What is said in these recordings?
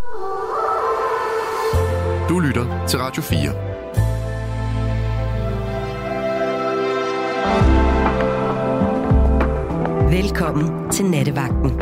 Du lytter til Radio 4. Velkommen til Nattevagten.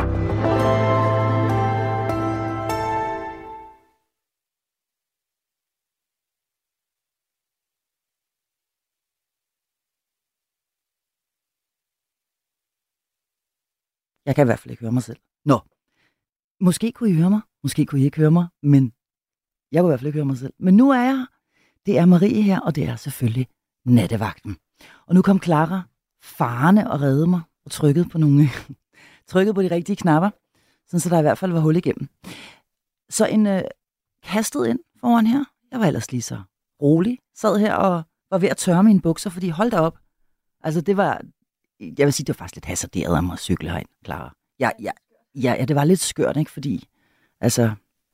Jeg kan i hvert fald ikke høre mig selv. Nå, måske kunne I høre mig, måske kunne I ikke høre mig, men jeg kunne i hvert fald ikke høre mig selv. Men nu er jeg her. Det er Marie her, og det er selvfølgelig Nattevagten. Og nu kom Clara farende og redde mig og trykkede på de rigtige knapper, sådan så der i hvert fald var hul igennem. Så en kastet ind foran her. Jeg var ellers lige så rolig. Sad her og var ved at tørre mine bukser, fordi hold da op. Altså det var, jeg vil sige, det var faktisk lidt hasarderet af mig at cykle herind, Clara. Ja, det var lidt skørt, ikke? Fordi, altså,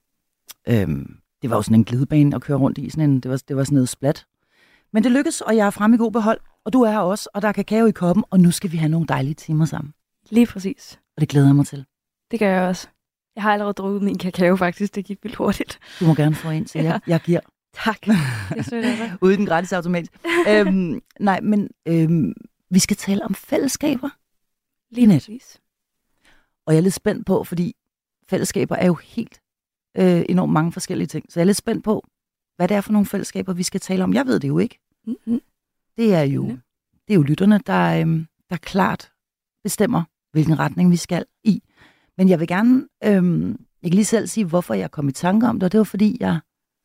det var jo sådan en glidebane at køre rundt i. Det var sådan noget splat. Men det lykkedes, og jeg er fremme i god behold. Og du er her også, og der er kakao i koppen, og nu skal vi have nogle dejlige timer sammen. Lige præcis. Og det glæder jeg mig til. Det gør jeg også. Jeg har allerede drukket min kakao, faktisk. Det gik vildt hurtigt. Du må gerne få en, så jeg giver. Tak. Det støtter jeg. Ude i den gratis automat. Nej, men vi skal tale om fællesskaber. Lige præcis. Og jeg er lidt spændt på, fordi fællesskaber er jo helt enormt mange forskellige ting. Så jeg er lidt spændt på, hvad det er for nogle fællesskaber, vi skal tale om. Jeg ved det jo ikke. Mm-hmm. Det er jo lytterne, der klart bestemmer, hvilken retning vi skal i. Men jeg vil gerne, jeg kan lige selv sige, hvorfor jeg kom i tanke om det, og det var fordi, jeg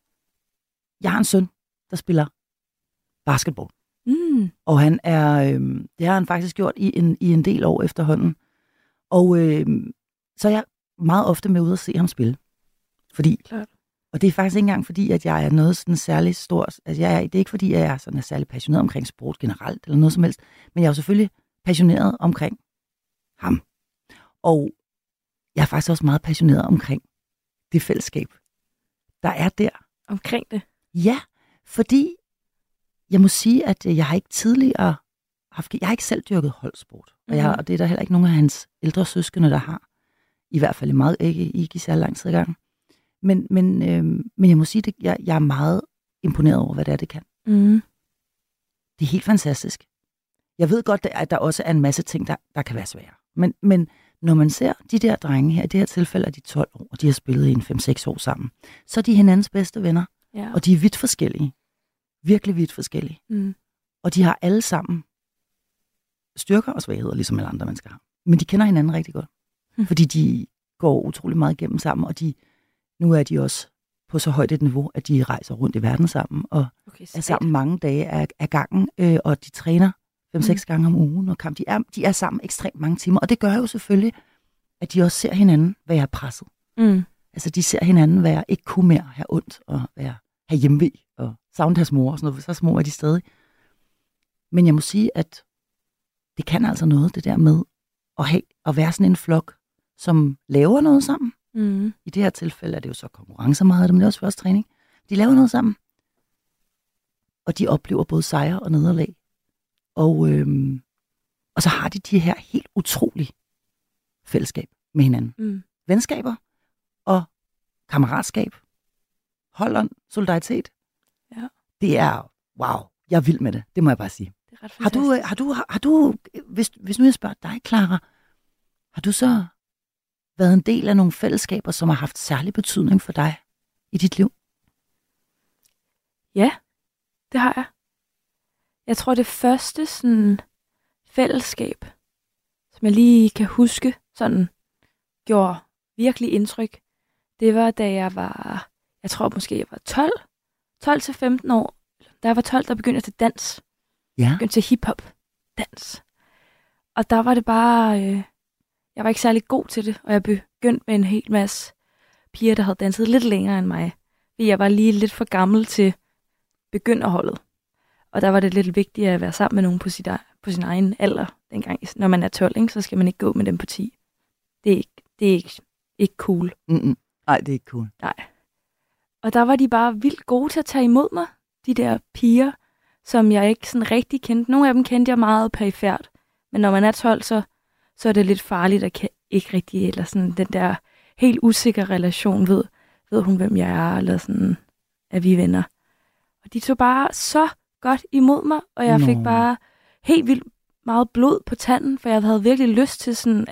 har en søn, der spiller basketball. Mm. Og han det har han faktisk gjort i en del år efterhånden. Og så er jeg meget ofte med ude at se ham spille. Fordi, klart. Og det er faktisk ikke engang fordi, at jeg er noget sådan særlig stort. Altså det er ikke fordi, jeg er sådan særlig passioneret omkring sport generelt, eller noget som helst. Men jeg er jo selvfølgelig passioneret omkring ham. Og jeg er faktisk også meget passioneret omkring det fællesskab, der er der. Omkring det? Ja, fordi jeg må sige, at jeg har ikke tidligere jeg har ikke selv dyrket holdsport. Og det er der heller ikke nogen af hans ældre søskende, der har. I hvert fald ikke i særlig lang tid i gang. Men jeg må sige, at jeg er meget imponeret over, hvad det kan. Mm. Det er helt fantastisk. Jeg ved godt, at der også er en masse ting, der kan være svære. Men når man ser de der drenge her, i det her tilfælde er de 12 år, og de har spillet i en 5-6 år sammen, så er de hinandens bedste venner. Ja. Og de er vidt forskellige. Virkelig vidt forskellige. Mm. Og de har alle sammen styrker og svagheder, ligesom alle andre mennesker har. Men de kender hinanden rigtig godt. Fordi de går utrolig meget igennem sammen, og nu er de også på så højt et niveau, at de rejser rundt i verden sammen, og er sammen mange dage af gangen, og de træner 5-6 gange om ugen, og de er sammen ekstremt mange timer, og det gør jo selvfølgelig, at de også ser hinanden være presset. Mm. Altså de ser hinanden være ikke kunne mere, have ondt, og have hjemve, og savne deres mor, og sådan noget, så små er de stadig. Men jeg må sige, at det kan altså noget, det der med at være sådan en flok, som laver noget sammen. Mm. I det her tilfælde er det jo så konkurrencer meget, men det er også først træning. De laver noget sammen. Og de oplever både sejre og nederlag. Og så har de her helt utrolige fællesskab med hinanden. Mm. Venskaber og kammeratskab. Holdånd, solidaritet. Ja. Det er, wow, jeg er vild med det. Det må jeg bare sige. Det er ret fantastisk. Har du hvis nu jeg spørger dig, Clara, har du så været en del af nogle fællesskaber, som har haft særlig betydning for dig i dit liv? Ja, det har jeg. Jeg tror, det første sådan fællesskab, som jeg lige kan huske, sådan gjorde virkelig indtryk, det var, da jeg var, jeg tror måske jeg var 12 til 15 år. Da jeg var 12, der begyndte jeg til dans. Ja. Jeg begyndte til hiphop dans. Og der var det bare, jeg var ikke særlig god til det, og jeg begyndte med en hel masse piger, der havde danset lidt længere end mig. Fordi jeg var lige lidt for gammel til begynderholdet. Og der var det lidt vigtigt at være sammen med nogen på sin egen alder dengang. Når man er 12, ikke, så skal man ikke gå med dem på 10. Det er ikke cool. Nej, det er ikke cool. Nej. Og der var de bare vildt gode til at tage imod mig. De der piger, som jeg ikke sådan rigtig kendte. Nogle af dem kendte jeg meget perifært. Men når man er 12, så er det lidt farligt at ikke rigtig, eller sådan den der helt usikre relation ved, ved hun, hvem jeg er, eller sådan, at vi er venner. Og de tog bare så godt imod mig, og jeg fik bare helt vildt meget blod på tanden, for jeg havde virkelig lyst til sådan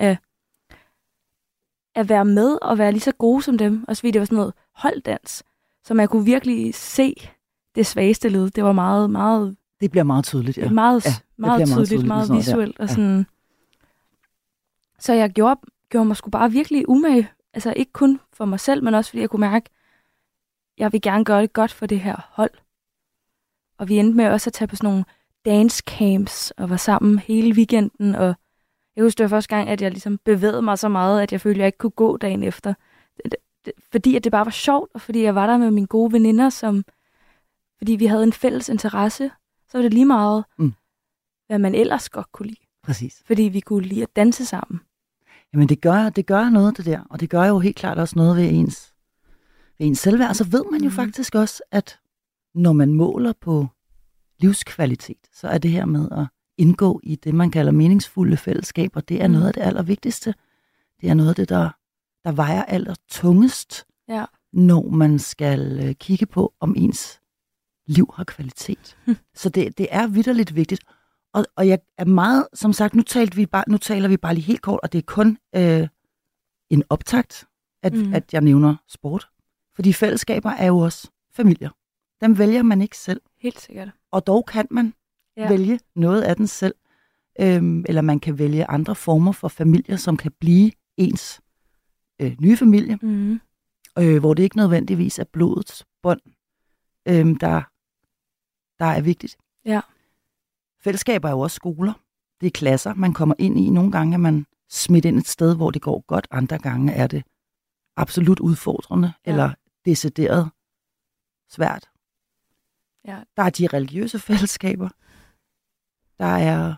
at være med og være lige så gode som dem. Også fordi det var sådan noget holddans, så man kunne virkelig se det svageste led. Det var meget, meget... Det bliver meget tydeligt, ja. Meget tydeligt, meget visuelt. Og sådan. Ja. Så jeg gjorde mig sgu bare virkelig umage. Altså ikke kun for mig selv, men også fordi jeg kunne mærke, at jeg vil gerne gøre det godt for det her hold. Og vi endte med også at tage på sådan nogle dance camps og var sammen hele weekenden. Og jeg husker, det var første gang, at jeg ligesom bevægede mig så meget, at jeg følte, at jeg ikke kunne gå dagen efter. Fordi at det bare var sjovt, og fordi jeg var der med mine gode veninder, fordi vi havde en fælles interesse, så var det lige meget, hvad man ellers godt kunne lide. Præcis. Fordi vi kunne lide at danse sammen. Jamen det gør noget, det der. Og det gør jo helt klart også noget ved ens selvværd. Og så ved man jo faktisk også, at når man måler på livskvalitet, så er det her med at indgå i det, man kalder meningsfulde fællesskaber, det er noget af det allervigtigste. Det er noget af det, der vejer allertungest, når man skal kigge på, om ens liv har kvalitet. Så det er vitterligt vigtigt. Og jeg er meget, som sagt, nu taler vi bare lige helt kort, og det er kun en optakt, at jeg nævner sport. Fordi fællesskaber er jo også familier. Dem vælger man ikke selv. Helt sikkert. Og dog kan man vælge noget af den selv. Eller man kan vælge andre former for familier, som kan blive ens nye familie. Hvor det ikke nødvendigvis er blodets bånd, der er vigtigt. Ja. Fællesskaber er jo også skoler. Det er klasser, man kommer ind i. Nogle gange er man smidt ind et sted, hvor det går godt. Andre gange er det absolut udfordrende eller decideret svært. Ja. Der er de religiøse fællesskaber. Der er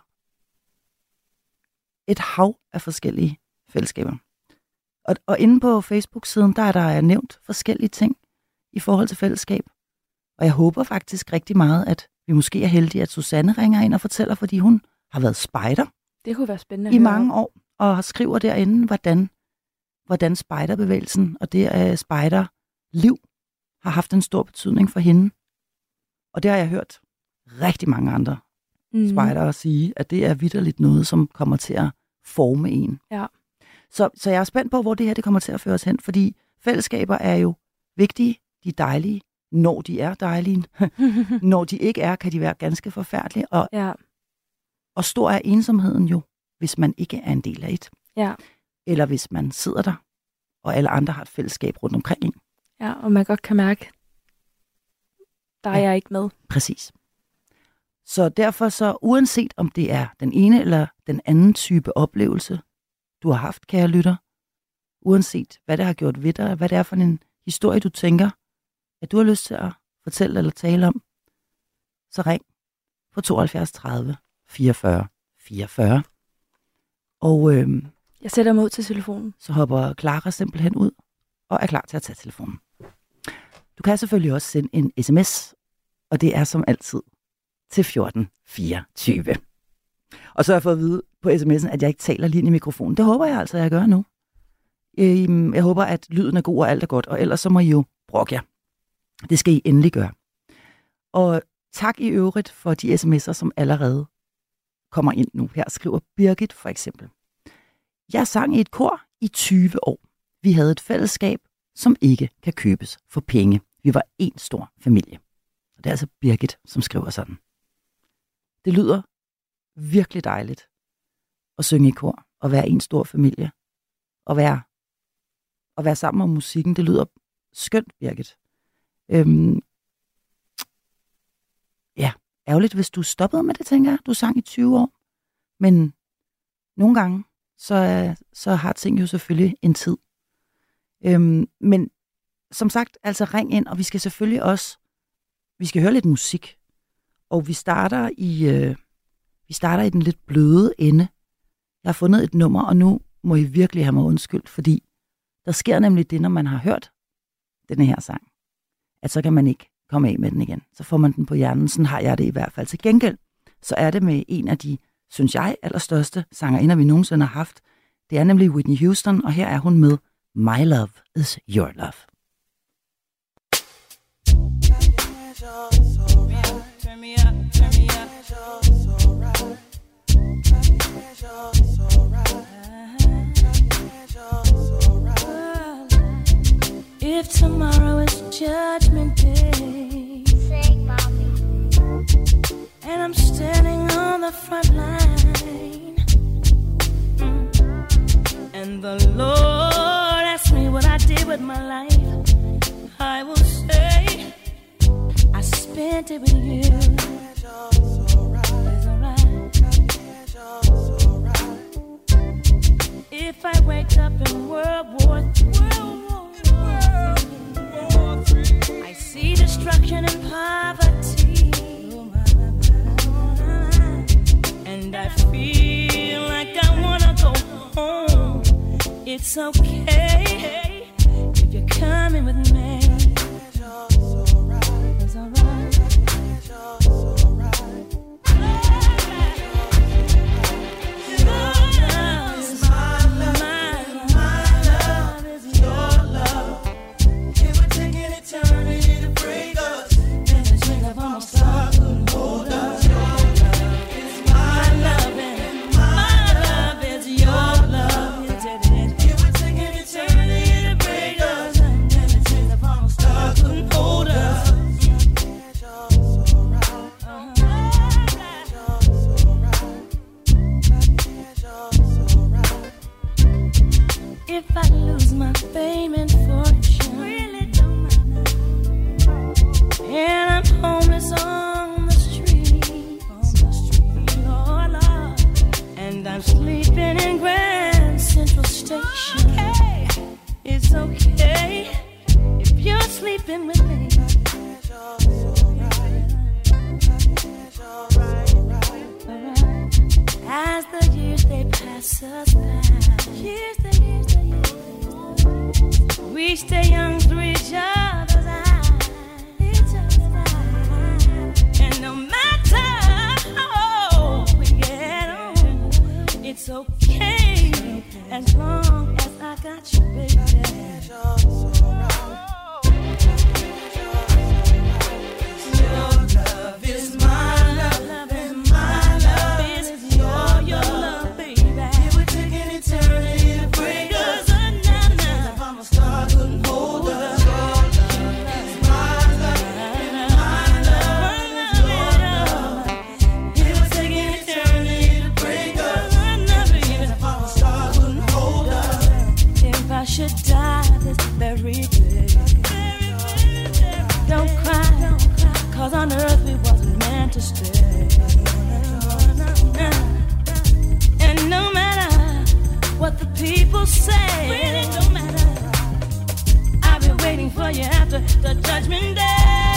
et hav af forskellige fællesskaber. Og inde på Facebook-siden, der er der nævnt forskellige ting i forhold til fællesskab. Og jeg håber faktisk rigtig meget, at vi måske er heldige, at Susanne ringer ind og fortæller, fordi hun har været spejder. Det kunne være spændende i mange år, og skriver derinde, hvordan spejderbevægelsen og det spejderliv har haft en stor betydning for hende. Og det har jeg hørt rigtig mange andre spejdere sige, at det er vitterligt noget, som kommer til at forme en. Ja. Så jeg er spændt på, hvor det her det kommer til at føre os hen, fordi fællesskaber er jo vigtige, de er dejlige, når de er dejlige. Når de ikke er, kan de være ganske forfærdelige. Og stor er ensomheden jo, hvis man ikke er en del af et. Ja. Eller hvis man sidder der, og alle andre har et fællesskab rundt omkring en. Ja, og man godt kan mærke, der er jeg ikke med. Præcis. Så derfor så, uanset om det er den ene eller den anden type oplevelse, du har haft, kære lytter, uanset hvad det har gjort ved dig, hvad det er for en historie, du tænker, at du har lyst til at fortælle eller tale om, så ring på 72 30 44 44. Og jeg sætter mig ud til telefonen. Så hopper Clara simpelthen ud og er klar til at tage telefonen. Du kan selvfølgelig også sende en sms, og det er som altid til 1424. Og så har jeg fået at vide på sms'en, at jeg ikke taler lige ind i mikrofonen. Det håber jeg altså, at jeg gør nu. Jeg håber, at lyden er god og alt er godt, og ellers så må I jo brokke jer. Det skal I endelig gøre. Og tak i øvrigt for de sms'er, som allerede kommer ind nu. Her skriver Birgit for eksempel. Jeg sang i et kor i 20 år. Vi havde et fællesskab, som ikke kan købes for penge. Vi var en stor familie. Og det er altså Birgit, som skriver sådan. Det lyder virkelig dejligt at synge i kor og være en stor familie. Og være sammen om musikken. Det lyder skønt, Birgit. Ærgerligt, hvis du stoppede med det, tænker jeg. Du sang i 20 år. Men nogle gange, så har ting jo selvfølgelig en tid. Men som sagt, altså ring ind, og vi skal selvfølgelig også, vi skal høre lidt musik. Og vi starter i den lidt bløde ende. Jeg har fundet et nummer, og nu må I virkelig have mig undskyldt, fordi der sker nemlig det, når man har hørt denne her sang, at så kan man ikke komme af med den igen. Så får man den på hjernen, sådan har jeg det i hvert fald. Til gengæld, så er det med en af de, synes jeg, allerstørste sangerinder, vi nogensinde har haft. Det er nemlig Whitney Houston, og her er hun med My Love Is Your Love. Turn me up, turn me up. If tomorrow is Judgment Day, Sing, mommy. and I'm standing on the front line, and the Lord asks me what I did with my life, I will say I spent it with you. It's alright. If I wake up in World War III, I see destruction and poverty, and I feel like I wanna go home. It's okay if you're coming with me. It's alright. If I lose my fame and fortune, really don't matter, and I'm homeless on the street, oh Lord, and I'm sleeping in Grand Central Station, okay. It's okay if you're sleeping with me. As the years they pass us by, we stay young through each other's eyes. And no matter how old we get on, it's okay as long as I got you, baby. Your love is my love, and my love is your love, baby. It would take an eternity to break us. I should die this very day. Don't cry, cause on earth we wasn't meant to stay. And no matter what the people say, really don't matter, I'll be waiting for you after the judgment day.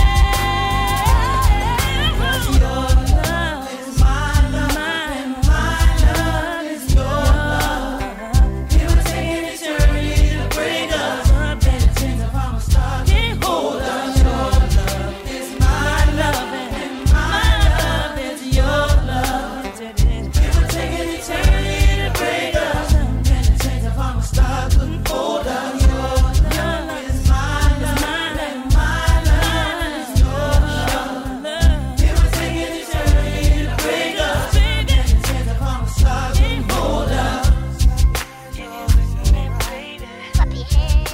Cause your love is my love, and my love is your love. It would take an eternity to break us up, and since if I'm a star, can't hold us. Your love is my love, and my love is your love. It would take an eternity to break us up, and since if I'm a star, couldn't hold us. Your love is my love, and my love is your love. It would take an eternity to break us, and since if I'm a star, couldn't hold us. Clap your hands.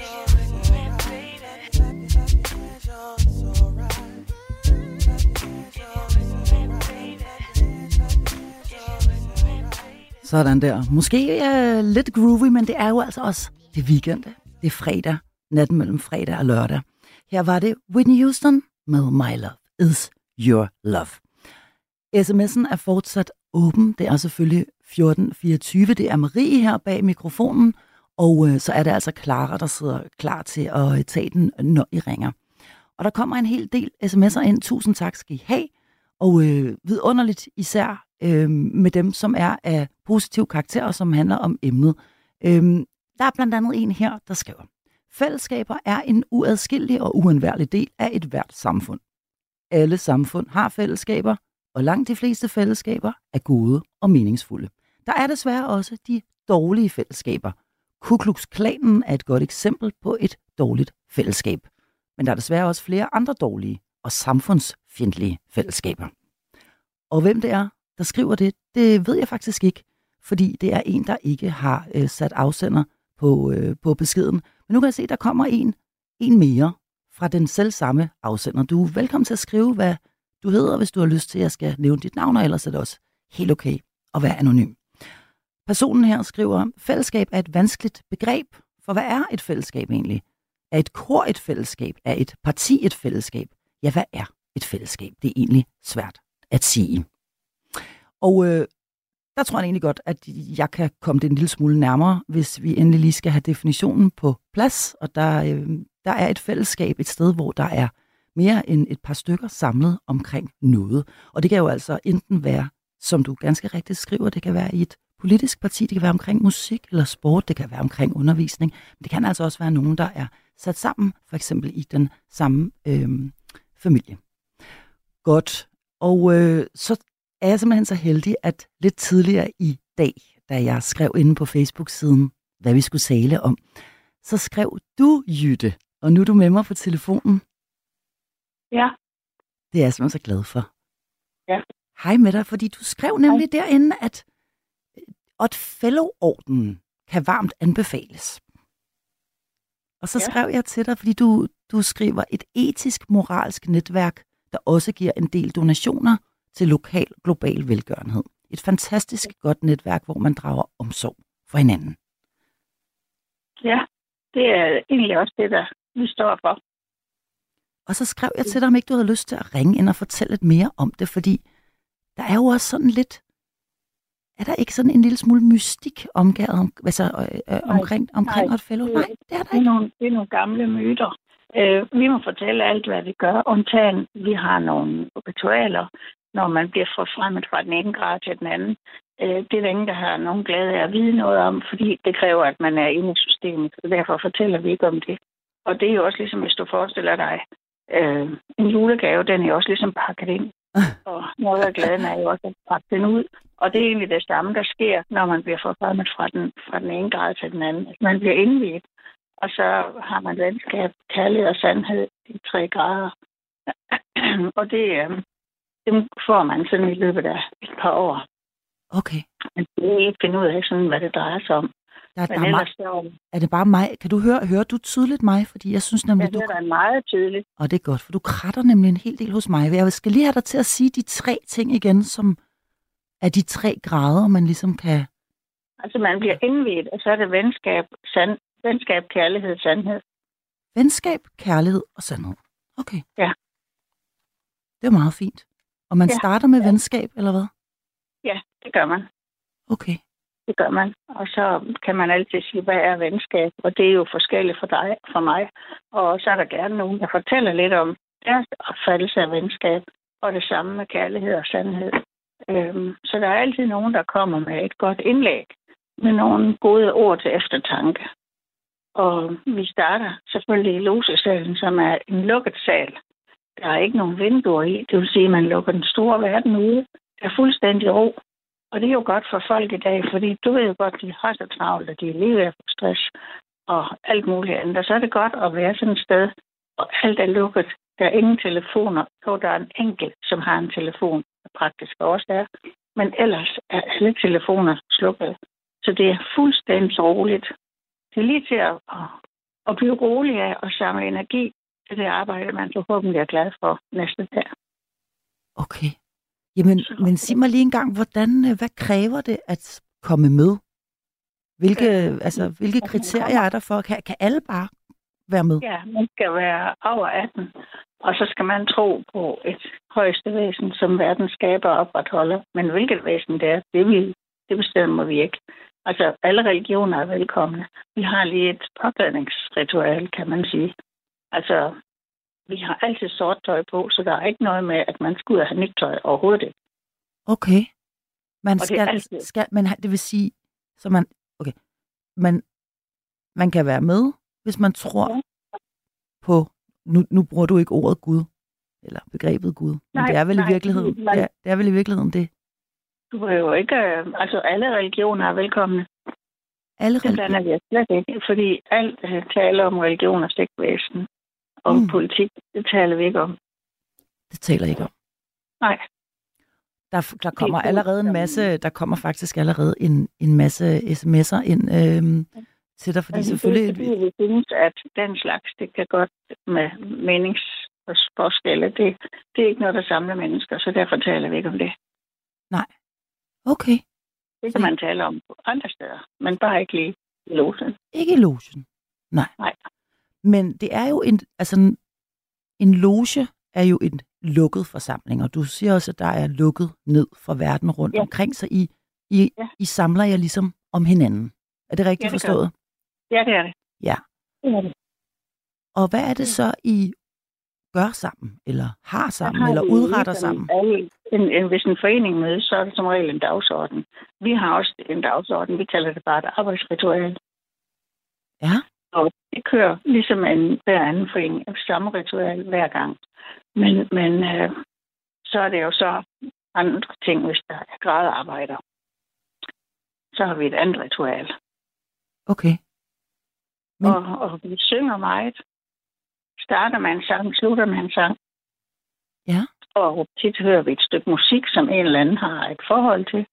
Sådan der. Måske lidt groovy, men det er jo altså også det weekend. Det er fredag. Natten mellem fredag og lørdag. Her var det Whitney Houston med My Love Is Your Love. SMS'en er fortsat åben. Det er selvfølgelig 1424. Det er Marie her bag mikrofonen. Og så er det altså Clara, der sidder klar til at tage den, når I ringer. Og der kommer en hel del sms'er ind. Tusind tak skal I have. Og vidunderligt især med dem, som er af positiv karakter, og som handler om emnet. Der er blandt andet en her, der skriver: fællesskaber er en uadskillelig og uundværlig del af et hvert samfund. Alle samfund har fællesskaber, og langt de fleste fællesskaber er gode og meningsfulde. Der er desværre også de dårlige fællesskaber. Ku Klux Klanen er et godt eksempel på et dårligt fællesskab. Men der er desværre også flere andre dårlige. og samfundsfjendtlige fællesskaber. Og hvem det er, der skriver det, det ved jeg faktisk ikke, fordi det er en, der ikke har sat afsender på beskeden. Men nu kan jeg se, at der kommer en mere fra den selv samme afsender. Du er velkommen til at skrive, hvad du hedder, hvis du har lyst til, at jeg skal nævne dit navn, og ellers er det også helt okay at være anonym. Personen her skriver, fællesskab er et vanskeligt begreb, for hvad er et fællesskab egentlig? Er et kor et fællesskab? Er et parti et fællesskab? Ja, hvad er et fællesskab? Det er egentlig svært at sige. Og der tror jeg egentlig godt, at jeg kan komme det en lille smule nærmere, hvis vi endelig lige skal have definitionen på plads. Og der er et fællesskab et sted, hvor der er mere end et par stykker samlet omkring noget. Og det kan jo altså enten være, som du ganske rigtigt skriver, det kan være i et politisk parti, det kan være omkring musik eller sport, det kan være omkring undervisning, men det kan altså også være nogen, der er sat sammen, for eksempel i den samme familie. Godt. Og så er jeg simpelthen så heldig, at lidt tidligere i dag, da jeg skrev inde på Facebook-siden, hvad vi skulle tale om, så skrev du, Jytte, og nu er du med mig på telefonen. Ja. Det er jeg simpelthen så glad for. Ja. Hej med dig, fordi du skrev nemlig derinde, at Odd Fellow-ordenen kan varmt anbefales. Og så skrev jeg til dig, fordi du skriver et etisk-moralsk netværk, der også giver en del donationer til lokal global velgørenhed. Et fantastisk godt netværk, hvor man drager omsorg for hinanden. Ja, det er egentlig også det, der vi står for. Og så skrev jeg til dig, om ikke du havde lyst til at ringe ind og fortælle lidt mere om det, fordi der er jo også sådan lidt, er der ikke sådan en lille smule mystik omkring Odd Fellow? Nej, det er der ikke. Det er nogle gamle myter. Vi må fortælle alt, hvad vi gør, undtagen vi har nogle ritualer, når man bliver forfremmet fra den ene grad til den anden. Det er der ingen, der har nogen glæde af at vide noget om, fordi det kræver, at man er inde i systemet, og derfor fortæller vi ikke om det. Og det er jo også ligesom, hvis du forestiller dig, en julegave, den er jo også ligesom pakket ind. Og noget af glæden er jo også at pakke den ud. Og det er egentlig det samme, der sker, når man bliver forfremmet fra den ene grad til den anden. Man bliver indviet, og så har man venskab, kærlighed og sandhed i 3 grader. Og det får man sådan i løbet af et par år. Okay. Men det er ikke finde ud af, sådan, hvad det drejer sig om. Er det bare mig? Kan du høre du tydeligt mig? Fordi jeg synes nemlig, jeg hører dig meget tydeligt. Og det er godt, for du kratter nemlig en hel del hos mig. Jeg skal lige have dig til at sige de 3 ting igen, som er de 3 grader, man ligesom kan... Altså man bliver indviet, og så er det venskab, kærlighed, sandhed. Venskab, kærlighed og sandhed. Okay. Ja. Det er meget fint. Og man starter med venskab, eller hvad? Ja, det gør man. Okay. Det gør man. Og så kan man altid sige, hvad er venskab? Og det er jo forskelligt for dig og for mig. Og så er der gerne nogen, der fortæller lidt om deres opfattelse af venskab. Og det samme med kærlighed og sandhed. Så der er altid nogen, der kommer med et godt indlæg. Med nogle gode ord til eftertanke. Og vi starter selvfølgelig i losesalen, som er en lukket sal. Der er ikke nogen vinduer i. Det vil sige, at man lukker den store verden ude. Der er fuldstændig ro. Og det er jo godt for folk i dag, fordi du ved jo godt, de har så travlt, at de er lige ved at få stress og alt muligt andet. Og så er det godt at være sådan et sted, og alt er lukket. Der er ingen telefoner. Jo, der er en enkelt, som har en telefon, der praktisk også er. Men ellers er alle telefoner slukket. Så det er fuldstændig roligt. Det er lige til at blive rolig af og samle energi til det arbejde, man forhåbentlig er glad for næste dag. Okay. Jamen, men sig mig lige en gang, hvad kræver det at komme med? Hvilke kriterier er der for? Kan alle bare være med? Ja, man skal være over 18, og så skal man tro på et højeste væsen, som verden skaber og opretholder. Men hvilket væsen det er, det bestemmer vi ikke. Altså, alle religioner er velkomne. Vi har lige et påklædningsritual, kan man sige. Altså, vi har altid sort tøj på, så der er ikke noget med, at man skal ud og have nyt tøj overhovedet ikke. Okay. Men det vil sige, så man kan være med, hvis man tror på, nu bruger du ikke ordet Gud, eller begrebet Gud, men det er vel i virkeligheden, det er vel i virkeligheden det. Du er jo ikke, altså alle religioner er velkomne. Alle religioner? Det blander jeg slet ikke, fordi alt taler om religion og stikvæsen. Om politik, det taler vi ikke om. Det taler I ikke om. Nej. Der kommer kun allerede en som- masse, der kommer faktisk allerede en masse sms'er ind til dig, fordi Men selvfølgelig... Det er fordi, vi synes, at den slags, det kan godt med meningsforskelle. Det er ikke noget, der samler mennesker, så derfor taler vi ikke om det. Okay, Det kan man tale om på andre steder, men bare ikke lige i logen. ikke i logen. Nej. Men det er jo en loge er jo en lukket forsamling, og du siger også, at der er lukket ned fra verden rundt omkring, så I samler jer ligesom om hinanden. Er det rigtigt forstået? Ja, det er det. Ja. Det er det. Og hvad er det så, I gør sammen, eller har sammen, Der har eller vi udretter ligesom sammen? hvis en forening mødes, så er det som regel en dagsorden. Vi har også en dagsorden. Vi kalder det bare et arbejdsritual. Ja. Og det kører ligesom hver anden forening. Samme ritual hver gang. Men så er det jo så andre ting, hvis der er gradearbejder. Så har vi et andet ritual. Okay. Men- Og vi synger meget. Starter med en sang, slutter med en sang. Ja. Og tit hører vi et stykke musik, som en eller anden har et forhold til.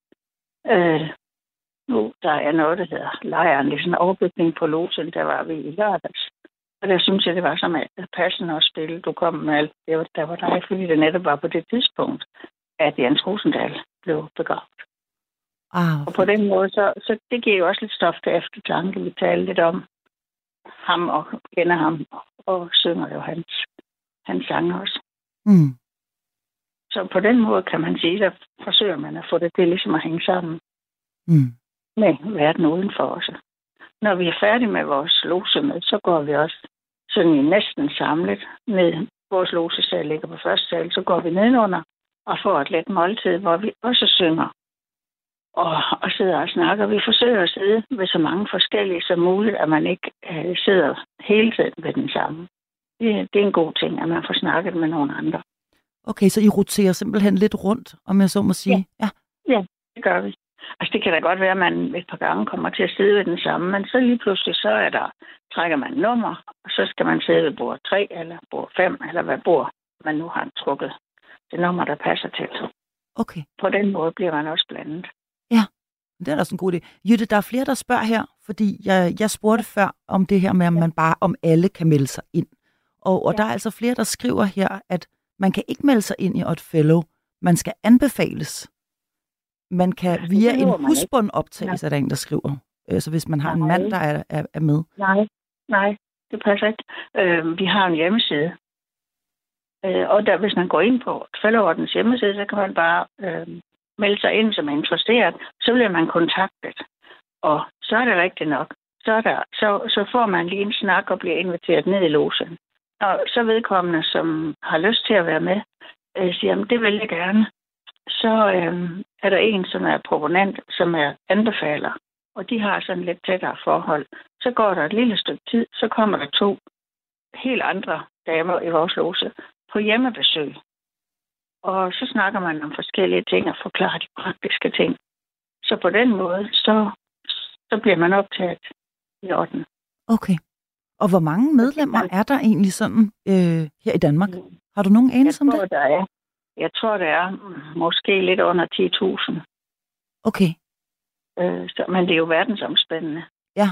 Nu der er noget, der hedder lejren. Det er sådan en overbygning på logen, der var vi i lørdags. Og der synes jeg, det var så passende at spille. Du kom med alt det, der var dig, fordi det netop var på det tidspunkt, at Jens Rosendal blev begravet. Og på den måde, så det giver jo også lidt stof til eftertanke. Vi taler lidt om ham og kender ham og synger jo hans sange også. Mm. Så på den måde kan man sige, der forsøger man at få det til ligesom at hænge sammen med verden udenfor os. Når vi er færdige med vores logemøde, så går vi også sådan i næsten samlet ned. Vores logesal ligger på første sal, så går vi nedenunder og får et let måltid, hvor vi også synger og sidder og snakker. Vi forsøger at sidde ved så mange forskellige som muligt, at man ikke sidder hele tiden ved den samme. Det er en god ting, at man får snakket med nogle andre. Okay, så I roterer simpelthen lidt rundt, om jeg så må sige? Ja, det gør vi. Altså, det kan da godt være, at man et par gange kommer til at sidde ved den samme, men så lige pludselig trækker man nummer, og så skal man sidde ved bord 3 eller bord 5, eller hvad bord man nu har trukket det nummer, der passer til. Okay. På den måde bliver man også blandet. Ja, det er da også en god idé. Jytte, der er flere, der spørger her, fordi jeg spurgte før om det her med, om alle kan melde sig ind. Og der er altså flere, der skriver her, at man kan ikke melde sig ind i Odd Fellow. Man skal anbefales. Man kan via en husbund optages, er der en, der skriver. Så hvis man har en mand, der er med. Nej, det passer ikke. Vi har en hjemmeside. Og hvis man går ind på Odd Fellow-ordens hjemmeside, så kan man bare melde sig ind, som er interesseret. Så bliver man kontaktet. Og så er det rigtigt nok. Så får man lige en snak og bliver inviteret ned i logen. Og så vedkommende, som har lyst til at være med, siger, jamen det vil jeg gerne. Så er der en, som er proponent, som er anbefaler. Og de har sådan lidt tættere forhold. Så går der et lille stykke tid, så kommer der 2 helt andre damer i vores loge på hjemmebesøg. Og så snakker man om forskellige ting og forklarer de praktiske ting. Så på den måde, så bliver man optaget i orden. Okay. Og hvor mange medlemmer er der egentlig sådan her i Danmark? Har du nogen anelse om det? Jeg tror, der er måske lidt under 10.000. Okay. Men det er jo verdensomspændende. Ja.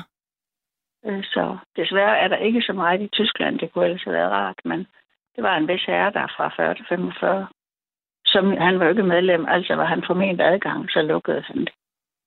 Så desværre er der ikke så meget i Tyskland. Det kunne ellers have været rart, men det var en vis herre, der fra 40 til 45. Han var jo ikke medlem, altså var han formentlig adgang, så lukkede han det.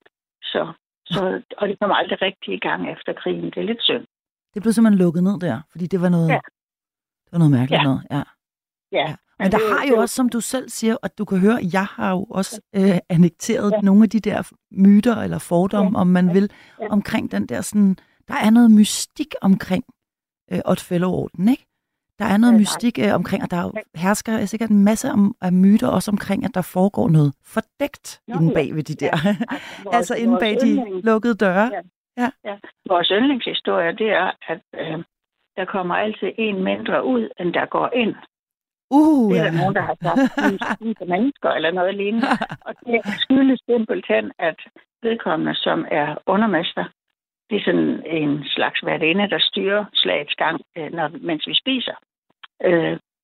Og det kom aldrig rigtig i gang efter krigen. Det er lidt synd. Det blev simpelthen lukket ned der, fordi det var noget, det var noget mærkeligt noget. Ja. Men der har jo også, som du selv siger, at du kan høre, jeg har jo også annekteret nogle af de der myter eller fordomme, om man vil, omkring den der sådan, der er noget mystik omkring Odd Fellow-orden, ikke? Der er noget mystik omkring, og der hersker sikkert en masse af myter også omkring, at der foregår noget fordækt inde bag ved de der. Altså inde bag de lukkede døre. Ja. Vores yndlingshistorie, det er, at der kommer altid en mindre ud, end der går ind. Det er der nogen, der har sagt, som mennesker eller noget lignende. Og det skyldes simpelthen, at vedkommende, som er undermester, det er sådan en slags værtinde, der styrer slagets gang, mens vi spiser.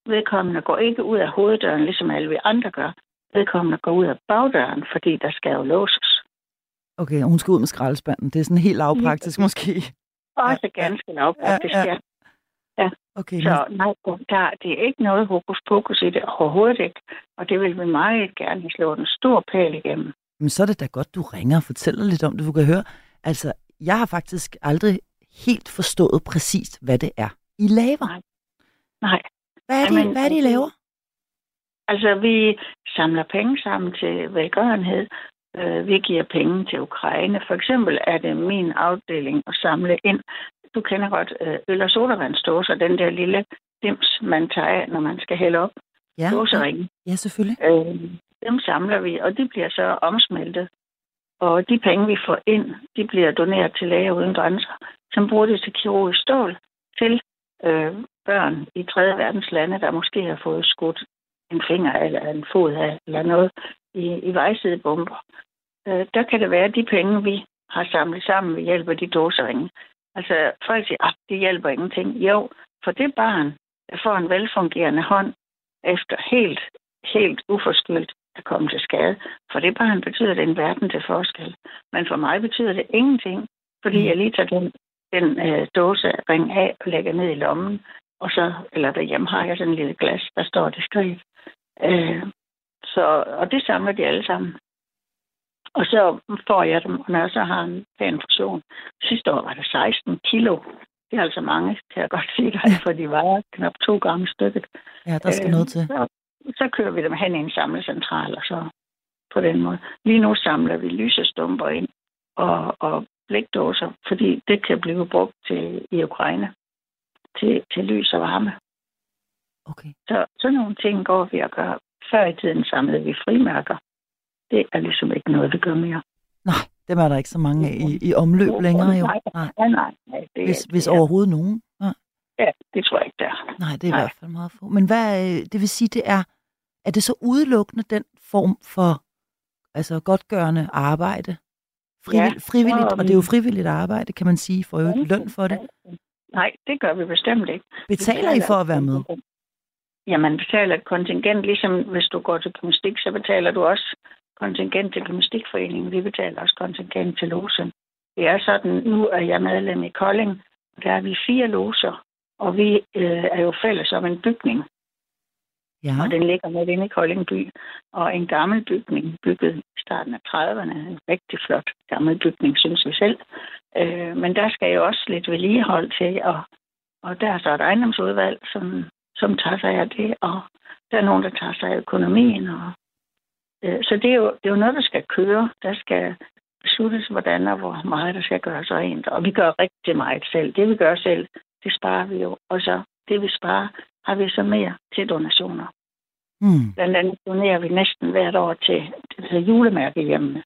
Vedkommende går ikke ud af hoveddøren, ligesom alle vi andre gør. Vedkommende går ud af bagdøren, fordi der skal jo låses. Okay, og hun skal ud med skraldespanden. Det er sådan helt lavpraktisk måske. Også ganske lavpraktisk, ja. Okay, Så nej, det er ikke noget hokus pokus i det overhovedet ikke. Og det vil vi meget gerne slå en stor pæl igennem. men så er det da godt, du ringer og fortæller lidt om det. Du kan høre, altså, jeg har faktisk aldrig helt forstået præcis, hvad det er, I laver. Nej. Hvad er det, I laver? Altså, vi samler penge sammen til velgørenhed. Vi giver penge til Ukraine. For eksempel er det min afdeling at samle ind. Du kender godt øl- og sodavandsdåser, den der lille dims, man tager af, når man skal hælde op. Ja, Dåseringen. ja, selvfølgelig. Dem samler vi, og de bliver så omsmeltet. Og de penge, vi får ind, de bliver doneret til Læger Uden Grænser, som bruger det til kirurgisk stål til børn i 3. verdens lande, der måske har fået skudt en finger eller en fod af, eller noget i vejsidebomber. Der kan det være, at de penge, vi har samlet sammen ved hjælp af de dåseringe. Altså, folk siger, at det hjælper ingenting. Jo, for det barn, der får en velfungerende hånd, efter helt uforskyldt at komme til skade. For det barn betyder det en verden til forskel. Men for mig betyder det ingenting, fordi jeg lige tager den dåsering af og lægger ned i lommen. Og så, eller derhjemme har jeg sådan en lille glas, der står diskret. Og det samler de alle sammen. Og så får jeg dem, og når jeg så har en pæn portion. Sidste år var det 16 kilo. Det er altså mange, kan jeg godt sige dig, for de vejer knap 2 gange stykket. Ja, der skal noget til. Så kører vi dem hen i en samlecentral, og så på den måde. Lige nu samler vi lysestumper ind og blikdåser, fordi det kan blive brugt i Ukraine til lys og varme. Okay. Så sådan nogle ting går vi at gøre. Før i tiden samlede vi frimærker. Det er ligesom ikke noget, vi gør mere. Nej, dem er der ikke så mange af i omløb længere jo. Nej. Hvis overhovedet nogen. Nej. Ja, det tror jeg ikke, der. Nej, det er i hvert fald meget få. Men hvad, det vil sige, det er det så udelukkende den form for altså godtgørende arbejde? Frivilligt, og det er jo frivilligt arbejde, kan man sige, for jo løn for det. Nej, det gør vi bestemt ikke. Betaler I for at være med? Ja, man betaler et kontingent, ligesom hvis du går til gymnastik, så betaler du også kontingent til gymnastikforeningen. Vi betaler også kontingent til logen. Det er sådan, nu er jeg medlem i Kolding, og der er vi 4 loger, og vi er jo fælles om en bygning. Ja. Og den ligger midt inde i Kolding by, og en gammel bygning, bygget i starten af 30'erne. En rigtig flot gammel bygning, synes vi selv. Men der skal jo også lidt vedligehold til, og der er så et ejendomsudvalg, som tager sig af det, og der er nogen, der tager sig af økonomien. Så det er jo noget, der skal køre. Der skal besluttes, hvordan og hvor meget der skal gøres rent. Og vi gør rigtig meget selv. Det vi gør selv, det sparer vi jo. Og så det vi sparer, har vi så mere til donationer. Blandt andet donerer vi næsten hvert år til julemærkehjemmene.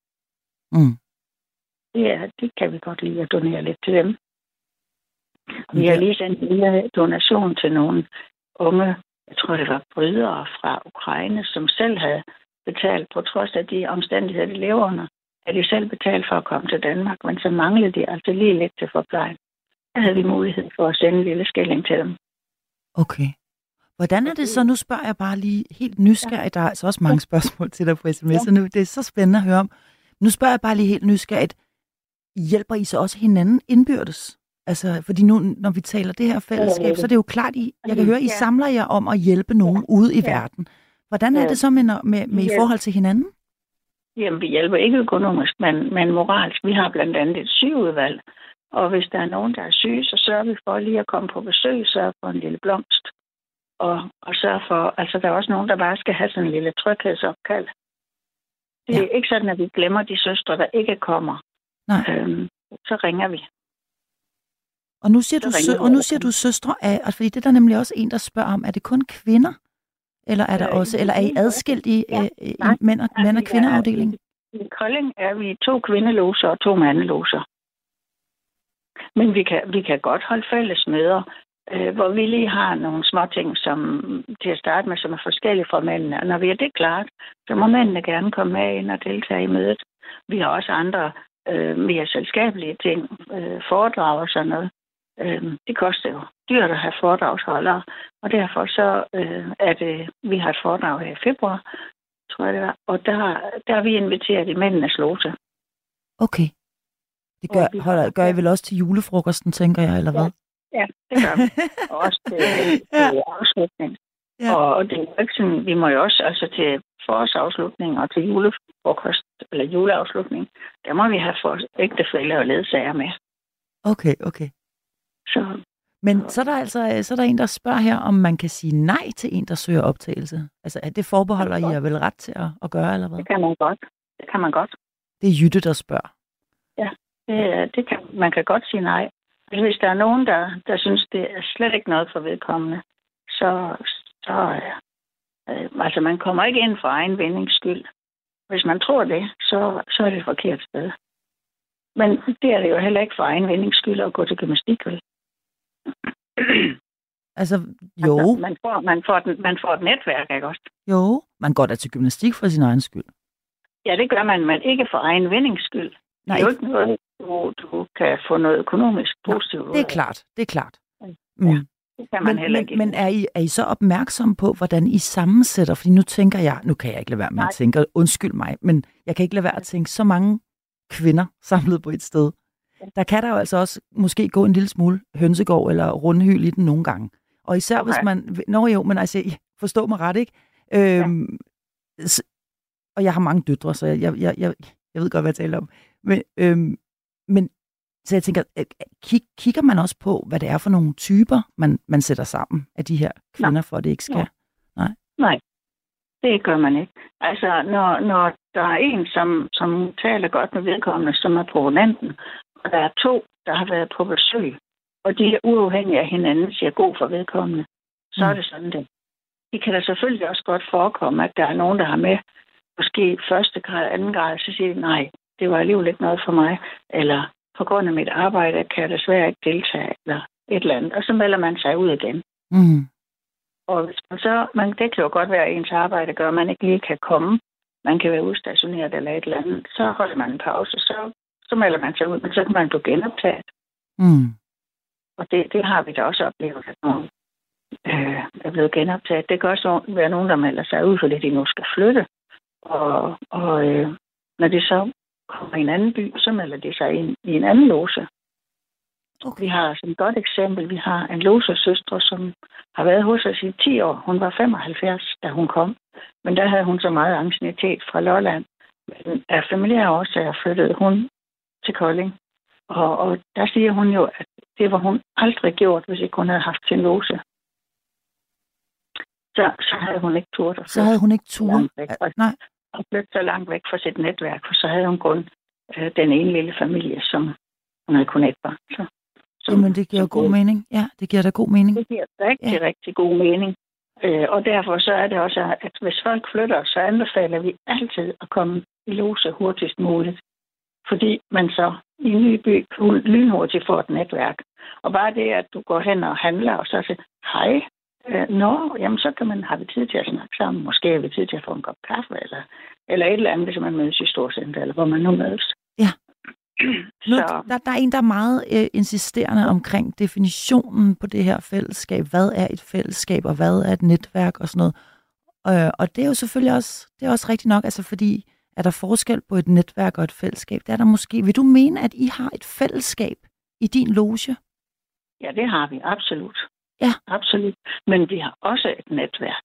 Det kan vi godt lide at donere lidt til dem. Vi har lige sendt en lille donation til nogle unge, jeg tror det var brydere fra Ukraine, som selv havde betalt, på trods af de omstændigheder, de lever under, at de selv betalt for at komme til Danmark, men så manglede de altså lige lidt til forplejen. Der havde vi mulighed for at sende en lille skilling til dem. Okay. Hvordan er det så? Nu spørger jeg bare lige helt nysgerrigt. Der er altså også mange spørgsmål til dig på sms'erne. Ja. Det er så spændende at høre om. Nu spørger jeg bare lige helt nysgerrigt. Hjælper I så også hinanden indbyrdes? Altså, fordi nu, når vi taler det her fællesskab, så er det jo klart, jeg kan høre, I samler jer om at hjælpe nogen ude i verden. Hvordan er det så med i forhold til hinanden? Jamen, vi hjælper ikke økonomisk, men moralsk. Vi har blandt andet et sygeudvalg, og hvis der er nogen, der er syge, så sørger vi for lige at komme på besøg, sørge for en lille blomst, og sørge for, altså der er også nogen, der bare skal have sådan en lille tryghedsopkald. Det er ikke sådan, at vi glemmer de søstre, der ikke kommer. Nej. Så ringer vi. Og nu siger du søstre af, altså, fordi det er der nemlig også en, der spørger om, er det kun kvinder? Eller er der også, eller er I adskilt i mænd og kvindeafdelingen? I Kolding er vi 2 kvindeloser og 2 mandeloser. Men vi kan godt holde fælles møder, hvor vi lige har nogle små ting, som til at starte med, som er forskellige fra mændene. Og når vi er det klart, så må mændene gerne komme med ind og deltage i mødet. Vi har også andre mere selskabelige ting, foredrag og sådan noget. det koster jo dyrt at have foredragsholdere, og derfor så er det, vi har et foredrag her i februar, tror jeg det var, og der er vi inviteret i Mændenes Loge. Okay. Det gør I vel også til julefrokosten, tænker jeg, eller hvad? Ja, det gør vi. Og også til afslutning. Ja. Og det er jo ikke sådan, vi må jo også, altså til forårsafslutning og til julefrokost, eller juleafslutning, der må vi have ægtefæller og ledsager med. Okay. Men så er der så er der en, der spørger her, om man kan sige nej til en, der søger optagelse. Altså, det forbeholder I vel ret til at gøre, eller hvad? Det kan man godt. Det er Jytte, der spørger. Ja, det kan man kan godt sige nej. Hvis der er nogen, der synes, det er slet ikke noget for vedkommende, så altså man kommer ikke ind for egen vindings skyld. Hvis man tror det, så er det et forkert sted. Men det er det jo heller ikke for egen vindings skyld at gå til gymnastik, vel? Altså, jo. Altså, man får et netværk, ikke også? Jo, man går da til gymnastik for sin egen skyld. Ja, det gør man, men ikke for egen vindings skyld. Nej. Det er jo ikke noget, du kan få noget økonomisk positivt. Det er klart. Ja, det kan man heller ikke. Men er I så opmærksom på, hvordan I sammensætter? Fordi nu tænker jeg, nu kan jeg ikke lade være med at tænke, undskyld mig, men jeg kan ikke lade være at tænke, så mange kvinder samlet på et sted. Der kan der jo altså også måske gå en lille smule hønsegård eller rundhyl i den nogle gange. Og især hvis man... men altså, forstå mig ret, ikke? Og jeg har mange døtre, så jeg ved godt, hvad jeg taler om. Men så jeg tænker, kigger man også på, hvad det er for nogle typer, man sætter sammen af de her kvinder, for at det ikke skal? Nej, det gør man ikke. Altså, når der er en, som taler godt med vedkommende, som er proponenten, og der er to, der har været på besøg, og de er uafhængige af hinanden, siger god for vedkommende, så er det sådan det. Det kan da selvfølgelig også godt forekomme, at der er nogen, der har med måske første grad, anden grad, så siger de, nej, det var alligevel ikke noget for mig, eller på grund af mit arbejde kan jeg desværre ikke deltage, eller et eller andet, og så melder man sig ud igen. Mm. Og hvis det kan jo godt være, at ens arbejde gør, at man ikke lige kan komme, man kan være udstationeret eller et eller andet, så holder man en pause, så melder man sig ud, men så kan man blive genoptaget. Mm. Og det har vi da også oplevet, at nogen er blevet genoptaget. Det kan også være nogen, der melder sig ud, fordi de nu skal flytte. Og når de så kommer i en anden by, så melder de sig ind i en anden loge. Okay. Vi har som et godt eksempel, vi har en logesøstre, som har været hos os i 10 år. Hun var 75, da hun kom. Men der havde hun så meget anciennitet fra Lolland. Men af familiære årsager flyttede hun til Kolding. Og der siger hun jo, at det var hun aldrig gjort, hvis ikke hun havde haft sin loge. Så havde hun ikke turt. Så havde hun ikke turt? Nej. Og flytte så langt væk fra sit netværk, for så havde hun kun den ene lille familie, som hun havde kun et barn. Jamen, det giver god mening. Ja, det giver da god mening. Det giver rigtig god mening. Og derfor så er det også, at hvis folk flytter, så anbefaler vi altid at komme i loge hurtigst muligt. Fordi man så i en ny by lynhurtigt får et netværk. Og bare det, at du går hen og handler, og så siger, hej, jamen så har vi tid til at snakke sammen. Måske har vi tid til at få en kop kaffe, eller et eller andet, hvis man mødes i Storcenter, eller hvor man nu mødes. Ja. Nu, der er en, der er meget insisterende omkring definitionen på det her fællesskab. Hvad er et fællesskab, og hvad er et netværk og sådan noget. Og det er jo selvfølgelig også, det er også rigtigt nok, altså fordi, er der forskel på et netværk og et fællesskab? Det er der måske. Vil du mene, at I har et fællesskab i din loge? Ja, det har vi, absolut. Ja. Absolut. Men vi har også et netværk.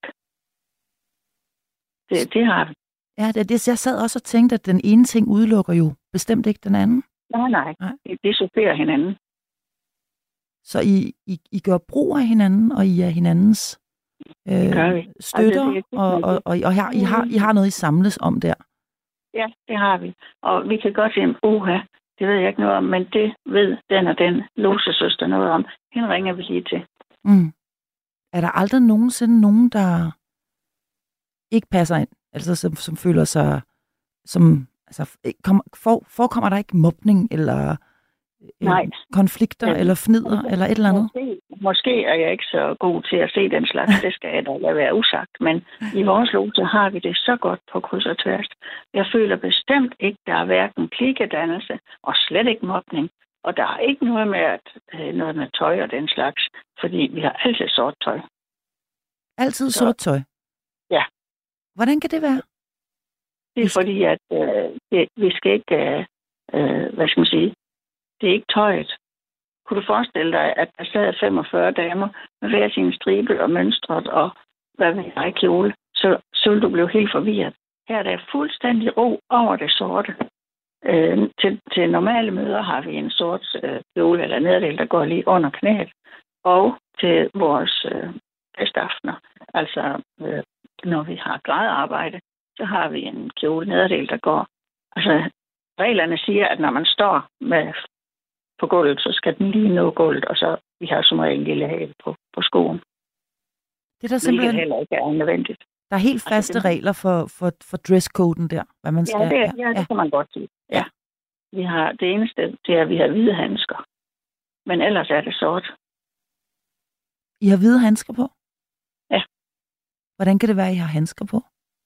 Det har vi. Ja, jeg sad også og tænkte, at den ene ting udelukker jo bestemt ikke den anden. Nej. Det supplerer hinanden. Så I gør brug af hinanden, og I er hinandens støtter, altså, og I har noget, I samles om der. Ja, det har vi. Og vi kan godt sige, det ved jeg ikke noget om, men det ved den og den logesøster noget om. Hende ringer vi lige til. Mm. Er der aldrig nogensinde nogen, der ikke passer ind? Altså som føler sig som... Altså, forekommer der ikke mobning eller konflikter eller fnider eller et eller andet? Måske er jeg ikke så god til at se den slags. Det skal jeg da lade være usagt. Men i vores loge har vi det så godt på kryds og tværs. Jeg føler bestemt ikke, der er hverken klikedannelse og slet ikke mobning. Og der er ikke noget med, noget med tøj og den slags, fordi vi har altid sort tøj. Altid sort tøj? Ja. Hvordan kan det være? Det er fordi, at vi skal ikke, hvad skal man sige, det er ikke tøjet. Kunne du forestille dig, at der sad 45 damer med hver sin stribe og mønstret og hvad ved jeg, kjole, så ville du blive helt forvirret. Her er der fuldstændig ro over det sorte. Til normale møder har vi en sort kjole eller nederdel, der går lige under knæet. Og til vores festaftener, altså når vi har grædearbejde, så har vi en kjole nederdel, der går. Altså reglerne siger, at når man står på gulvet, så skal den lige nå gulvet, og så vi har som regel en lille hæl på skoen. Det er der simpelthen heller ikke er nødvendigt. Der er helt faste regler for dresscoden der, hvad man skal. Det kan man godt sige. Ja. Vi har det eneste, det er, at vi har hvide handsker. Men ellers er det sort. I har hvide handsker på? Ja. Hvordan kan det være, at I har handsker på?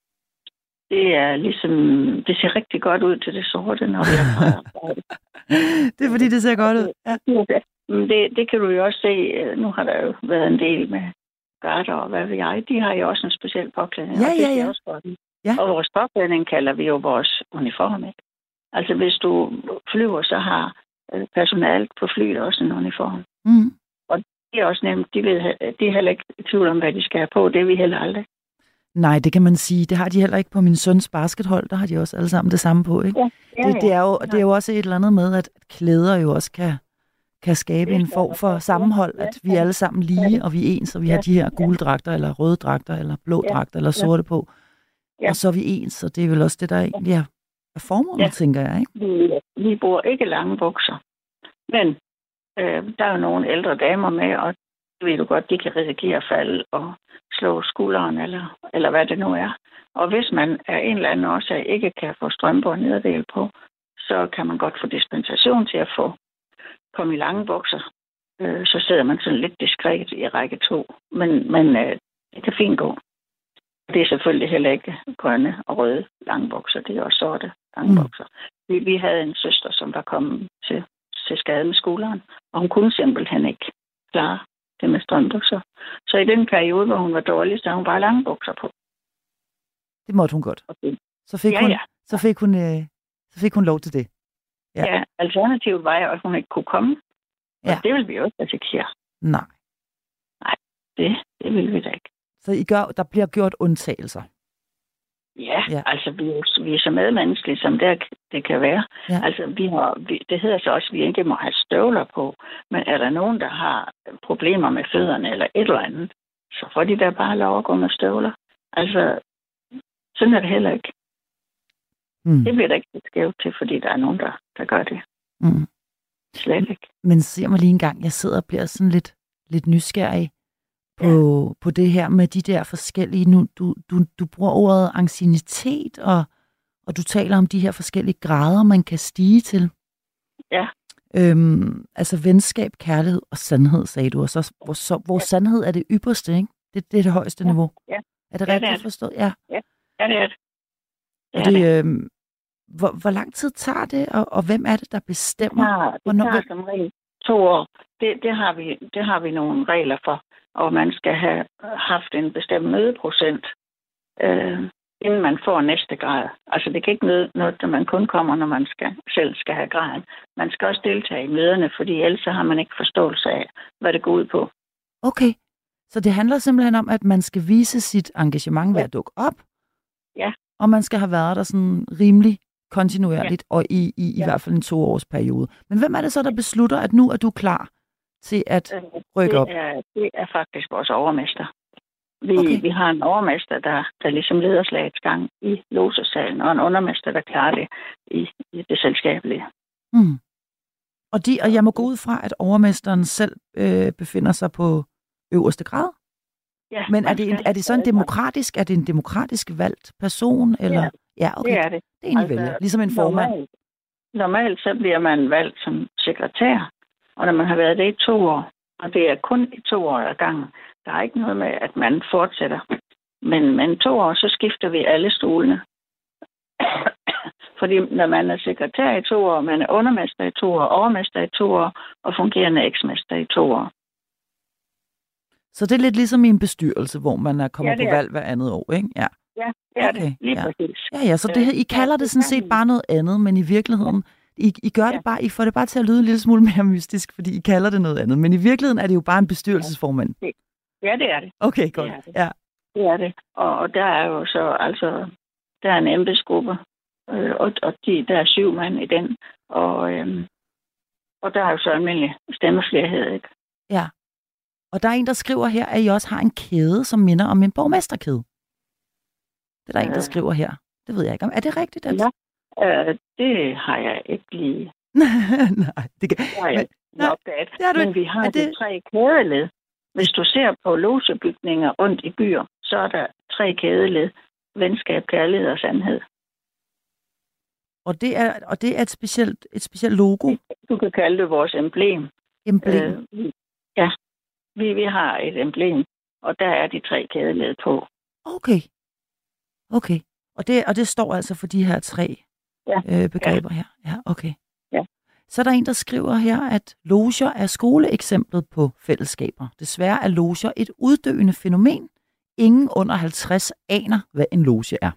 Det er ligesom, det ser rigtig godt ud til det sorte, når vi har arbejdet. Det er fordi, det ser godt ud. Ja. Det kan du jo også se. Nu har der jo været en del med garter og hvad ved jeg. De har jo også en speciel påklædning. Ja. Også godt. Ja. Og vores påklædning kalder vi jo vores uniform, ikke? Altså hvis du flyver, så har personalet på flyet også en uniform. Mm. Og det er også nemt. De er heller ikke i tvivl om, hvad de skal have på. Det er vi heller aldrig. Nej, det kan man sige. Det har de heller ikke på min søns baskethold. Der har de også alle sammen det samme på, ikke? Ja. Det er jo også et eller andet med, at klæder jo også kan skabe en form for sammenhold, at vi er alle sammen lige, og vi er ens, og vi har de her gule dragter, eller røde dragter, eller blå dragter, eller sorte på. Ja. Og så er vi ens, og det er vel også det, der egentlig er formålet, tænker jeg, ikke? Vi bruger ikke lange bukser. Men der er jo nogle ældre damer med, og det ved du godt, de kan risikere at falde og slå skulderen, eller hvad det nu er. Og hvis man af en eller anden årsag ikke kan få strømper og nederdel på, så kan man godt få dispensation til at komme i lange bukser. Så sidder man sådan lidt diskret i række 2. Men det kan fint gå. Det er selvfølgelig heller ikke grønne og røde lange bukser. Det er også sorte lange bukser. Vi havde en søster, som var kommet til skade med skulderen, og hun kunne simpelthen ikke klare det med strømbukser. Så i den periode, hvor hun var dårlig, så havde hun bare lange bukser på. Det måtte hun godt. Okay. Så fik hun lov til det. Ja, alternativet var jo, at hun ikke kunne komme. Og det vil vi jo ikke risikere. Nej, det vil vi da ikke. Så der bliver gjort undtagelser? Ja. Altså vi er så medmenneskelige, som det kan være. Ja. Altså det hedder så også, at vi ikke må have støvler på. Men er der nogen, der har problemer med fødderne eller et eller andet, så får de da bare lov at gå med støvler. Altså, sådan er det heller ikke. Det bliver der ikke lidt skævt til, fordi der er nogen, der gør det. Slet ikke. Men se mig lige en gang, jeg sidder og bliver sådan lidt nysgerrig på det her med de der forskellige... Nu, du bruger ordet anciennitet, og du taler om de her forskellige grader, man kan stige til. Ja. Altså venskab, kærlighed og sandhed, sagde du. Og så vores sandhed er det ypperste, ikke? Det er det højeste niveau. Ja. Er det rigtigt forstået? Ja, det er det. Hvor lang tid tager det, og hvem er det, der bestemmer? Det tager som regel 2 år. Det har vi nogle regler for, og man skal have haft en bestemt mødeprocent, inden man får næste grad. Altså det kan ikke noget, at man kun kommer, når man selv skal have graden. Man skal også deltage i møderne, fordi ellers har man ikke forståelse af, hvad det går ud på. Okay, så det handler simpelthen om, at man skal vise sit engagement ved at dukke op, og man skal have været der sådan rimelig kontinuerligt, og i hvert fald en 2-års periode. Men hvem er det så, der beslutter, at nu er du klar til at rykke op? Det er faktisk vores overmester. Vi har en overmester, der ligesom leder slagets gang i losesalen, og en undermester, der klarer det i det selskabelige. Og jeg må gå ud fra, at overmesteren selv befinder sig på øverste grad? Ja. Men er det så en demokratisk valgt person? Eller? Ja, okay. Det er det. Det er egentlig vælger, ligesom en formand. Normalt så bliver man valgt som sekretær, og når man har været det i 2 år, og det er kun i 2 år ad gangen, der er ikke noget med, at man fortsætter. Men 2 år, så skifter vi alle stolene. Fordi når man er sekretær i 2 år, man er undermester i 2 år, overmester i 2 år og fungerende eksmester i 2 år. Så det er lidt ligesom i en bestyrelse, hvor man er kommet Ja, det på er. valg hver andet år, ikke? Ja. Ja, det er Okay, det. Lige ja. præcis. Ja, så det, I kalder det sådan set bare noget andet, men i virkeligheden, I gør det bare, I får det bare til at lyde en lille smule mere mystisk, fordi I kalder det noget andet. Men i virkeligheden er det jo bare en bestyrelsesformand. Ja, det er det. Okay, godt. Det er det. Ja. Det er det. Og der er jo så, altså, der er en embedsgruppe, og der er 7 mand i den. Og der er jo så almindelig stemmeflerhed, ikke? Ja. Og der er en, der skriver her, at I også har en kæde, som minder om en borgmesterkæde. Det er der en, der skriver her. Det ved jeg ikke om. Er det rigtigt? Altså? Ja, det har jeg ikke lige. Nej, det kan... Det har jeg ikke opdaget. det har du Men ikke. vi har Er det- de 3 kædeled. Hvis du ser på logebygninger rundt i byer, så er der 3 kædeled. Venskab, kærlighed og sandhed. Og det er et specielt logo. Du kan kalde det vores emblem. Emblem. Ja, vi har et emblem, og der er de 3 kædeled på. Okay. Og det står altså for de her 3 begreber her. Ja, okay. Ja. Så er der en, der skriver her, at loger er skoleeksemplet på fællesskaber. Desværre er loger et uddøende fænomen. Ingen under 50 aner, hvad en loge er.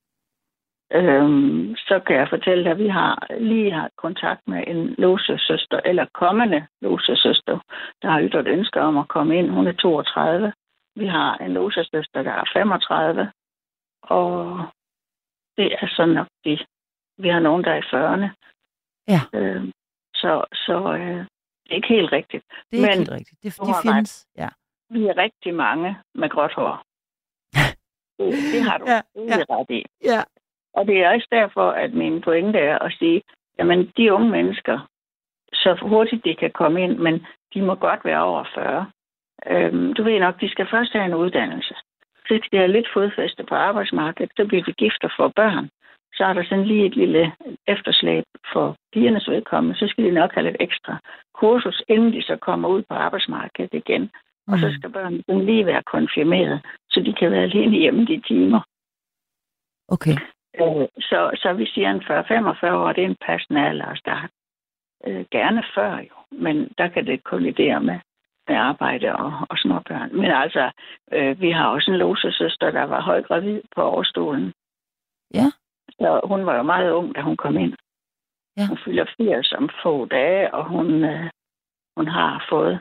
Så kan jeg fortælle dig, at vi har lige kontakt med en logesøster, eller kommende logesøster, der har ytret ønske om at komme ind. Hun er 32. Vi har en logesøster, der er 35. Og det er så nok de. Vi har nogen, der er i 40'erne. Ja. Så det er ikke helt rigtigt. Det er ikke helt rigtigt. De findes. Ja. Vi er rigtig mange med gråt hår. Det har du ret i. Ja. Og det er også derfor, at min pointe er at sige, jamen de unge mennesker, så hurtigt de kan komme ind, men de må godt være over 40. Du ved nok, de skal først have en uddannelse. Så skal de have lidt fodfæste på arbejdsmarkedet, så bliver de gift og får børn. Så er der sådan lige et lille efterslæb for pigernes vedkommende. Så skal de nok have lidt ekstra kursus, inden de så kommer ud på arbejdsmarkedet igen. Og så skal børnene lige være konfirmeret, så de kan være alene hjemme de timer. Okay. Så vi siger en 40-45 år, det er en passende alder at starte. Gerne før jo, men der kan det kollidere med arbejde og småbørn. Men altså, vi har også en logesøster, der var højgravid på overstolen. Ja. Så hun var jo meget ung, da hun kom ind. Ja. Hun fylder 80 om få dage, og hun har fået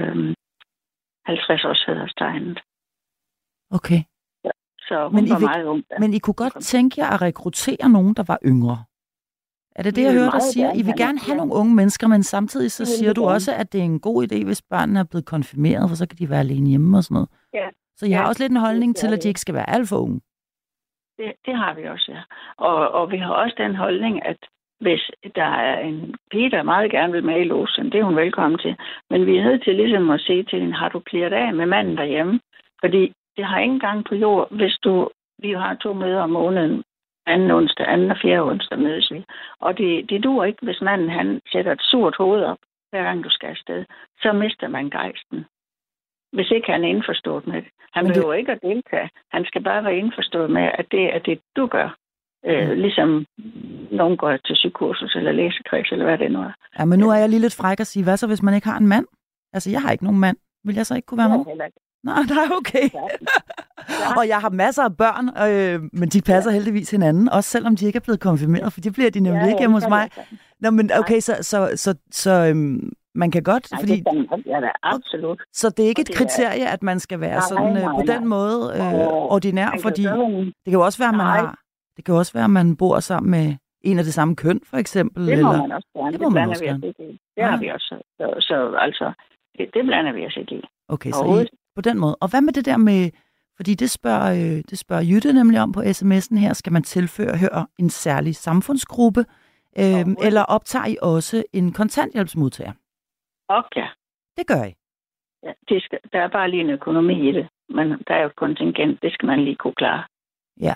50 års hæderstegnet. Okay. Så hun var meget ung. Men I kunne godt tænke jer at rekruttere nogen, der var yngre? Er det det, jeg hører dig sige? I vil gerne have nogle unge mennesker, men samtidig så siger du også, at det er en god idé, hvis børnene er blevet konfirmeret, for så kan de være alene hjemme og sådan noget. Ja. Så I har også lidt en holdning til, at de ikke skal være alt for unge? Det har vi også, ja. Og vi har også den holdning, at hvis der er en pige, der meget gerne vil med i logen, det er hun velkommen til. Men vi er nødt til ligesom at sige til hende, har du klaret af med manden derhjemme? Fordi det har ingen gang på jord, hvis vi har 2 møder om måneden, anden onsdag, anden og fjerde onsdag mødes vi. Og det duer ikke, hvis manden han sætter et surt hoved op, hver gang du skal afsted. Så mister man gejsten. Hvis ikke han er indforstået med det. Han behøver ikke at deltage. Han skal bare være indforstået med, at det er det, du gør. Ligesom nogen går til psykosis eller læsekreds, eller hvad det nu er. Ja, men nu er jeg lige lidt fræk at sige, hvad så, hvis man ikke har en mand? Altså, jeg har ikke nogen mand. Vil jeg så ikke kunne være med? Nej, okay. Og jeg har masser af børn, men de passer heldigvis hinanden, også selvom de ikke er blevet konfirmeret, for det bliver de nemlig ikke hjemme hos mig. Nå, men okay, så man kan godt, nej, fordi... Ja, det er absolut. Så det er ikke et kriterie, at man skal være sådan på den måde ordinær, fordi det kan jo også være, at man har... Det kan også være, at man bor sammen med en af det samme køn, for eksempel. Det må man også gerne. Det blander vi os ikke i. Det har vi også. Så altså, det blander vi os ikke i. Okay, så på den måde. Og hvad med det der med, fordi det spørger Jytte nemlig om på sms'en her, skal man tilføre en særlig samfundsgruppe, eller optager I også en kontanthjælpsmodtager? Okay. Det gør I? Ja, der er bare lige en økonomi i det, men der er jo et kontingent, det skal man lige kunne klare. Ja.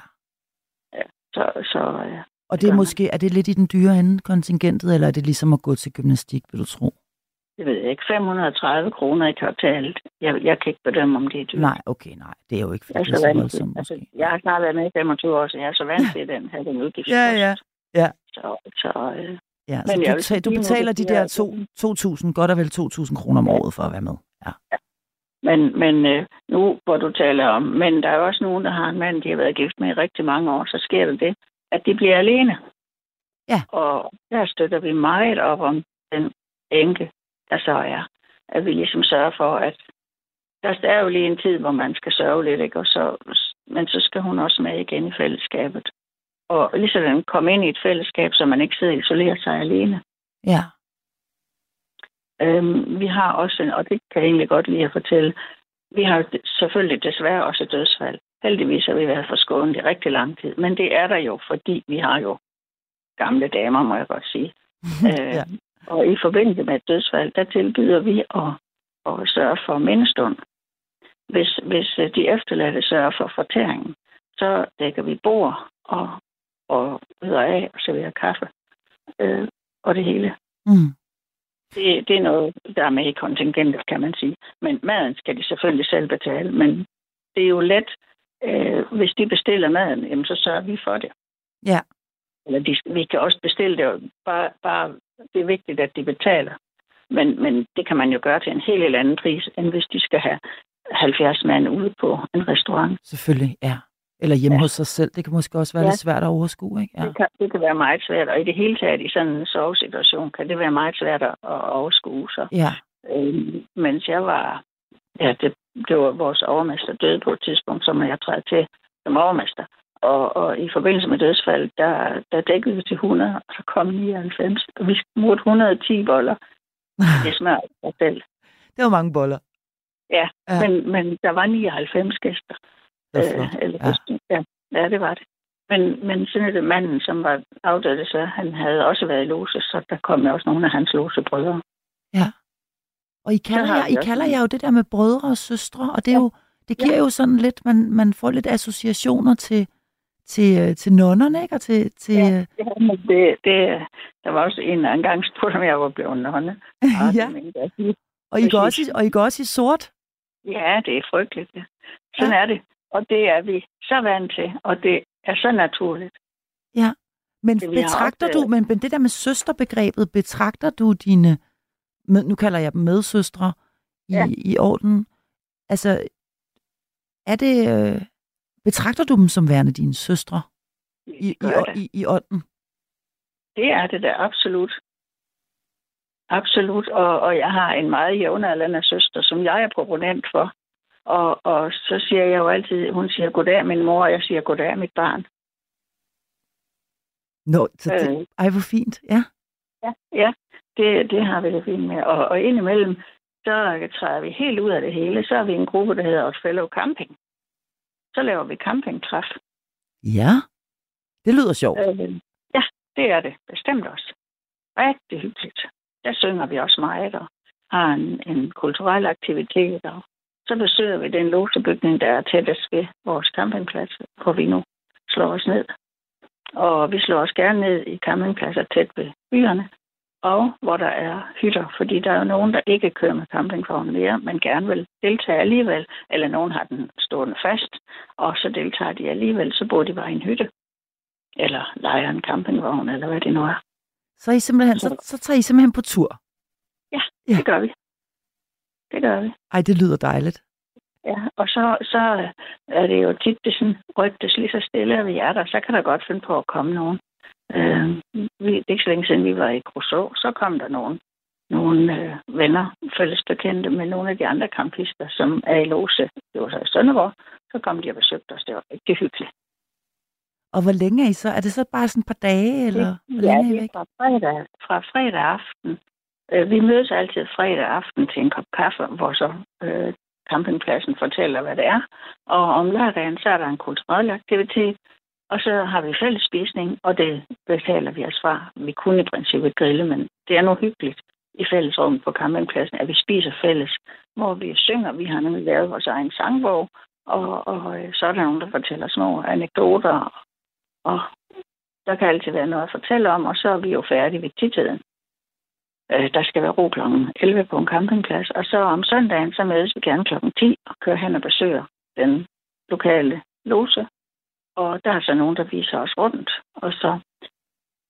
Og det er måske, er det lidt i den dyre ende, kontingentet, eller er det ligesom at gå til gymnastik, vil du tro? Det ved jeg ikke. 530 kroner i kvartalet. Jeg kan ikke bedømme, om det er dyrt. Nej, det er jo ikke, fordi det er så voldsomt. Jeg har snart været med i 25 år, så jeg er så vant til den udgift. Ja. Ja. Men Så jeg vil sige, du nu betaler det de der bliver- 2.000, godt og vel 2.000 kroner om året for at være med. Ja. Men nu, hvor du taler om mænd, der er jo også nogen, der har en mand, de har været gift med i rigtig mange år, så sker der det, at de bliver alene. Ja. Og der støtter vi meget op om den enke, der så er. At vi ligesom sørger for, at der er jo lige en tid, hvor man skal sørge lidt, ikke? Men så skal hun også med igen i fællesskabet. Og ligesom komme ind i et fællesskab, så man ikke sidder isoleret sig alene. Ja. Vi har også, og det kan jeg egentlig godt lide at fortælle, vi har selvfølgelig desværre også dødsfald. Heldigvis har vi været forskånet i rigtig lang tid, men det er der jo, fordi vi har jo gamle damer, må jeg godt sige. Ja. Og i forbindelse med et dødsfald, der tilbyder vi at sørge for mindestund. Hvis de efterladte sørger for fortæringen, så dækker vi bord og yder af og serverer kaffe og det hele. Mm. Det er noget, der er med i kontingentet, kan man sige. Men maden skal de selvfølgelig selv betale. Men det er jo let, hvis de bestiller maden, jamen, så sørger vi for det. Ja. Eller vi kan også bestille det. Bare det er vigtigt, at de betaler. Men det kan man jo gøre til en helt anden pris, end hvis de skal have 70 mand ude på en restaurant. Selvfølgelig, ja. Eller hjemme hos sig selv. Det kan måske også være lidt svært at overskue, ikke? Ja. Det kan være meget svært, og i det hele taget i sådan en sovesituation, kan det være meget svært at overskue sig. Ja. Mens jeg var, det var vores overmester døde på et tidspunkt, som jeg trædte til som overmester. Og i forbindelse med dødsfald, der dækkede vi til 100, og så kom 99. Og vi måtte 110 boller. Det smør sig selv. Det var mange boller. Ja. Men der var 99 gæster. Ja, det var det. Men sådan er det manden, som var afdøde, så han havde også været i loge, så der kom også nogle af hans logebrødre. Ja. Og I kalder jer jo det der med brødre og søstre, og det, er jo, det giver jo sådan lidt, man får lidt associationer til nonnerne, ikke? Og til men der var også en gang spurgte, om jeg var blevet nonne. Ja. Og I går også i sort? Ja, det er frygteligt. Ja. Sådan er det. Og det er vi så vant til, og det er så naturligt. Ja, men det der med søsterbegrebet, betragter du dine, nu kalder jeg dem medsøstre, i orden? Altså, er det, betragter du dem som værende dine søstre i ånden? Det er det da, absolut. Absolut, og jeg har en meget jævnaldrende søster, som jeg er proponent for. Og så siger jeg jo altid, hun siger goddag min mor, og jeg siger goddag mit barn. Ej, hvor fint, ja. Ja, det har vi det fint med. Og indimellem, så træder vi helt ud af det hele. Så er vi en gruppe, der hedder Fellow Camping. Så laver vi campingtræf. Ja, det lyder sjovt. Ja, det er det bestemt også. Rigtig hyggeligt. Der synger vi også meget og har en kulturel aktivitet. Og så besøger vi den logebygning, der er tættest ved vores campingplads, hvor vi nu slår os ned. Og vi slår os gerne ned i campingpladser tæt ved byerne, og hvor der er hytter, fordi der er jo nogen, der ikke kører med campingvogn mere, men gerne vil deltage alligevel, eller nogen har den stående fast, og så deltager de alligevel, så bor de bare i en hytte, eller lejer en campingvogn, eller hvad det nu er. Så tager I simpelthen på tur? Ja, det gør vi. Det gør vi. Ej, det lyder dejligt. Ja, og så er det jo tit, det sådan rygtes lige så stille, at vi er der, så kan der godt finde på at komme nogen. Det er ikke så længe siden, vi var i Kruså, så kom der nogle venner, fælles bekendte med nogle af de andre campister, som er i loge. Det var så i Sønderborg. Så kom de og besøgte os. Det var rigtig hyggeligt. Og hvor længe er I så? Er det så bare sådan et par dage? Eller det er fra fredag aften. Vi mødes altid fredag aften til en kop kaffe, hvor så campingpladsen fortæller, hvad det er. Og om lørdagen, så er der en kulturel aktivitet. Og så har vi fællesspisning, og det betaler vi os fra. Vi kunne i princippet grille, men det er nu hyggeligt i fællesrummet på campingpladsen, at vi spiser fælles, hvor vi synger. Vi har nemlig lavet vores egen sangbog, og så er der nogen, der fortæller små anekdoter. Og der kan altid være noget at fortælle om, og så er vi jo færdige ved 10-tiden. Der skal være ro kl. 11 på en campingplads, og så om søndagen, så mødes vi gerne kl. 10 og kører hen og besøger den lokale loge. Og der er så nogen, der viser os rundt. Og så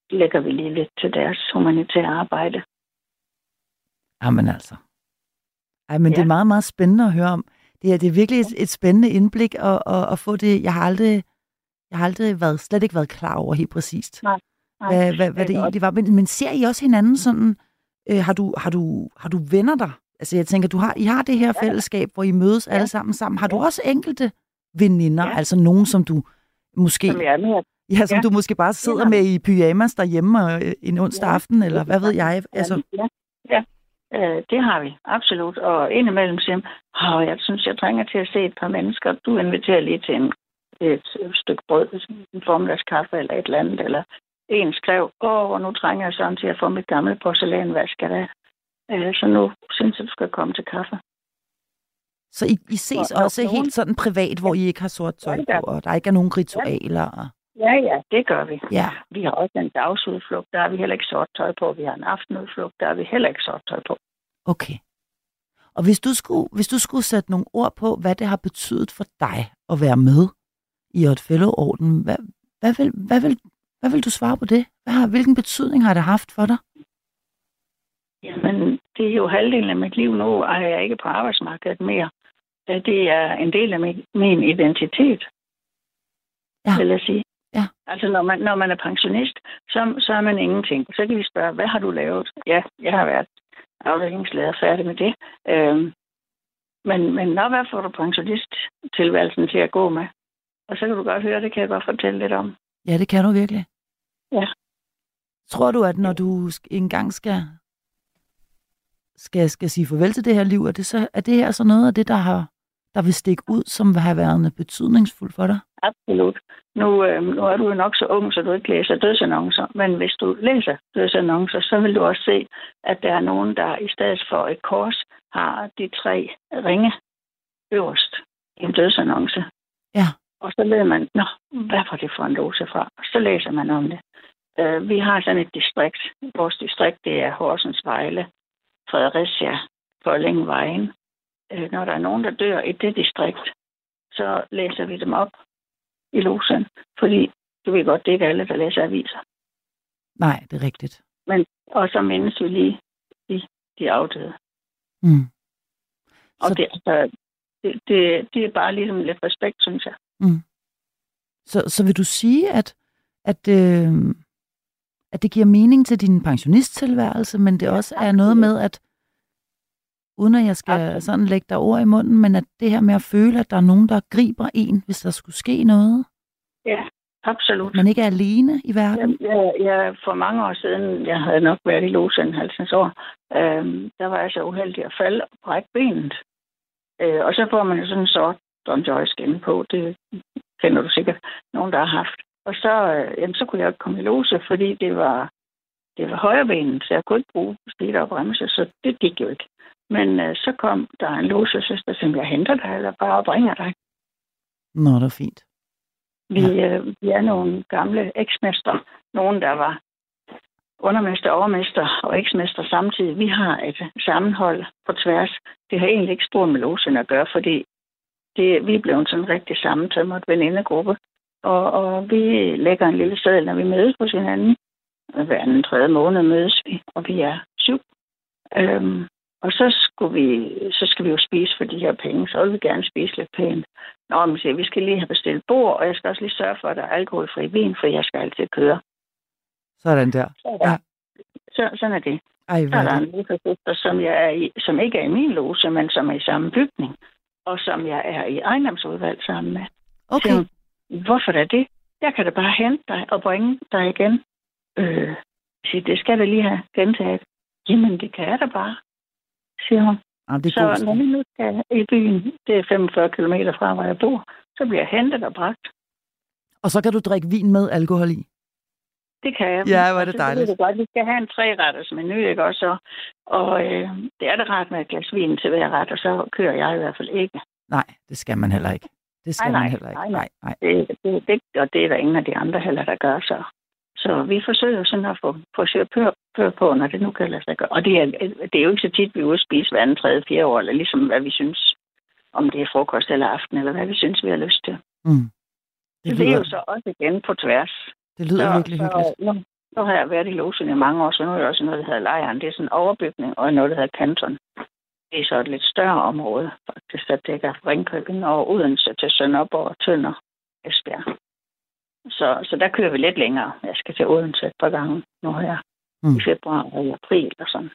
lægger vi lige lidt til deres humanitære arbejde. Jamen altså. Ej, men Ja. det er meget, meget spændende at høre om. Det er virkelig et spændende indblik at få det. Jeg har aldrig slet ikke været klar over helt præcist, Nej. hvad det egentlig var. Men ser I også hinanden sådan? Har du venner der? Altså jeg tænker, I har det her fællesskab, hvor I mødes alle sammen. Har du også enkelte veninder? Ja. Altså nogen, som du måske... Som jeg er med. Ja, du måske bare sidder med i pyjamas derhjemme en onsdag aften, eller hvad ved jeg? Altså... Ja. Det har vi, absolut. Og indimellem siger jeg synes, jeg trænger til at se et par mennesker. Du inviterer lige til et stykke brød, en formiddagskaffe eller et eller andet, eller en skrev, nu trænger jeg sådan til at få mit gamle porcelænvask af. Så nu synes jeg, du skal komme til kaffe. Så I ses også helt sådan privat, hvor I ikke har sort tøj på, og der ikke er nogen ritualer? Ja, det gør vi. Ja. Vi har også en dagsudflugt, der har vi heller ikke sort tøj på. Vi har en aftenudflugt, der har vi heller ikke sort tøj på. Okay. Og hvis du skulle sætte nogle ord på, hvad det har betydet for dig at være med i Odd Fellow-orden, hvad vil du svare på det? Hvilken betydning har det haft for dig? Jamen, det er jo halvdelen af mit liv nu, og jeg er ikke på arbejdsmarkedet mere. Det er en del af min identitet, vil jeg sige. Ja. Altså, når man er pensionist, så er man ingenting. Så kan vi spørge, hvad har du lavet? Ja, jeg har været afdelingsleder, færdig med det. Men hvad får du pensionisttilværelsen til at gå med? Og så kan du godt høre, det kan jeg godt fortælle lidt om. Ja, det kan du virkelig. Ja. Tror du, at når du engang skal sige farvel til det her liv, er det her så noget af det, der vil stikke ud, som vil have været betydningsfuldt for dig? Absolut. Nu er du jo nok så ung, så du ikke læser dødsannoncer. Men hvis du læser dødsannoncer, så vil du også se, at der er nogen, der i stedet for et kors har de 3 ringe øverst i en dødsannonce. Ja. Og så ved man, hvad var det for en loge fra? Og så læser man om det. Vi har sådan et distrikt. Vores distrikt, det er Horsens, Vejle, Fredericia, Kolding, Vejen. Når der er nogen, der dør i det distrikt, så læser vi dem op i logen. Fordi du ved godt, det er ikke alle, der læser aviser. Nej, det er rigtigt. Og så mindes vi lige de afdøde. Mm. Og det er bare ligesom lidt respekt, synes jeg. Mm. Så vil du sige, at det giver mening til din pensionisttilværelse, men det også er noget med, at uden at jeg skal sådan lægge dig ord i munden, men at det her med at føle, at der er nogen, der griber en, hvis der skulle ske noget. Ja, absolut. Man ikke er alene i verden. Ja, for mange år siden, jeg havde nok været i logen 50 år, der var jeg så uheldig at falde og brække benet. Og så får man jo sådan en sort Don Joy-skin på. Det kender du sikkert nogen, der har haft. Og så kunne jeg ikke komme i loge, fordi det var højrebenet, så jeg kunne ikke bruge speeder og bremse, så det gik jo ikke. Men så kom der en logesøster, som jeg henter dig, eller bare bringer dig. Nå, det er fint. Vi er nogle gamle eksmestre. Nogen, der var undermester, overmester og eksmester samtidig. Vi har et sammenhold på tværs. Det har egentlig ikke stort med logen at gøre, fordi vi er blevet sådan en rigtig sammentømret venindegruppe. Og vi lægger en lille seddel, når vi mødes hos hinanden. Hver anden 3. måned mødes vi, og vi er 7. Og så skal vi jo spise for de her penge, så vil vi gerne spise lidt pænt. Men siger, vi skal lige have bestilt bord, og jeg skal også lige sørge for, at der er alkoholfri vin, for jeg skal altid køre. Sådan der. Ja. Sådan er det. Ej, så er der en logesøster, som ikke er i min loge, men som er i samme bygning, og som jeg er i ejendomsudvalg sammen med. Okay. Så, hvorfor er det? Jeg kan da bare hente dig og bringe dig igen. Det skal jeg lige have gentaget. Jamen, det kan jeg da bare, siger hun. Så når vi nu skal i byen, det er 45 kilometer fra, hvor jeg bor, så bliver jeg hentet og bragt. Og så kan du drikke vin med alkohol i? Det kan jeg. Ja, hvor er det dejligt. Det godt. Vi skal have en 3-retters menu, ikke også? Og det er det rart med et glas vin til hver ret, og så kører jeg i hvert fald ikke. Nej, det skal man heller ikke. Det skal man heller ikke. Nej. Og det er der ingen af de andre heller, der gør så. Så vi forsøger sådan at få chauffør på, når det nu kan lade sig gøre. Og det er jo ikke så tit, vi er ude at spise hver anden, 3., 4. år, eller ligesom hvad vi synes, om det er frokost eller aften, eller hvad vi synes, vi har lyst til. Mm. Det er jo så også igen på tværs. Det lyder virkelig hyggeligt. Nu har jeg været i logen i mange år, så nu er der også noget, der hedder Lejren. Det er sådan en overbygning, og noget, der hedder Kanton. Det er så et lidt større område, faktisk, der dækker Ringkøbing og Odense til Sønderborg og Tønder, Esbjerg. Så der kører vi lidt længere. Jeg skal til Odense et par gange nu her i februar og i april og sådan.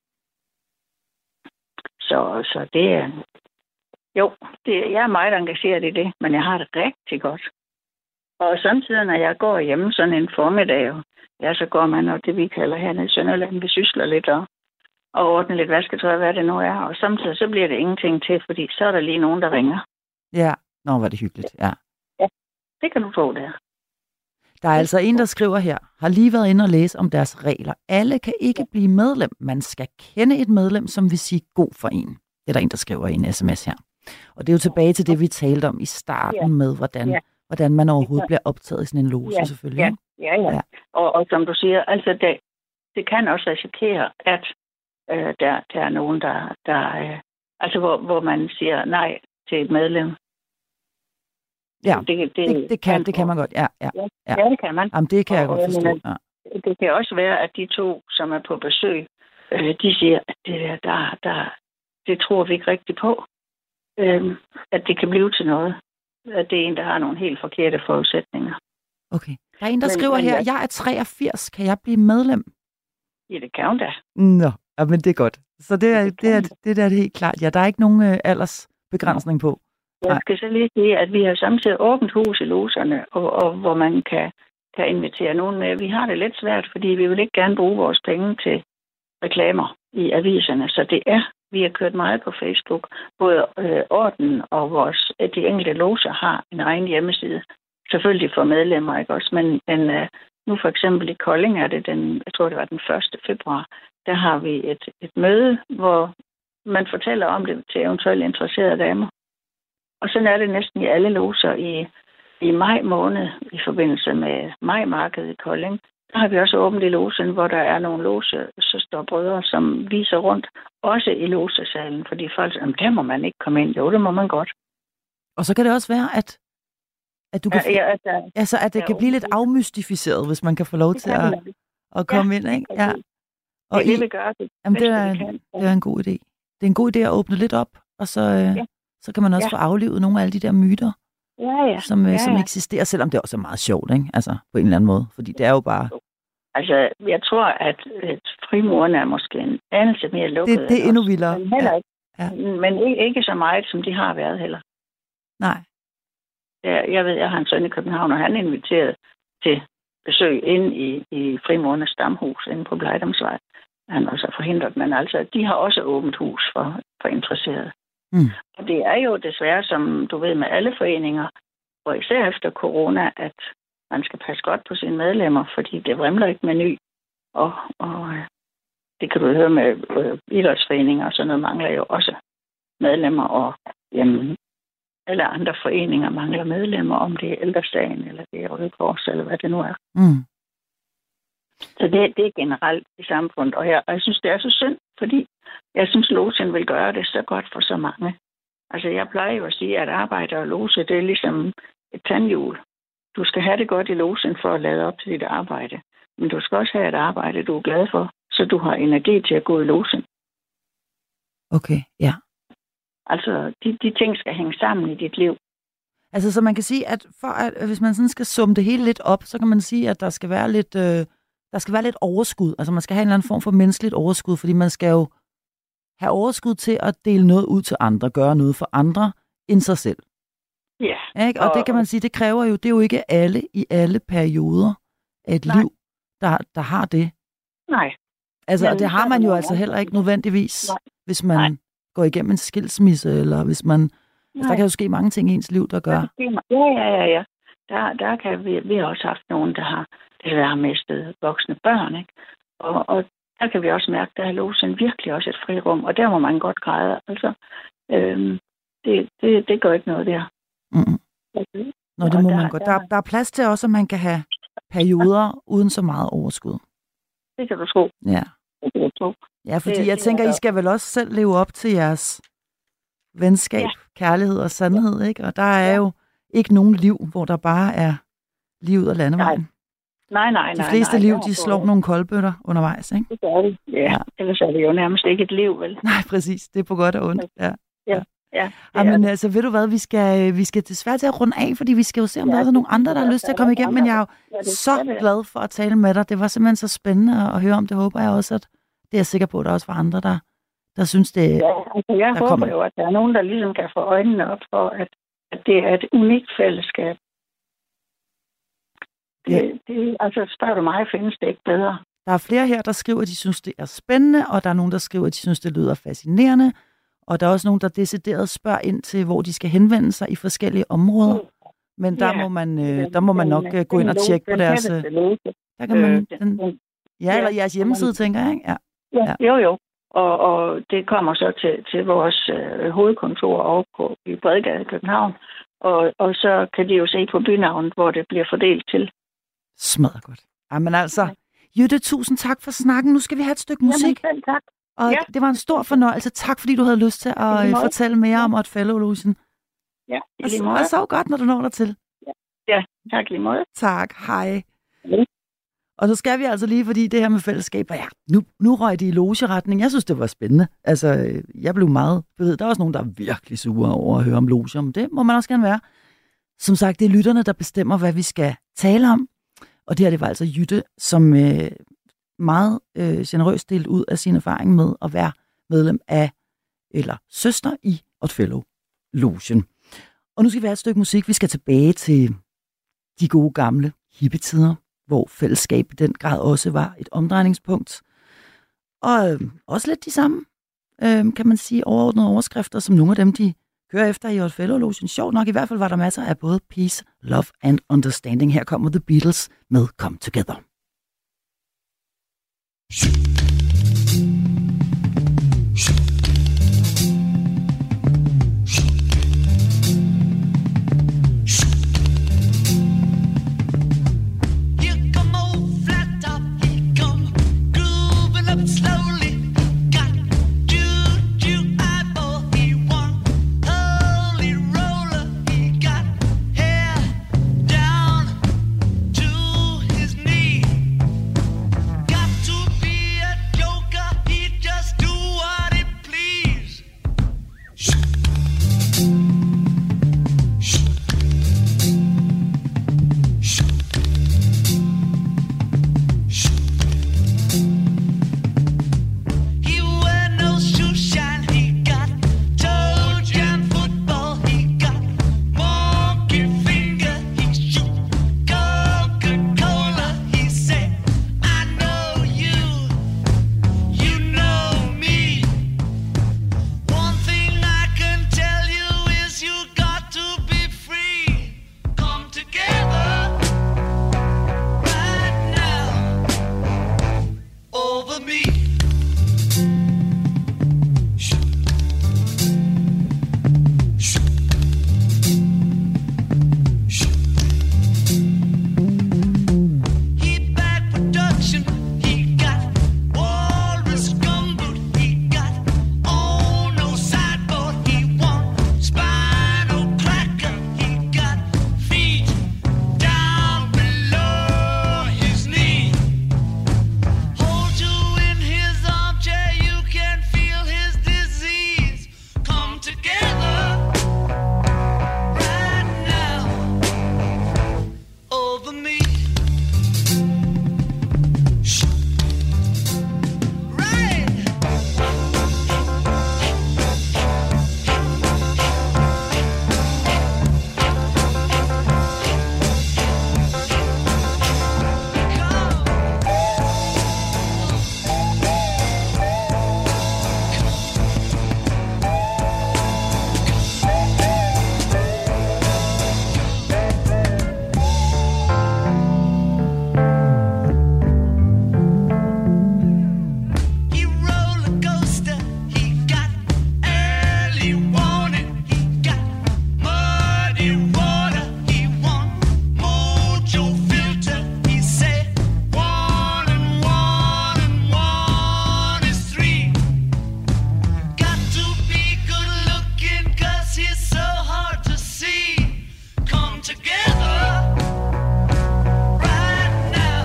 Så det er... Jo, jeg er meget engageret i det, men jeg har det rigtig godt. Og samtidig, når jeg går hjemme sådan en formiddag, så går man og det, vi kalder hernede i Sønderland, vi sysler lidt og ordner lidt vasketøj, hvad det nu er. Og samtidig så bliver det ingenting til, fordi så er der lige nogen, der ringer. Ja, var det hyggeligt, ja. Ja, det kan du tro, det er. Der er altså en, der skriver her, har lige været inde og læse om deres regler. Alle kan ikke blive medlem. Man skal kende et medlem, som vil sige god for en. Det er der en, der skriver i en sms her. Og det er jo tilbage til det, vi talte om i starten med, hvordan man overhovedet bliver optaget i sådan en loge, selvfølgelig. Ja. Og som du siger, altså det kan også risikere, at der er nogen, der altså hvor man siger nej til et medlem. Ja, det kan man godt. Ja, det kan man. Jamen, det kan jeg godt forstå. Ja. Det kan også være, at de to, som er på besøg, de siger, at det tror vi ikke rigtigt på. At det kan blive til noget. At det er en, der har nogle helt forkerte forudsætninger. Okay. Der er en, der skriver her, jeg er 83, kan jeg blive medlem? Ja, det kan hun da. Nå, men det er godt. Så det er helt klart. Ja, der er ikke nogen aldersbegrænsning på. Jeg skal så lige sige, at vi har samtidig åbent hus i loserne, og hvor man kan invitere nogen med. Vi har det lidt svært, fordi vi vil ikke gerne bruge vores penge til reklamer i aviserne. Så vi har kørt meget på Facebook. Både Orden og de enkelte loger har en egen hjemmeside. Selvfølgelig for medlemmer, ikke også? Men nu for eksempel i Kolding er det jeg tror det var den 1. februar, der har vi et møde, hvor man fortæller om det til eventuelt interesserede damer. Og sådan er det næsten i alle loger i maj måned, i forbindelse med majmarkedet i Kolding. Der har vi også åbent i logen, hvor der er nogle logesøstre og brødre, som viser rundt, også i logesalen, fordi folk siger, der må man ikke komme ind. Jo, det må man godt. Og så kan det også være, at du kan at det kan blive lidt afmystificeret, hvis man kan få lov til at komme ind, ikke? Ja. Og det vil gøre det. Jamen, det er en god idé. Det er en god idé at åbne lidt op, og så kan man også få aflivet nogle af alle de der myter, som eksisterer, selvom det også er meget sjovt, ikke? Altså, på en eller anden måde. Fordi det er jo bare... Altså, jeg tror, at frimurerne er måske en anelse mere lukket. Det er endnu vildere. Men heller ikke. Ja. Men ikke så meget, som de har været heller. Nej. Jeg har en søn i København, og han er inviteret til besøg inde i frimurernes stamhus inde på Blejdomsvej. Han er også forhindret, men altså, de har også åbent hus for interesserede. Og det er jo desværre, som du ved, med alle foreninger, og især efter corona, at man skal passe godt på sine medlemmer, fordi det vrimler ikke med ny. Og det kan du høre med idrætsforeninger og sådan noget, mangler jo også medlemmer, og alle andre foreninger mangler medlemmer, om det er Ældresagen, eller det er Røde Kors, eller hvad det nu er. Så det er generelt i samfundet, og jeg synes, det er så synd, fordi jeg synes, logen vil gøre det så godt for så mange. Altså, jeg plejer jo at sige, at arbejde og loge, det er ligesom et tandhjul. Du skal have det godt i logen for at lade op til dit arbejde. Men du skal også have et arbejde, du er glad for, så du har energi til at gå i logen. Okay, ja. Altså, de ting skal hænge sammen i dit liv. Altså, så man kan sige, at hvis man sådan skal summe det hele lidt op, så kan man sige, at der skal være lidt overskud. Altså, man skal have en eller anden form for menneskeligt overskud, fordi man skal jo have overskud til at dele noget ud til andre, gøre noget for andre end sig selv. Ja. Ikke? Og det kan man sige, det kræver jo, det er jo ikke alle i alle perioder af et liv, der har det. Nej. Altså, og det har man jo altså heller ikke nødvendigvis, hvis man går igennem en skilsmisse, eller hvis man... Altså, der kan jo ske mange ting i ens liv, der gør... Ja. Der kan vi har også haft nogen, der har mistet voksne børn, ikke? Og der kan vi også mærke, der er logen virkelig også et frirum, og der må man godt græde. Altså, det gør ikke noget der. Nå, det må man godt. Der er plads til også, at man kan have perioder uden så meget overskud. Det kan du tro. Ja. Det kan du tro. Ja, fordi jeg tænker, I skal vel også selv leve op til jeres venskab, kærlighed og sandhed, ikke? Og der er jo ikke nogen liv, hvor der bare er livet og landevejen. Nej. De fleste liv, de slår nogle koldbøtter undervejs, ikke? Det gør det, ja. Ellers er det jo nærmest ikke et liv, vel? Nej, præcis. Det er på godt og ondt, ja. Ja, Men altså, ved du hvad, vi skal desværre til at runde af, fordi vi skal jo se, om der er nogle andre, der har lyst til at komme igennem, men jeg er jo så glad for at tale med dig. Det var simpelthen så spændende at høre om. Det håber jeg også, at det er jeg sikker på, at der også var andre, der synes det. Ja, altså jeg håber jo, at der er nogen, der ligesom kan få øjnene op for, at det er et unikt fællesskab. Altså, spørger du mig, findes det ikke bedre. Der er flere her, der skriver, at de synes, det er spændende, og der er nogen, der skriver, at de synes, det lyder fascinerende. Og der er også nogen, der decideret spørger ind til, hvor de skal henvende sig i forskellige områder. Men der må man nok gå ind og tjekke på deres... Der kan man, eller jeres hjemmeside, tænker jeg, ikke? Ja. Jo. Og det kommer så til vores hovedkontor over i Bredgade i København. Og så kan de jo se på bynavnet, hvor det bliver fordelt til. Smadret godt. Jamen altså, Jytte, tusind tak for snakken. Nu skal vi have et stykke musik. Jamen, tak. Og det var en stor fornøjelse. Tak, fordi du havde lyst til at fortælle mere om Oddfellow Illusion. Ja, i lige måde. Og sov godt, når du når dertil. Ja, tak lige måde. Tak, hej. Ja. Og så skal vi altså lige, fordi det her med fællesskab, nu røg det i logeretning. Jeg synes, det var spændende. Altså, jeg blev meget bevæget. Der er også nogen, der er virkelig sure over at høre om loger, men det må man også gerne være. Som sagt, det er lytterne, der bestemmer, hvad vi skal tale om. Og det her, det var altså Jytte, som meget generøst delt ud af sin erfaring med at være medlem af, eller søster i Oddfellow Logen. Og nu skal vi have et stykke musik. Vi skal tilbage til de gode gamle hippietider, hvor fællesskab i den grad også var et omdrejningspunkt. Og også lidt de samme, kan man sige, overordnede overskrifter, som nogle af dem, de kører efter i Oddfellow Logen. Sjovt nok, i hvert fald var der masser af både peace, love and understanding. Her kommer The Beatles med Come Together. Together right now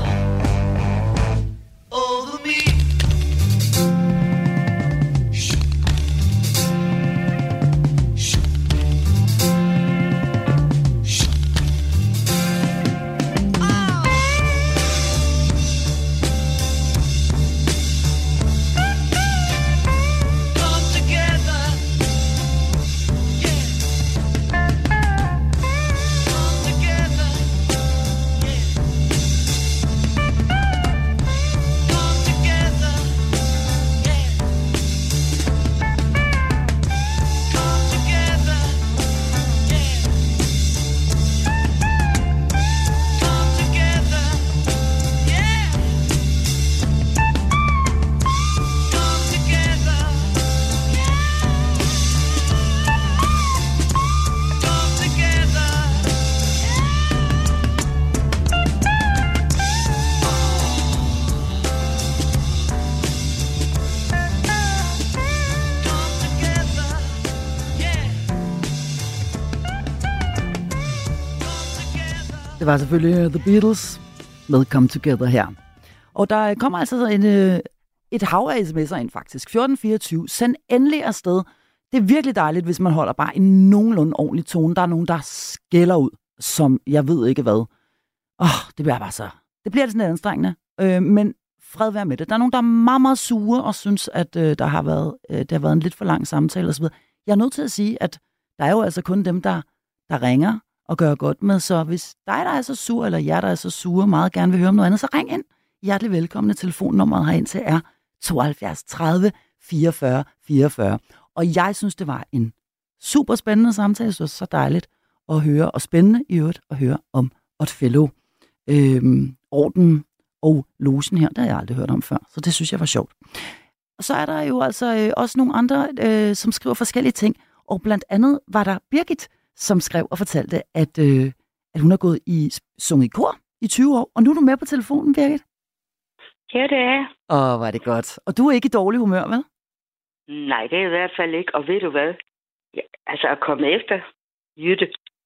Det var selvfølgelig The Beatles med Come Together her. Og der kommer altså et hav af sms'er ind faktisk. 1424. Send endelig afsted. Det er virkelig dejligt, hvis man holder bare en nogenlunde ordentlig tone. Der er nogen, der skælder ud, som jeg ved ikke hvad. Det bliver bare så... Det bliver sådan anstrengende. Men fred være med det. Der er nogen, der er meget, meget sure og synes, at det har været en lidt for lang samtale osv. Jeg er nødt til at sige, at der er jo altså kun dem, der ringer og gør godt med. Så hvis dig, der er så sur, eller jer, der er så sure, meget gerne vil høre om noget andet, så ring ind. Hjertelig velkommen. Telefonnummeret herind til er 72 30 44 44. Og jeg synes, det var en super spændende samtale. Jeg synes, det var så dejligt at høre, og spændende i øvrigt at høre om Othello. Orden og logen her, det har jeg aldrig hørt om før, så det synes jeg var sjovt. Og så er der jo altså også nogle andre, som skriver forskellige ting, og blandt andet var der Birgit, som skrev og fortalte, at hun har sunget i kor i 20 år, og nu er du med på telefonen, Birgit. Ja, det er. Hvor er det godt. Og du er ikke i dårlig humør, vel? Nej, det er i hvert fald ikke. Og ved du hvad? Ja, altså at komme efter Jytte,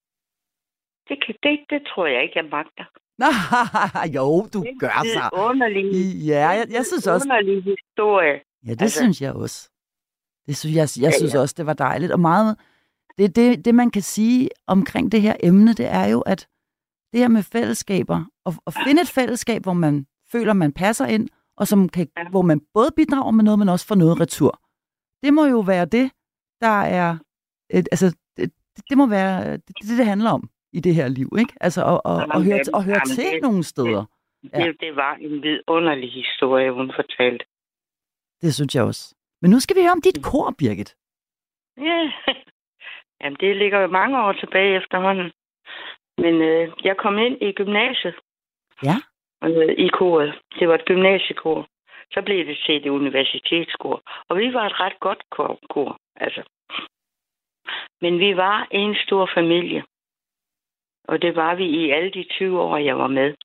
det tror jeg ikke, jeg magter. Jo, du gør så. Det er underlig. Ja, jeg synes også. Underlig historie. Ja, det synes jeg også. Det synes jeg synes også, det var dejligt. Og meget, det man kan sige omkring det her emne, det er jo, at det her med fællesskaber, at finde et fællesskab, hvor man føler, man passer ind, og hvor man både bidrager med noget, men også får noget retur. Det må jo være det, der er... det må være det handler om i det her liv, ikke? Altså at høre til nogle steder. Det var en vidunderlig historie, hun fortalte. Det synes jeg også. Men nu skal vi høre om dit kor, Birgit. Ja, jamen det ligger jo mange år tilbage efterhånden. Men jeg kom ind i gymnasiet. Ja. I koret. Det var et gymnasiekor. Så blev det til et universitetskor. Og vi var et ret godt kor, altså. Men vi var en stor familie. Og det var vi i alle de 20 år, jeg var med.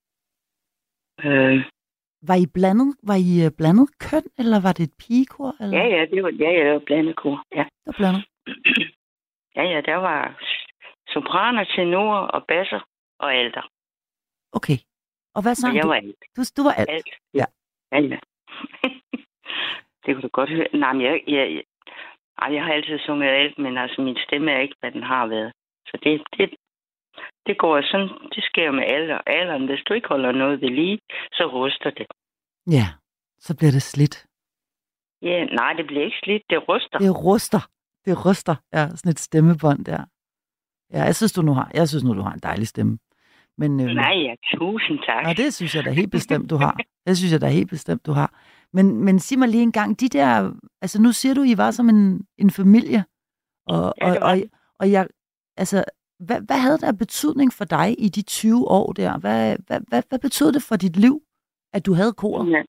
Var I blandet køn, eller var det et pigekor? Eller? Ja, det var blandet kor. Ja. Det var blandet. Ja, der var sopraner, tenorer og basser og alter. Okay. Og hvad sang jeg du? Var alt. Du var alt? Ja. Ja. Det kunne du godt høre. Nej, men jeg har altid sunget alt, men altså min stemme er ikke, hvad den har været. Så det går sådan, det sker med alderen. Hvis du ikke holder noget ved lige, så ruster det. Ja, så bliver det slidt. Ja, nej, det bliver ikke slidt, det ruster. Det ruster, ja, sådan et stemmebånd der. Ja, jeg synes nu, du har en dejlig stemme. Men, nej, ja, tusind tak. Nej, det synes jeg da helt bestemt, du har. Men sig mig lige en gang, de der, altså nu siger du, I var som en familie, og jeg, altså, hvad havde der betydning for dig i de 20 år der? Hvad betød det for dit liv, at du havde kor? Ja.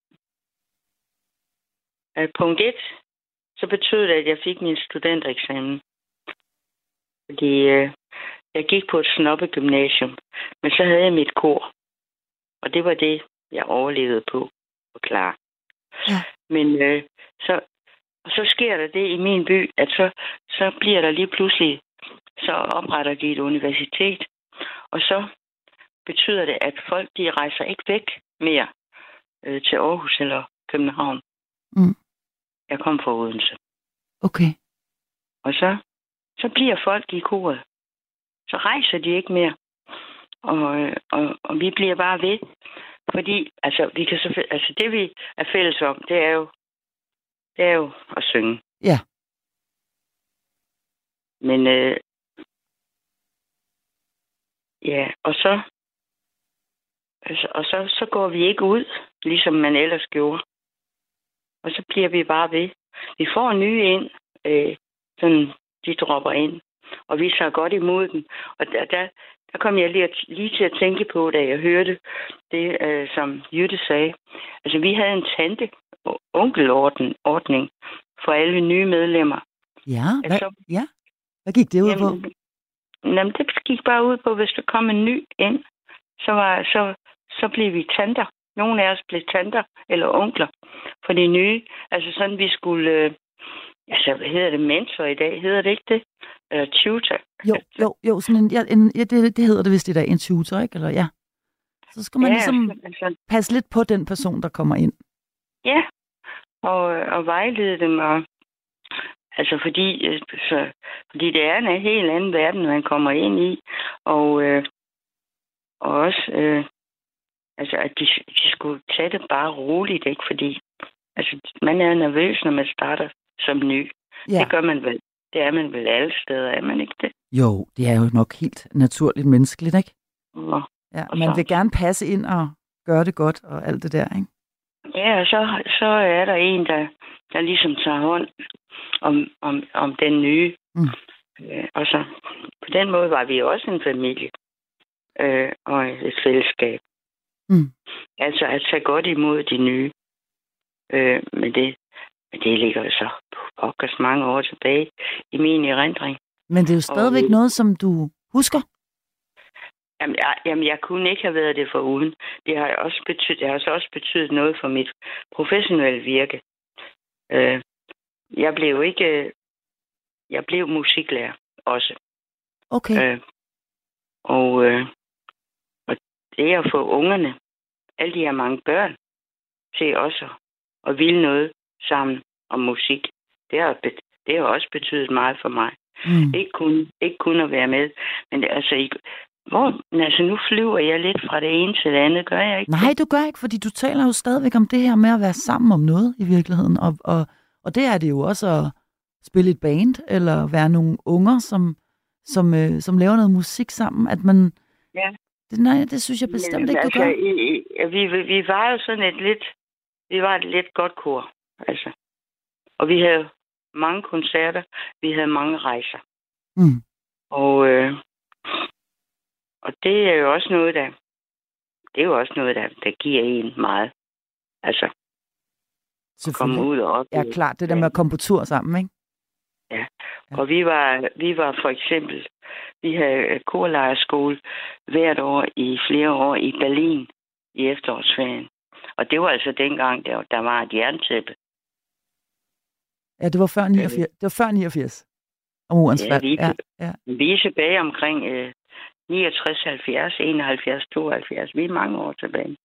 Punkt 1, så betød det, at jeg fik min studentereksamen. Fordi jeg gik på et snobbegymnasium, men så havde jeg mit kor. Og det var det, jeg overlevede på at klare. Ja. Men så sker der det i min by, at så bliver der lige pludselig, så opretter de et universitet. Og så betyder det, at folk de rejser ikke væk mere til Aarhus eller København. Mm. Jeg kom fra Odense. Okay. Og så bliver folk i koret. Så rejser de ikke mere. Og vi bliver bare ved. Fordi, altså, vi kan det vi er fælles om, det er jo at synge. Ja. Men, ja, og så går vi ikke ud, ligesom man ellers gjorde. Og så bliver vi bare ved. Vi får nye ind, sådan de dropper ind, og vi tager godt imod dem. Og der kom jeg lige til at tænke på, da jeg hørte det, som Jytte sagde. Altså, vi havde en onkelordning for alle nye medlemmer. Ja, hvad gik det ud på? Jamen, det gik bare ud på, hvis der kom en ny ind, så blev vi tanter. Nogle af os blev tanter eller onkler for de nye. Altså sådan, vi skulle Altså, hvad hedder det? Mentor i dag? Hedder det ikke det? Eller tutor? Jo, sådan det hedder det vist i dag, en tutor, ikke? Eller ja. Så skal man ligesom passe lidt på den person, der kommer ind. Ja, og vejlede dem, og altså fordi det er en helt anden verden, man kommer ind i, og også altså at de skulle tage det bare roligt, ikke? Fordi altså man er nervøs, når man starter som ny. Ja. Det gør man vel. Det er man vel alle steder, er man ikke det? Jo, det er jo nok helt naturligt menneskeligt, ikke? Ja, og man vil gerne passe ind og gøre det godt og alt det der, ikke? Ja, og så er der en, der ligesom tager hånd om den nye. Og så på den måde var vi også en familie og et fællesskab. Altså at tage godt imod de nye. Men det ligger jo så pokkers mange år tilbage i min erindring. Men det er jo stadigvæk noget, som du husker? Jamen, jeg kunne ikke have været det foruden. Det har også betydet noget for mit professionelle virke. Jeg blev musiklærer også. Okay. Og det at få ungerne, alle de her mange børn, til også at ville noget sammen om musik, det har også betydet meget for mig. Ikke kun at være med, men altså nu flyver jeg lidt fra det ene til det andet, gør jeg ikke? Nej, du gør ikke, fordi du taler jo stadigvæk om det her med at være sammen om noget i virkeligheden, og det er det jo også at spille et band, eller være nogle unger, som laver noget musik sammen, at man... Ja. Det synes jeg bestemt ikke, du gør. Vi var jo sådan vi var et lidt godt kor, altså. Og vi havde mange koncerter, vi havde mange rejser. Og det er jo også noget, der giver en meget. Altså, at komme ud og opleve. Ja, klart. Det der med at komme på tur sammen, ikke? Ja. Og vi var for eksempel, vi havde korlejrskole hvert år i flere år i Berlin i efterårsferien. Og det var altså dengang, der var et jerntæppe. Ja, det var før 89. Det var før 89. Om murens fald. Vi er tilbage omkring 69, 70, 71, 72. Vi er mange år tilbage.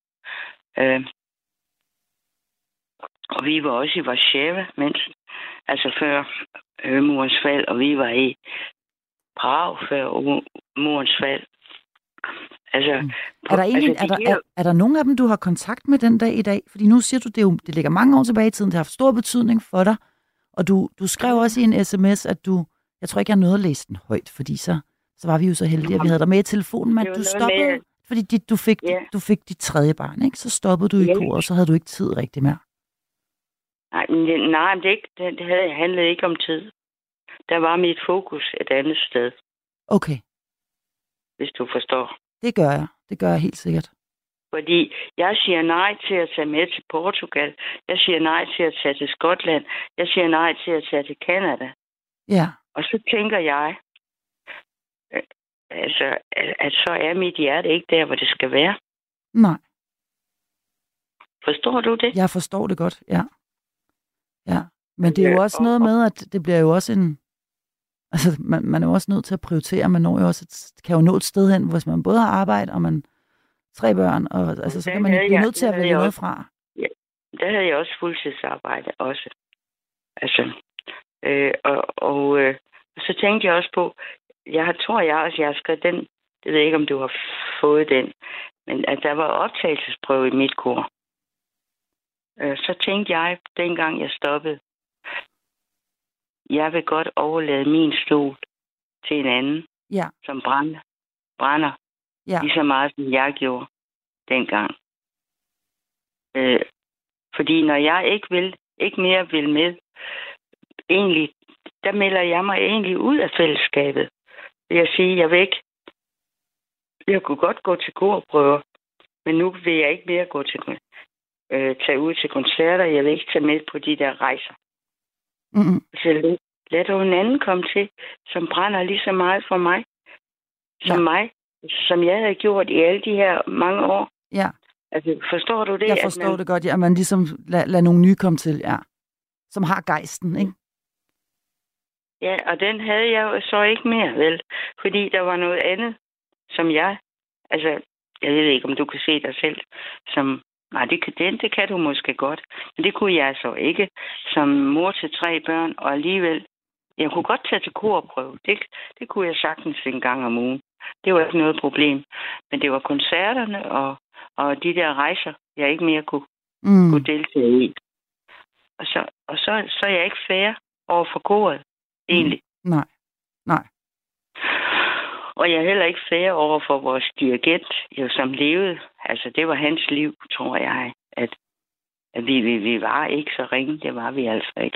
Og vi var også i Warszawa, før murens fald, og vi var i Prag før murens fald. Altså, er der nogen af dem, du har kontakt med den dag i dag? Fordi nu siger du, det ligger mange år tilbage i tiden, det har haft stor betydning for dig, og du skrev også i en sms, at jeg tror ikke, jeg nåede at læse den højt, fordi så var vi jo så heldige, at vi havde dig med i telefonen, men du stoppede, fordi du fik dit tredje barn, ikke? Så stoppede du i kor, og så havde du ikke tid rigtig mere. Nej, det handlede ikke om tid. Der var mit fokus et andet sted. Okay. Hvis du forstår. Det gør jeg helt sikkert. Fordi jeg siger nej til at tage med til Portugal. Jeg siger nej til at tage til Skotland. Jeg siger nej til at tage til Canada. Ja. Og så tænker jeg, at så er mit hjerte ikke der, hvor det skal være. Nej. Forstår du det? Jeg forstår det godt, ja. Ja, men det er jo også noget med, at det bliver jo også en... Altså, man er jo også nødt til at prioritere. Man når jo også kan jo nå et sted hen, hvis man både har arbejde, og man 3 børn, og altså, så kan man ikke blive nødt til at vælge noget fra. Ja, der havde jeg også fuldtidsarbejde også. Altså, så tænkte jeg også på, jeg har skrevet den, det ved jeg ikke, om du har fået den, men at der var optagelsesprøve i mit kor. Så tænkte jeg, dengang jeg stoppede, jeg vil godt overlade min stol til en anden, som brænder lige så meget, som jeg gjorde dengang. Fordi når jeg ikke mere vil med, egentlig, der melder jeg mig egentlig ud af fællesskabet. Vil jeg sige, jeg kunne godt gå til korprøver, men nu vil jeg ikke mere tage ud til koncerter. Jeg vil ikke tage med på de der rejser. Så lad dog en anden komme til, som brænder lige så meget for mig, som mig, som jeg havde gjort i alle de her mange år. Ja. Altså, forstår du det? Jeg forstår det godt, ja. Man ligesom lader nogle nye komme til, ja. Som har gejsten, ikke? Ja, og den havde jeg jo så ikke mere, vel? Fordi der var noget andet, som jeg ved ikke, om du kan se dig selv som... Nej, det kan du måske godt. Men det kunne jeg så ikke. Som mor til 3 børn, og alligevel... Jeg kunne godt tage til korprøve. Det kunne jeg sagtens en gang om ugen. Det var ikke noget problem. Men det var koncerterne og de der rejser, jeg ikke mere kunne deltage i. Og så er jeg ikke fair over for koret, egentlig. Nej. Og jeg er heller ikke fair over for vores dirigent, som levede. Altså, det var hans liv, tror jeg, at vi var ikke så ringe. Det var vi altså ikke.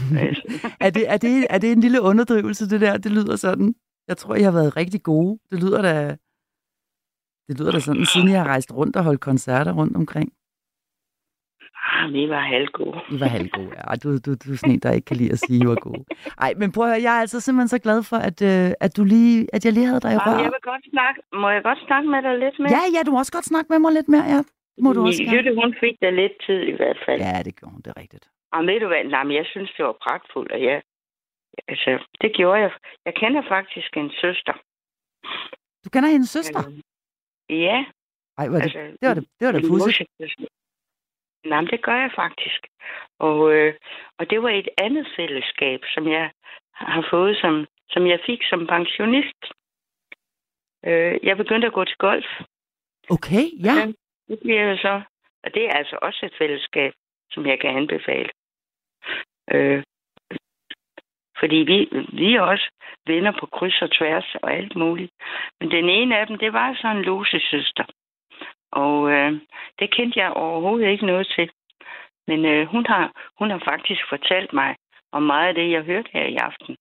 Er det en lille underdrivelse, det der? Det lyder sådan. Jeg tror, I har været rigtig gode. Det lyder da sådan, siden jeg har rejst rundt og holdt koncerter rundt omkring. Vi var halvgode. I var halvgode, ja. Du er sådan en, der ikke kan lide at sige, at I var gode. Ej, men prøv at høre, jeg er altså simpelthen så glad for, at jeg lige havde dig i røret. Må jeg godt snakke med dig lidt mere? Ja, du må også godt snakke med mig lidt mere, ja. Må du også Jytte, hun fik da lidt tid i hvert fald. Ja, det gjorde hun, det er rigtigt. Og ved du hvad, jeg synes, det var pragtfuldt, og det gjorde jeg. Jeg kender faktisk en søster. Du kender hendes søster? Ja. Ej, det var da pudsigt. Nej, det gør jeg faktisk. Og det var et andet fællesskab, som jeg har fået, som jeg fik som pensionist. Jeg begyndte at gå til golf. Okay, ja. Det bliver jo så. Og det er altså også et fællesskab, som jeg kan anbefale. Fordi vi er også venner på kryds og tværs og alt muligt. Men den ene af dem, det var sådan en losesøster. Og det kendte jeg overhovedet ikke noget til. Men hun har faktisk fortalt mig om meget af det, jeg hørte her i aften.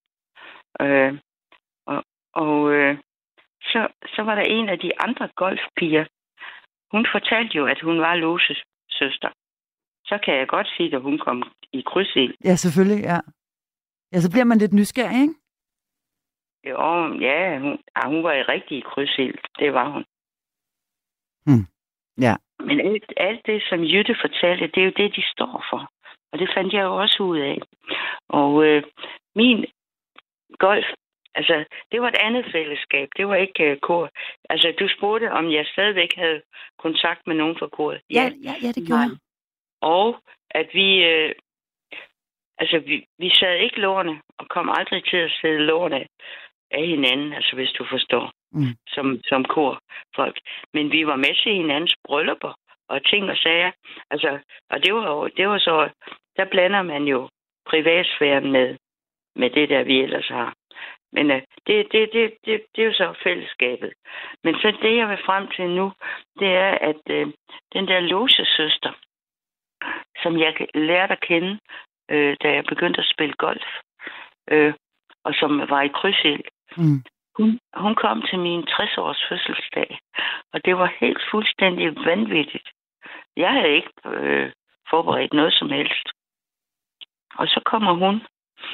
Så var der en af de andre golfpiger. Hun fortalte jo, at hun var Loses søster. Så kan jeg godt sige, at hun kom i krydsild. Ja, selvfølgelig, ja. Ja, så bliver man lidt nysgerrig, ikke? Jo, ja, hun var i rigtig krydsild. Det var hun. Ja. Men alt det, som Jytte fortalte, det er jo det, de står for. Og det fandt jeg jo også ud af. Og min golf, det var et andet fællesskab. Det var ikke kor. Du spurgte, om jeg stadigvæk havde kontakt med nogen fra koret. Ja, det gjorde jeg. Og at vi sad ikke lårene, og kom aldrig til at sidde lårene af hinanden, hvis du forstår, som korfolk. Men vi var med til hinandens bryllupper og ting og sager. Og det var så, der blander man jo privatsfæren med det der, vi ellers har. Men det er jo så fællesskabet. Men så det, jeg vil frem til nu, det er, at den der losesøster, som jeg lærte at kende, da jeg begyndte at spille golf, og som var i krydsild, hun kom til min 60-års fødselsdag, og det var helt fuldstændig vanvittigt. Jeg havde ikke forberedt noget som helst. Og så kommer hun,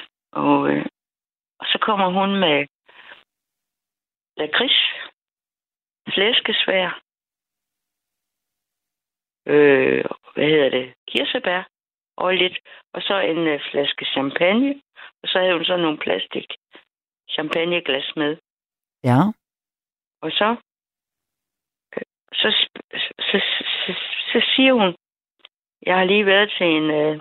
og så kommer hun med lakrids, flæskesvær, kirsebær og lidt, og så en flaske champagne, og så havde hun så nogle plastik champagneglas med. Ja. Og så siger hun, jeg har lige været til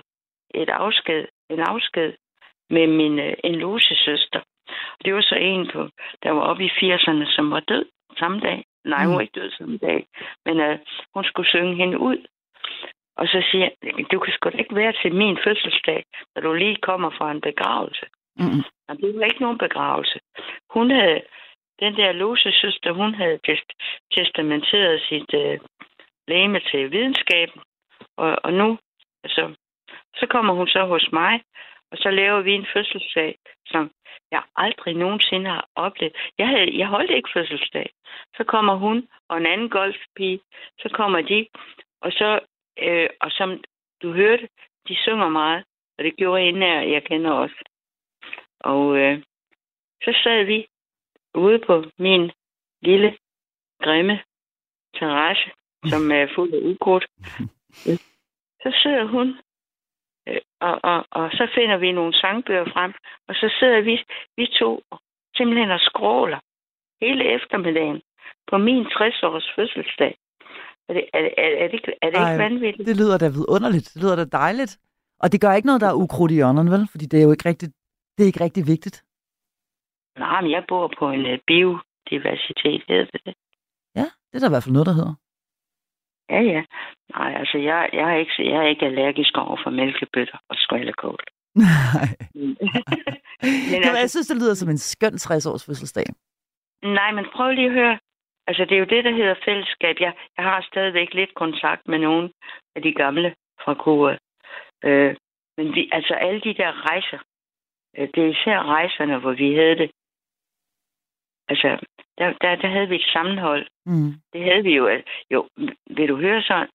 en afsked med en losesøster. Det var så en, der var oppe i 80'erne, som var død samme dag. Nej, hun var ikke død samme dag. Men hun skulle synge hende ud. Og så siger jeg, du kan sgu da ikke være til min fødselsdag, når du lige kommer fra en begravelse. Og det var ikke nogen begravelse. Den der losesøster, hun havde testamenteret sit legeme til videnskaben. Og nu, så kommer hun så hos mig, og så laver vi en fødselsdag, som jeg aldrig nogensinde har oplevet. Jeg holdt ikke fødselsdag. Så kommer hun og en anden golfpige, så kommer de, og som du hørte, de synger meget, og det gjorde hende her, jeg kender også. Og så sad vi ude på min lille, grimme terrasse, som er fuld af ukrudt. Så sidder hun Og så finder vi nogle sangbøger frem, og så sidder vi to simpelthen og skråler hele eftermiddagen på min 60-års fødselsdag. Er det ikke vanvittigt? Det lyder da vidunderligt. Det lyder da dejligt. Og det gør ikke noget, der er ukrudt i ånden, vel? Fordi det er jo ikke rigtigt, det er ikke rigtig vigtigt. Nej, men jeg bor på en biodiversitet, hedder det. Ja, det er der i hvert fald noget, der hedder. Ja. Nej, altså, jeg er ikke allergisk over for mælkebøtter og skvallerkål. Nej. Men Jeg synes, det lyder som en skøn 60-års fødselsdag. Nej, men prøv lige at høre. Altså, det er jo det, der hedder fællesskab. Jeg har stadigvæk lidt kontakt med nogle af de gamle fra Kuba. Men altså, alle de der rejser, det er især rejserne, hvor vi havde det. Altså, der havde vi et sammenhold. Mm. Det havde vi jo. Jo, vil du høre sådan?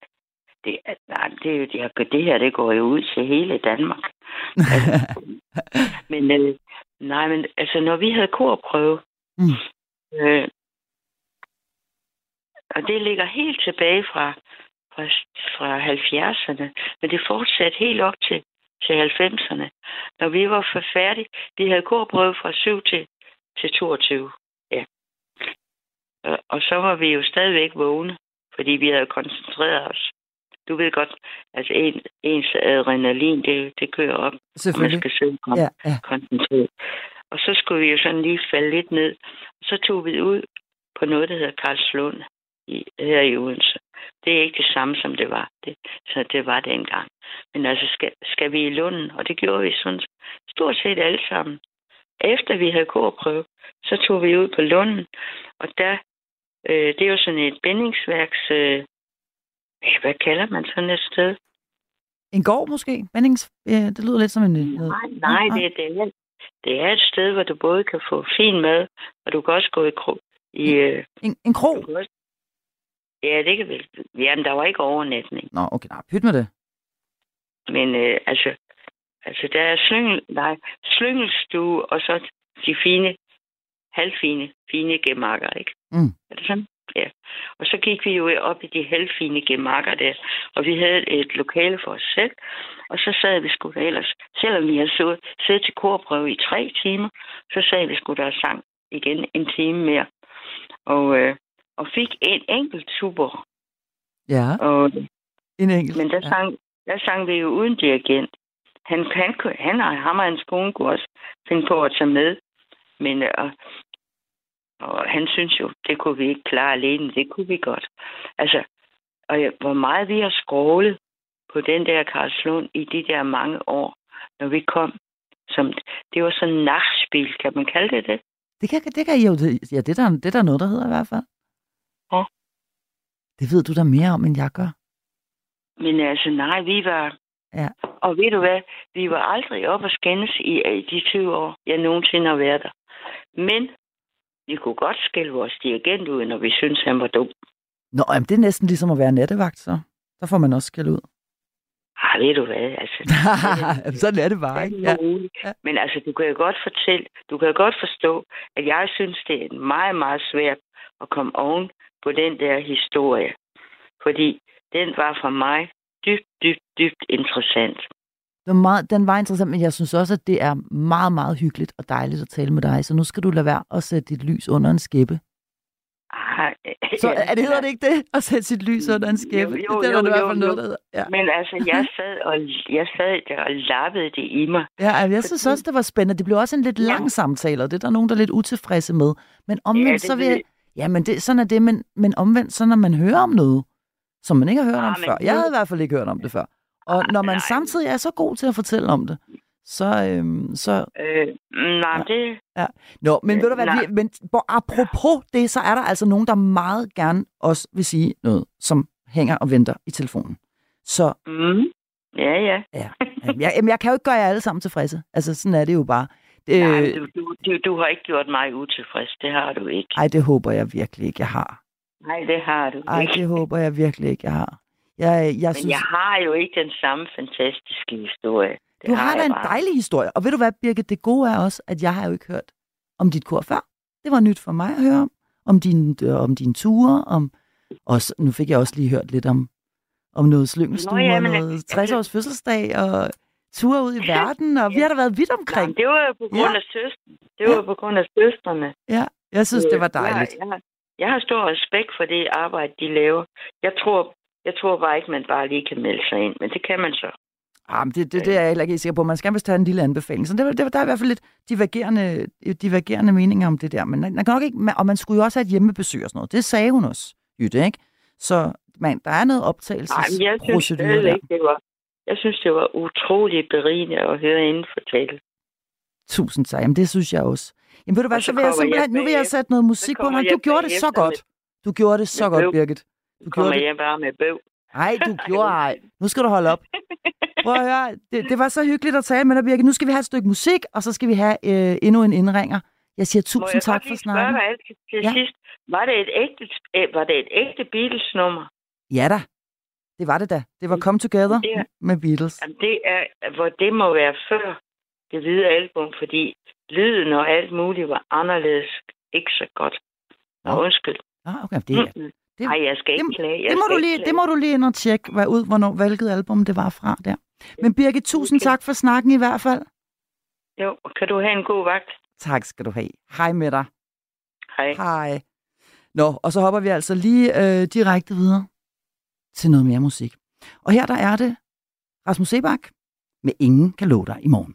Det her, det går jo ud til hele Danmark. Altså, men altså, når vi havde korprøve, og det ligger helt tilbage fra 70'erne, men det fortsatte helt op til 90'erne. Når vi var færdige, vi havde korprøve fra 7 til 22. Ja. Og så var vi jo stadigvæk vågne, fordi vi havde koncentreret os. Du ved godt, altså ens adrenalin, det kører op, og man skal sidde koncentreret. Og så skulle vi jo sådan lige falde lidt ned. Og så tog vi ud på noget, der hedder Karlslund her i Odense. Det er ikke det samme, som det var. Så det var det engang. Men altså, skal vi i Lunden? Og det gjorde vi sådan stort set alle sammen. Efter vi havde korprøve, så tog vi ud på Lunden. Og der, det er jo sådan et bindingsværks... hvad kalder man sådan et sted? En gård måske? Det lyder lidt som en... Nej, det er et sted, hvor du både kan få fin mad, og du kan også gå i en krog? Ja, det kan vel. Jamen, der var ikke overnatning. Nå, okay, pyt med det. Men altså, der er slyngelstue, og så de fine gemakker, ikke? Mm. Er det sådan? Ja. Og så gik vi jo op i de halvfine gemakker der, og vi havde et lokale for os selv, og så sad vi sgu da ellers, selvom vi havde siddet til korprøve i 3 timer, så sad vi sgu da og sang igen en time mere. Og fik en enkelt super. Ja, en enkelt. Men der sang vi jo uden dirigent. Han og hans kone kunne også finde på at tage med, men... Og han synes jo, det kunne vi ikke klare alene. Det kunne vi godt. Altså, og hvor meget vi har skrålet på den der Karlslund i de der mange år, når vi kom. Det var sådan en nachspil, kan man kalde det det? Det kan jo, ja, det er der noget, der hedder i hvert fald. Ja. Det ved du da mere om, end jeg gør. Men altså, nej, vi var... Ja. Og ved du hvad? Vi var aldrig op og skændes i de 20 år, jeg nogensinde har været der. Men vi kunne godt skælde vores dirigent ud, når vi synes han var dum. Nå, jamen, det er næsten ligesom at være nattevagt, så. Der får man også skæld ud. Ved du hvad, altså. Sådan er det bare, ikke? Ja. Men altså, du kan jo godt forstå, at jeg synes, det er meget, meget svært at komme oven på den der historie. Fordi den var for mig dybt interessant. Den var interessant, men jeg synes også, at det er meget, meget hyggeligt og dejligt at tale med dig. Så nu skal du lade være at sætte dit lys under en skæppe. Så hedder det ikke det? At sætte sit lys under en skæppe? Jo. Det er i hvert fald noget, der hedder. Ja. Men altså, jeg sad der og lappede det i mig. Ja, jeg synes også, det var spændende. Det blev også en lidt lang samtale, og det er der nogen, der er lidt utilfredse med. Men omvendt, så vil jeg... Ja, men sådan er det, men omvendt, så når man hører om noget, som man ikke har hørt om før. Jeg havde i hvert fald ikke hørt om det før. Og når man samtidig er så god til at fortælle om det, så... det... Ja. Nå, men ved du hvad, apropos det, så er der altså nogen, der meget gerne også vil sige noget, som hænger og venter i telefonen. Så... Ja. Jeg kan jo ikke gøre jer alle sammen tilfredse. Altså, sådan er det jo bare. Du har ikke gjort mig utilfreds. Det har du ikke. Ej, det håber jeg virkelig ikke, jeg har. Nej, det har du ikke. Ej, det håber jeg virkelig ikke, jeg har. Men jeg har jo ikke den samme fantastiske historie. Du har da en dejlig historie. Og ved du hvad, Birgit, det gode er også, at jeg har jo ikke hørt om dit kor før. Det var nyt for mig at høre om dine ture. Nu fik jeg også lige hørt lidt om noget slyngelstue og noget 60-års fødselsdag. Og ture ud i verden, og vi har da været vidt omkring. Jamen, det var jo på grund af søsteren. Det var på grund af søstrene. Ja, jeg synes, det var dejligt. Jeg har stor respekt for det arbejde, de laver. Jeg tror bare ikke, man bare lige kan melde sig ind, men det kan man så. Men det er jeg heller ikke sikker på. Man skal vist have en lille anbefaling. Så der er i hvert fald lidt divergerende meninger om det der. Men man kan nok ikke, og man skulle jo også have et hjemmebesøg og sådan noget. Det sagde hun også, Jytte, ikke? Så der er noget optagelsesprocedure der. Jeg synes, det var utroligt berigende at høre inden fortælle. Tusind tak. Jamen, det synes jeg også. Jamen, ved du hvad, så vil jeg simpelthen, nu vil jeg sætte noget musik på. Du gjorde det så godt. Du gjorde det så godt, Birgit. Du kommer hjem bare med bøv. Nej, du gjorde ej. Nu skal du holde op. Prøv at høre, det var så hyggeligt at tale med dig, Birgit. Nu skal vi have et stykke musik, og så skal vi have endnu en indringer. Jeg siger tusind tak for snakken. Må jeg godt lige spørge dig til sidst? Var det et ægte Beatles-nummer? Ja da. Det var det da. Det var Come Together med Beatles. Jamen, det må være før det hvide album, fordi lyden og alt muligt var anderledes. Ikke så godt. Undskyld. Okay. Nej, jeg skal ikke klage. Det må du lige ind og tjekke, hvilket album det var fra der. Men Birgit, tusind tak for snakken i hvert fald. Jo, kan du have en god vagt. Tak skal du have. Hej med dig. Hej. Nå, og så hopper vi altså lige direkte videre til noget mere musik. Og her der er det Rasmus Seebach med Ingen kan love dig i morgen.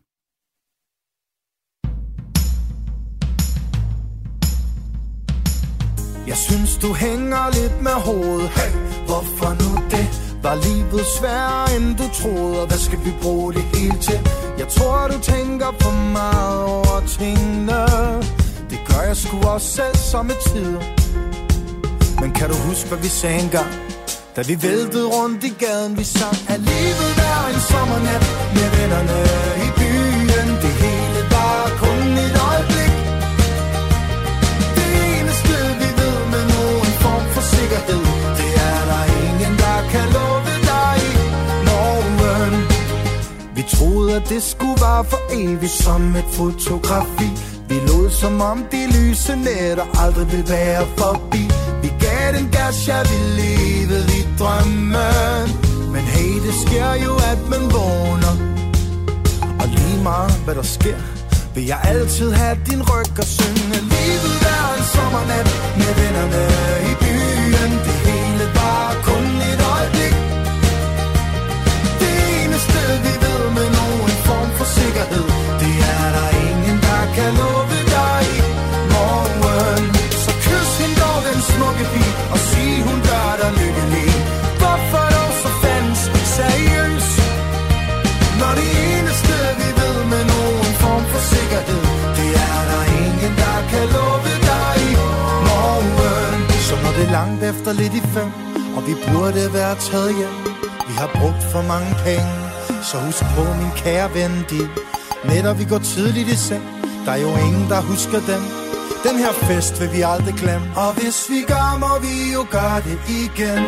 Jeg synes, du hænger lidt med hovedet. Hey, hvorfor nu det? Var livet sværere, end du troede? Hvad skal vi bruge det hele til? Jeg tror, du tænker for meget over tingene. Det gør jeg sgu også selv somme tider. Men kan du huske, hvad vi sagde engang? Da vi væltede rundt i gaden, vi sang, at livet er en sommernat med vennerne i byen. Det hele var kun et øjeblik. Det eneste, vi ved med nogen form for sikkerhed, det er der ingen, der kan love dig i morgen. Vi troede, at det skulle være for evigt som et fotografi. Vi lod som om de lyse nætter aldrig vil være forbi. Vi gav den gas, jeg ville leve i drømmen. Men hey, det sker jo, at man vågner. Og lige meget, hvad der sker, vil jeg altid have din ryg og synge. Livet er en sommernat med vennerne i byen. Det hele var kun et øjeblik. Det eneste, vi ved med nogen form for sikkerhed, det er der ingen, der kan love dig i morgen. Så kys hende dog, den smukke pige, og sig hun gør dig lykkelig. Hvorfor dog så fandens seriøs? Når det eneste, vi ved med nogen form for sikkerhed, det er der ingen, der kan love dig i morgen. Så når det er langt efter lidt i 5, og vi burde være taget hjem, vi har brugt for mange penge, så husk på, min kære ven, de nætter vi går tidligt i seng. Der er jo ingen, der husker dem. Den her fest vil vi aldrig glemme. Og hvis vi gør, må vi jo gøre det igen.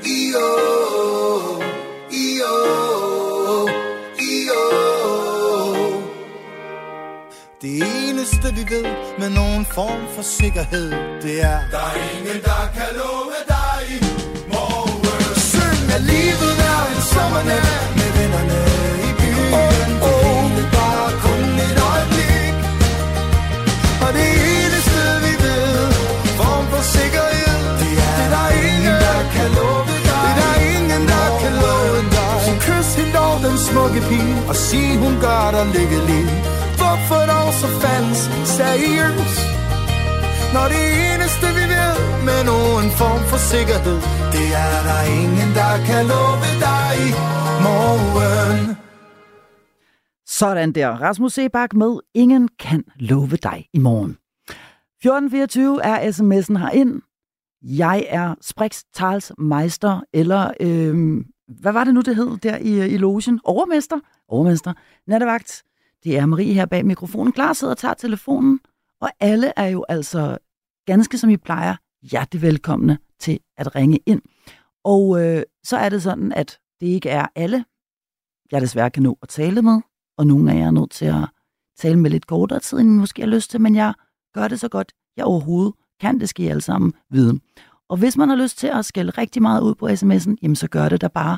Det eneste vi ved med nogen form for sikkerhed, det er der er ingen, der kan love dig i morgen. Syng, at livet er en sommernat med vennerne i byen. Det hele bare kun et øjeblik. Og det eneste vi ved, form for sikkerhed, det er der ingen, der kan love dig. Det er der ingen, der kan love dig. Så kys hende dog, den smukke pige, og sig hun gør dig lykkelig. Hvorfor dog så fandens seriøs? Når det eneste vi ved med nogen form for sikkerhed, det er der ingen, der kan love dig i morgen. Sådan der. Rasmus Seebach med Ingen kan love dig i morgen. 1424 er sms'en herind. Jeg er Sprechtalsmeister, eller hvad var det nu, det hed der i logen? Overmester. Nattevagt. Det er Marie her bag mikrofonen. Klar sidder og tager telefonen. Og alle er jo altså ganske som I plejer hjertelig velkomne til at ringe ind. Og så er det sådan, at det ikke er alle, jeg desværre kan nå at tale med. Og nogle af jer er nødt til at tale med lidt kortere tid, end I måske har lyst til. Men jeg gør det så godt, jeg overhovedet kan. Det skal I alle sammen vide. Og hvis man har lyst til at skælde rigtig meget ud på sms'en, jamen så gør det da bare.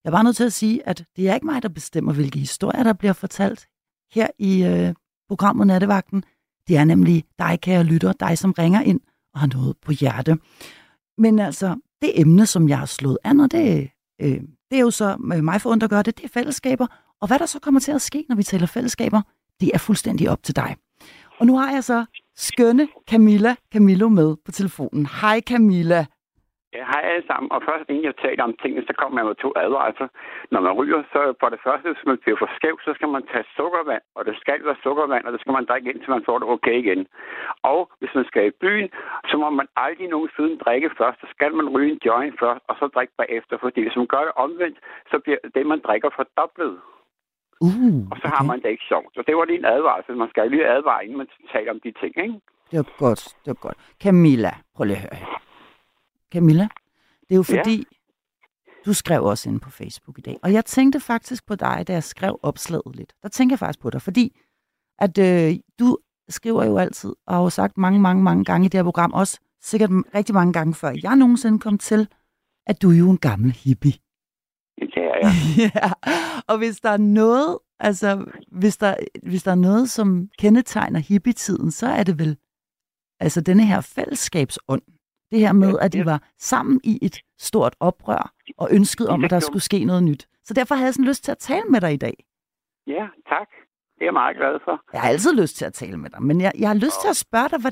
Jeg er bare nødt til at sige, at det er ikke mig, der bestemmer, hvilke historier, der bliver fortalt her i programmet Nattevagten. Det er nemlig dig, kære lytter, dig, som ringer ind og har noget på hjerte. Men altså, det emne, som jeg har slået an, og det er jo så mig forundt at gøre det, det er fællesskaber. Og hvad der så kommer til at ske, når vi taler fællesskaber, det er fuldstændig op til dig. Og nu har jeg så skønne Camillo med på telefonen. Hej Camilla. Ja, hej alle sammen. Og først inden jeg taler om tingene, så kommer man med 2 advarsler. Når man ryger, så for det første, hvis man bliver for skæv, så skal man tage sukkervand, og det skal være sukkervand, og det skal man drikke ind, til man får det okay igen. Og hvis man skal i byen, så må man aldrig nogensinde drikke først. Så skal man ryge en joint først, og så drikke bagefter, fordi hvis man gør det omvendt, så bliver det, man drikker, fordoblet. Og så har man det ikke sjovt. Så det var lige en advarsel. Man skal lige advare, inden man taler om de ting, ikke? Det var godt. Camilla, prøv lige at høre her. Camilla, det er jo fordi, du skrev også inde på Facebook i dag. Og jeg tænkte faktisk på dig, da jeg skrev opslaget lidt. Der tænker jeg faktisk på dig, fordi at du skriver jo altid, og har jo sagt mange gange i det her program, også sikkert rigtig mange gange før jeg nogensinde kom til, at du er jo en gammel hippie. Det er jeg. Ja, og hvis der er noget, altså hvis der er noget, som kendetegner hippietiden, så er det vel altså denne her fællesskabsånd. Det her med, at de var sammen i et stort oprør og ønskede om, at der skulle ske noget nyt. Så derfor havde jeg sådan lyst til at tale med dig i dag. Ja, tak. Det er jeg meget glad for. Jeg har altid lyst til at tale med dig, men jeg har lyst til at spørge dig,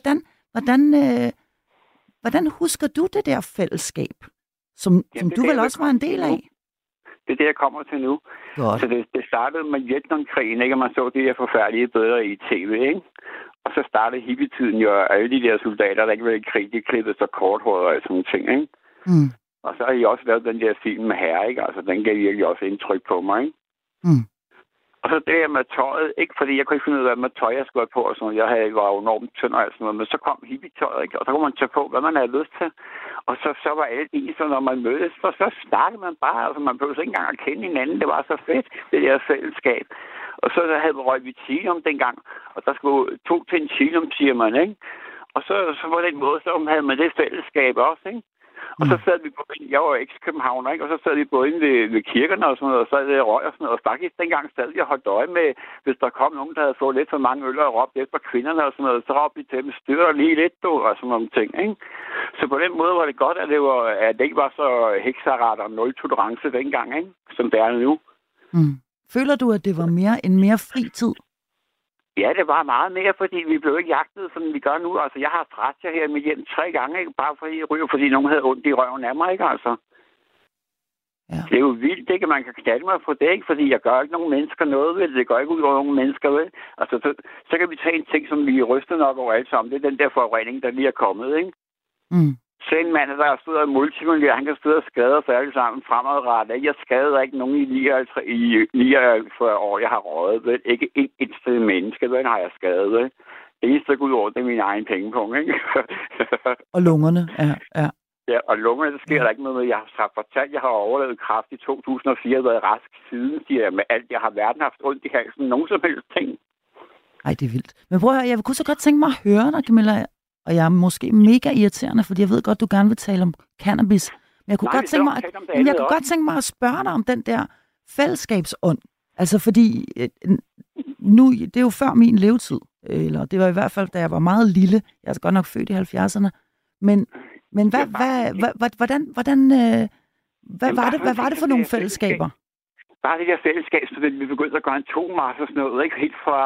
hvordan husker du det der fællesskab, som du vel også var en del af? Det er det, jeg kommer til nu. Godt. Så det startede med Vietnamkrigen, ikke? Og man så de her forfærdelige billeder i tv, ikke? Og så startede hippietiden jo, alle de der soldater, der ikke ville i krig, de klippede så korthåret og sådan nogle ting, ikke? Mm. Og så har I også lavet den der film med Herre, ikke? Altså, den gav virkelig også indtryk på mig, ikke? Mm. Og så det her med tøjet, ikke fordi jeg kunne ikke finde ud af, hvad tøj jeg skulle have på, og sådan noget. Jeg var jo enormt tynd og sådan noget, men så kom hippietøjet, ikke? Og så kunne man tage på, hvad man havde lyst til. Og så var alt i, så når man mødtes, så snakkede man bare, altså man behøvede ikke engang at kende hinanden. Det var så fedt, det der fællesskab. Og så havde vi røget Vitium dengang, og der skulle 2 til en chilium, siger man, ikke? Og så var det en måde, så havde man det fællesskab også, ikke? Og så sad vi jeg var eks-københavner, ikke? Og så sad vi både inde ved kirkerne og sådan noget, og sad ved røg og sådan noget. Og faktisk dengang sad vi og holdt øje med, hvis der kom nogen, der havde fået lidt for mange øl og råbt efter kvinderne og sådan noget, så råbte vi til dem, styrer lige lidt, og sådan nogle ting, ikke? Så på den måde var det godt, at det ikke var så heksaret og nul tolerance dengang, ikke? Som det er nu. Mm. Føler du, at det var en mere fri tid? Ja, det var meget mere, fordi vi blev ikke jagtet, som vi gør nu. Altså, jeg har haft her i mit hjem 3 gange, ikke? Bare fordi jeg ryger, fordi nogen havde ondt i røven af mig, ikke? Altså. Ja. Det er jo vildt, ikke? Man kan knalde mig for det, ikke? Fordi jeg gør ikke nogen mennesker noget ved det. Det går ikke ud over nogen mennesker, vel? Altså, så kan vi tage en ting, som vi ryster nok over alt sammen. Det er den der forurening, der lige er kommet, ikke? Mm. Så en mand, der har stået af multimillionær, han kan stå og skade os alle sammen fremadrettet. Jeg skader ikke nogen i 49 år, jeg har røget, vel? Ikke et eneste menneske, vel, har jeg skadet, vel? Det eneste, der går ud over, det er min egen pengepunkt, ikke? Og lungerne, ja. Ja, og lungerne, det sker der ikke noget med. Jeg har fortalt, jeg har overlevet kræft i 2004, og været rask siden, siger jeg, med alt. Jeg har hverken haft ondt i halsen, nogen som helst ting. Ej, det er vildt. Men prøv at høre, jeg kunne så godt tænke mig at høre dig, Camilla. Og jeg er måske mega irriterende, fordi jeg ved godt, du gerne vil tale om cannabis. Men jeg kunne godt tænke mig at spørge dig om den der fællesskabsånd. Altså fordi, nu, det er jo før min levetid. Eller det var i hvert fald, da jeg var meget lille. Jeg er godt nok født i 70'erne. Men hvad var det for nogle fællesskaber? Bare det der fællesskab, så vi begyndte at gøre en atommasse og sådan noget, ikke? Helt fra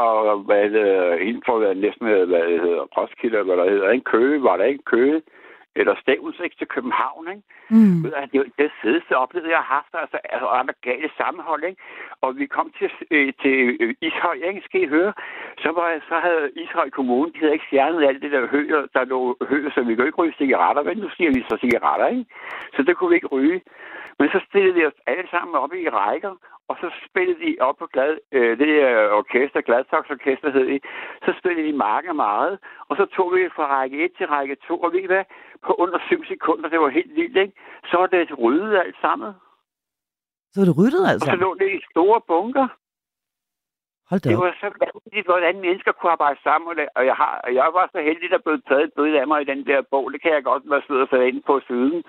næsten, hvad det hedder, Roskilde, hvad der hedder, ikke? Køge, var der ikke? Køge, eller Stævns, ikke? Til København, ikke? Mm. Det fedeste oplevelse, jeg har haft, altså andre gav det sammenhold, ikke? Og vi kom til Ishøj, ikke? Skal I høre? Så havde Ishøj Kommune, de havde ikke fjernet alt det der høer, der lå høer, så vi kunne ikke ryge cigaretter, vel? Nu siger vi så cigaretter, ikke? Så det kunne vi ikke ryge. Men så stillede vi os alle sammen op i rækker, og så spillede de op på det der orkester, Gladsaxe Orkester hed det, så spillede de mange meget, og så tog vi fra række 1 til række 2, og ved I hvad? På under 7 sekunder, det var helt vildt, ikke? Så var det ryddet alt sammen. Så var det ryddet altså? Og så lå det i store bunker. Hold da op. Det var så vanvittigt, hvordan mennesker kunne arbejde sammen. Og jeg var så heldig, at der blev taget et billede af mig i den der bog. Det kan jeg godt være sød at sætte ind på siden.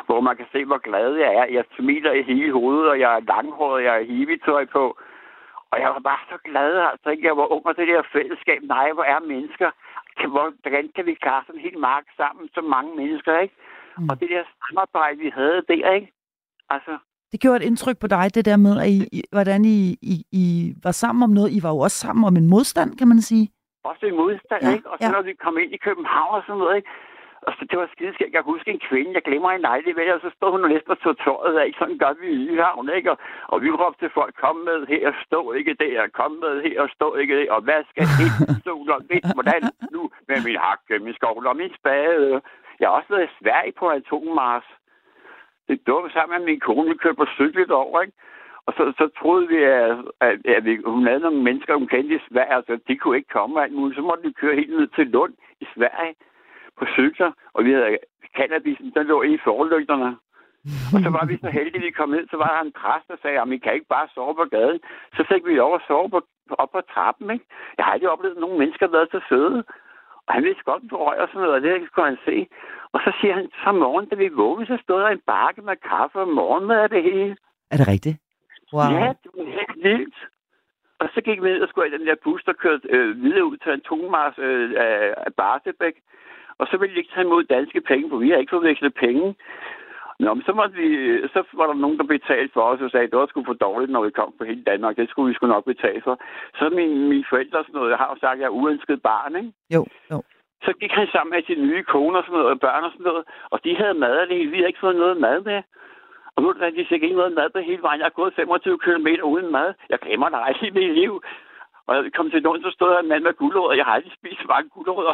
hvor man kan se, hvor glad jeg er. Jeg smiler i hele hovedet, og jeg er langhåret, jeg har hivetøj på. Og jeg var bare så glad, altså. Jeg var ung, og det der fællesskab. Nej, hvor er mennesker. Hvordan kan vi klare sådan en hel mark sammen, så mange mennesker, ikke? Og det der samarbejde, vi havde der, ikke? Altså... Det gjorde et indtryk på dig, det der med, at hvordan I var sammen om noget. I var jo også sammen om en modstand, kan man sige. Også en modstand, ikke? Og så når vi kom ind i København og sådan noget, ikke? Og så det var skideskægt. Jeg kan huske en kvinde, jeg glemmer en lejlighed ved, og så stod hun og næsten og tog tøjet af, ikke? Sådan gør vi i Nyhavn, ikke? Og vi råbte til folk, kom med her, stå ikke der, kom med her, stå ikke der, og hvad skal det, sol og vind, hvordan nu med min hakke, min skovl og min spade. Jeg har også været i Sverige på atommars. Det dumme sammen med min kone, vi kørte på cyklet over, ikke? Og så troede vi, at hun havde nogle mennesker, hun kendte i Sverige, altså de kunne ikke komme alt muligt. Så måtte vi køre helt ned til Lund i Sverige på cykler, og vi havde cannabisen, den lå i forlygterne. Og så var vi så heldige, vi kom ned, så var der en præst, der sagde, at vi kan ikke bare sove på gaden. Så fik vi lov at sove op på trappen, ikke? Jeg har aldrig oplevet, at nogle mennesker har været så søde. Og han vidste godt, hvor røg og sådan noget, og det kunne han se. Og så siger han, så morgen, da vi vågnede, så stod der en bakke med kaffe og morgenmad af det hele. Er det rigtigt? Wow. Ja, det var helt vildt. Og så gik vi ned og skulle i den der bus, der kørte videre ud til Atommars af Barsebæk. Og så ville de ikke tage imod danske penge, for vi har ikke forvekslet penge. Nå, men så var der nogen, der betalte for os og sagde, at det var sgu for dårligt, når vi kom på hele Danmark. Det skulle vi sgu nok betale for. Så mine forældre og sådan noget, jeg har jo sagt, at jeg er uønsket barn, ikke? Jo. Så gik han sammen med sine nye koner og sådan noget, og børn og sådan noget. Og de havde mad af det hele. Vi havde ikke fået noget mad med. Og nu er de sikkert ikke noget mad på hele vejen. Jeg har gået 25 km uden mad. Jeg glemmer det aldrig i mit liv. Og jeg kom til Lund, så stod der en mand med gulerødder. Jeg har aldrig spist mange gulerødder.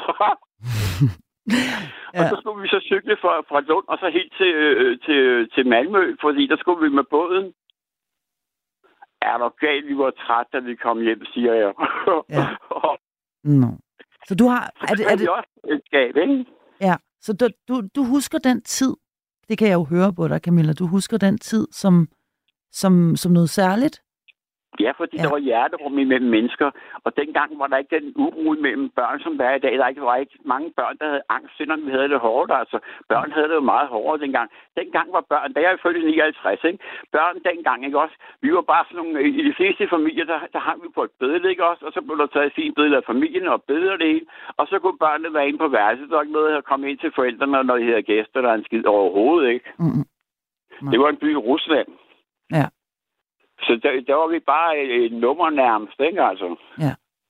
Og så skulle vi så cykle fra Lund og så helt til Malmø, fordi der skulle vi med båden. Er der galt, vi var træt, da vi kom hjem, siger jeg. No. Så du har... Er det også et skab, ikke? Ja, så du husker den tid, det kan jeg jo høre på dig, Camilla, du husker den tid som noget særligt? Ja, fordi der var hjerterum imellem mennesker, og dengang var der ikke den uro mellem børn, som der er i dag. Der var ikke mange børn, der havde angst, selvom vi havde det hårdt. Altså, børn havde det jo meget hårdere dengang. Dengang var børn, da jeg er født i 59, ikke? Børn dengang, ikke også? Vi var bare sådan nogle, i de fleste familier, der hang vi på et billede, ikke også? Og så blev der taget et fint billede af familien og billeder det hele. Og så kunne børnene være inde på værelset, og ikke noget at komme ind til forældrene, når de havde gæster, der er en skid overhovedet, ikke? Det var en by i Rusland. Ja. Så der var vi bare et nummer nærmest, ikke altså? Ja.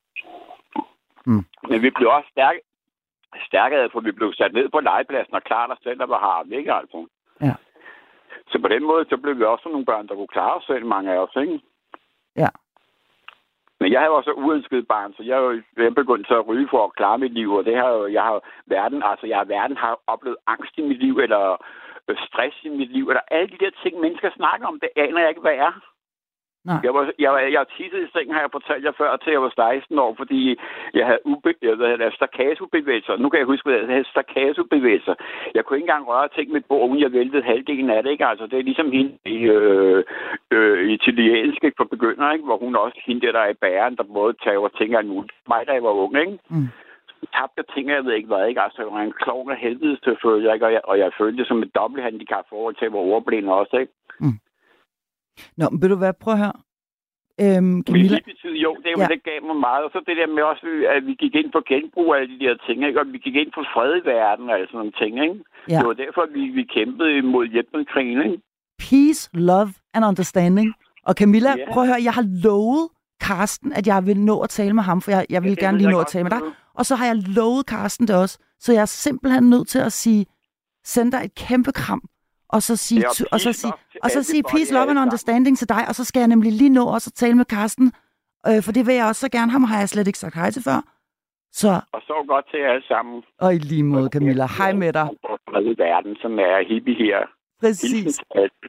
Men vi blev også stærkere, for vi blev sat ned på legepladsen og klart os selv, der var hardt, ikke altså? Ja. Så på den måde, så blev vi også nogle børn, der kunne klare os selv, mange af os, ikke? Ja. Men jeg har jo også uønsket barn, så jeg begyndte så at ryge for at klare mit liv, og det har jo, jeg har oplevet angst i mit liv, eller stress i mit liv, eller alle de der ting, mennesker snakker om, det aner jeg ikke, hvad er. Nej. Jeg tissede i sengen, har jeg fortalt jer før, til jeg var 16 år, fordi jeg havde staccato-bevægelser. Nu kan jeg huske, hvad det hedder, staccato-bevægelser. Jeg kunne ikke engang røre ting med bord, uden jeg væltede halvdelen af det, ikke? Altså, det er ligesom hende i italienske for begynder, ikke? Hvor hun også hende der i bæren, der både tager ting af nu. Mig, da jeg var ung, ikke? Tabte ting, jeg ved ikke hvad, ikke? Altså, jeg var en klovn af helvedes til at føle, ikke? Og jeg følte det som et dobbelthandicap forhold til, hvor ordblind også, ikke? Nå, men vil du hvad, prøv at høre. Camilla? Jo, det er jo det gav mig meget. Og så det der med også, at vi gik ind for genbrug af alle de der ting, ikke? Og vi gik ind for fred i verden og sådan nogle ting, ikke? Ja. Det var derfor, vi kæmpede imod Vietnamkrigen, ikke? Peace, love and understanding. Og Camilla, prøv at høre, jeg har lovet Karsten, at jeg vil nå at tale med ham, for jeg vil gerne lige nå at tale med dig. Og så har jeg lovet Karsten det også. Så jeg er simpelthen nødt til at sende dig et kæmpe kram. Og så sige peace, love and understanding til dig, og så skal jeg nemlig lige nå også at tale med Karsten, for det vil jeg også så gerne. Ham har jeg slet ikke sagt hej til før. Og så godt til jer alle sammen. Og i lige måde, Camilla. Hej med dig. Og verden, som er hippie her. Præcis.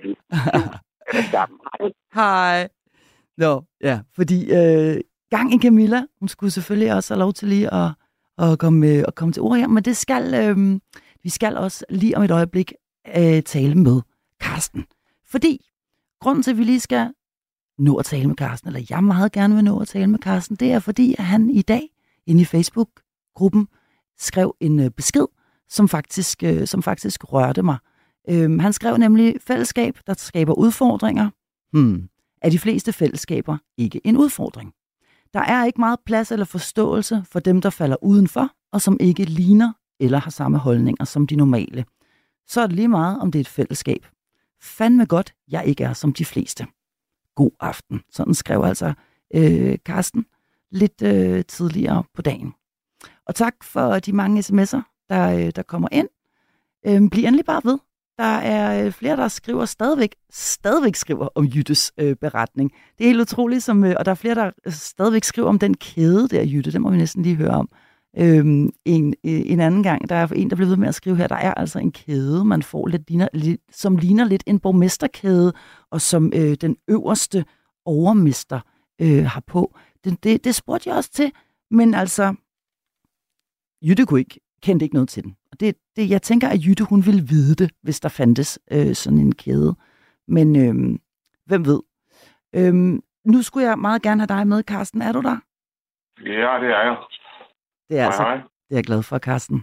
Hej. Nå, ja, fordi gang i Camilla, hun skulle selvfølgelig også have lov til lige at komme til ord her, men det skal, vi skal også lige om et øjeblik tale med Karsten. Fordi grunden til, at vi lige skal nå at tale med Karsten, eller jeg meget gerne vil nå at tale med Karsten, det er fordi, at han i dag inde i Facebook-gruppen skrev en besked, som faktisk rørte mig. Han skrev nemlig, fællesskab, der skaber udfordringer. Er de fleste fællesskaber ikke en udfordring? Der er ikke meget plads eller forståelse for dem, der falder udenfor, og som ikke ligner eller har samme holdninger som de normale. Så er det lige meget, om det er et fællesskab. Fandme godt, jeg ikke er som de fleste. God aften. Sådan skrev altså Karsten lidt tidligere på dagen. Og tak for de mange sms'er, der kommer ind. Bliv endelig bare ved. Der er flere, der skriver stadigvæk skriver om Jyttes beretning. Det er helt utroligt, og der er flere, der stadigvæk skriver om den kæde der, Jytte. Den må vi næsten lige høre om. En anden gang, der er en, der bliver ved med at skrive her, der er altså en kæde, man får som ligner lidt en borgmesterkæde, og som den øverste overmester har på. Det spurgte jeg også til, men altså, Jytte kendte ikke noget til den. Og jeg tænker, at Jytte, hun ville vide det, hvis der fandtes sådan en kæde. Men hvem ved? Nu skulle jeg meget gerne have dig med, Karsten. Er du der? Ja, det er jeg. Det er altså, det er jeg glad for, Karsten.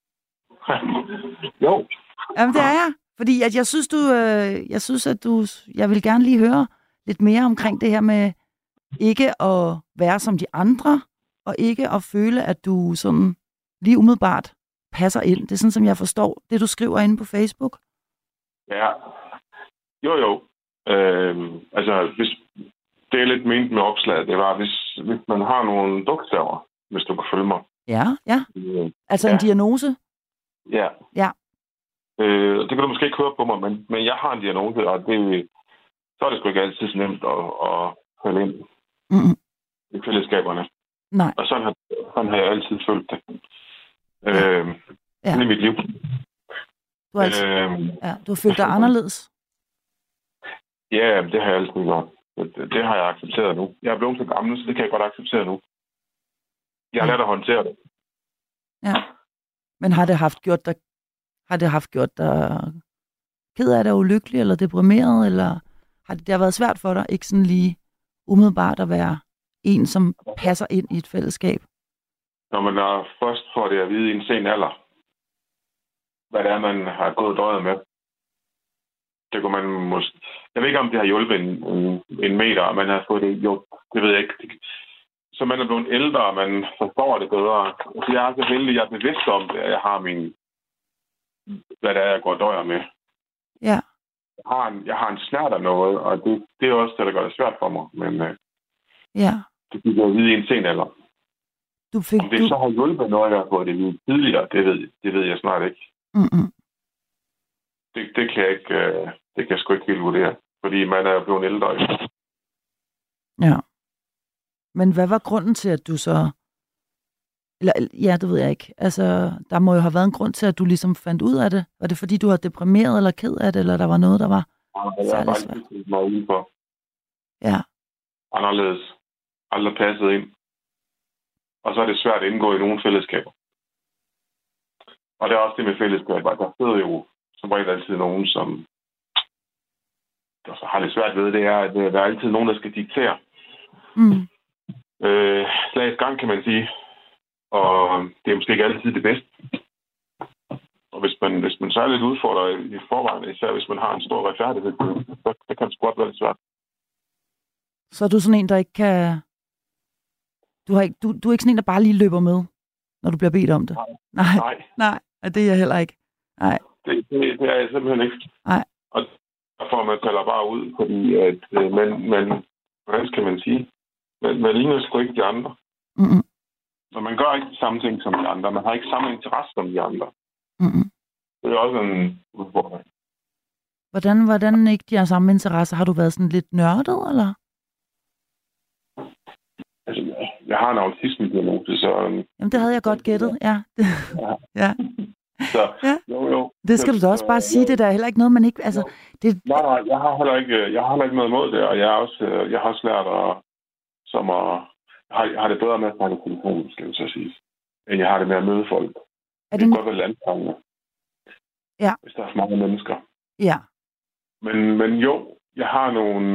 Jo. Jamen, det er jeg. Fordi at jeg vil gerne lige høre lidt mere omkring det her med ikke at være som de andre, og ikke at føle, at du sådan lige umiddelbart passer ind. Det er sådan, som jeg forstår det, du skriver inde på Facebook. Ja. Jo. Altså, hvis det er lidt ment med opslaget, det var, hvis man har nogle bogstaver, hvis du kan følge mig. Ja. Altså en diagnose? Ja. Ja. Det kan du måske ikke høre på mig, men jeg har en diagnose, og så er det sgu ikke altid så nemt at falde ind i fællesskaberne. Nej. Og sådan har jeg altid følt det. I mit liv. Du har følt dig anderledes? Ja, det har jeg altid gjort. Det har jeg accepteret nu. Jeg er blevet så gammel, så det kan jeg godt acceptere nu. Jeg har lært at håndtere det. Ja. Men har det haft gjort dig ked af det, ulykkelig eller deprimeret, eller har det været svært for dig, ikke sådan lige umiddelbart at være en, som passer ind i et fællesskab? Når man først får det at vide i en sen alder, hvad det er, man har gået døjet med. Det kunne man måske... Jeg ved ikke, om det har hjulpet en meter, og man har fået det... Jo, det ved jeg ikke. Så man er blevet ældre, og man forstår det bedre. Så jeg er så heldig, jeg er bevidst om det, at jeg har hvad det er, jeg går døjer med. Ja. Jeg har en snert af noget, og det er også det, der gør det svært for mig. Men det fik jeg at vide i en sen alder. Om det så har hjulpet noget, jeg har fået det tidligere, det ved jeg snart ikke. Det kan jeg ikke, det kan jeg sgu ikke helt vurdere, fordi man er jo blevet ældre. Ja. Men hvad var grunden til, at du så... Eller, ja, det ved jeg ikke. Altså, der må jo have været en grund til, at du ligesom fandt ud af det. Var det, fordi du var deprimeret eller ked af det, eller der var noget, der var særligt svært? Jeg var udenfor. Ja. Anderledes. Aldrig passet ind. Og så er det svært at indgå i nogle fællesskaber. Og det er også det med fællesskaber. Der sidder jo som regel altid nogen, som har lidt svært ved det, er, at der er altid nogen, der skal diktere. Slagets gang, kan man sige. Og det er måske ikke altid det bedste. Og hvis man så er lidt udfordret i forvejen, især hvis man har en stor retfærdighed, så kan det sgu godt være lidt svært. Så er du sådan en, der ikke kan... Du er ikke sådan en, der bare lige løber med, når du bliver bedt om det? Nej, det er jeg heller ikke. Nej. Det er jeg simpelthen ikke. Nej. Og derfor man taler bare ud, fordi at man hvordan skal man sige, man ligner sgu ikke de andre. Så man gør ikke de samme ting som de andre. Man har ikke samme interesse som de andre. Det er også en udfordring. Hvordan ikke de har samme interesse? Har du været sådan lidt nørdet, eller? Altså, jeg har en autisme-diagnose, så... Jamen, det havde jeg godt gættet, ja. Ja. Så, jo. Det skal du da også bare sige, det der er heller ikke noget, man ikke... Altså, det... Nej, jeg har heller ikke noget imod det, og jeg har også lært jeg har det bedre med at snakke telefon, skal jeg så sige, end jeg har det med at møde folk. Det kan godt være landstrængende. Ja. Hvis der er så mange mennesker. Ja. Men jo, jeg har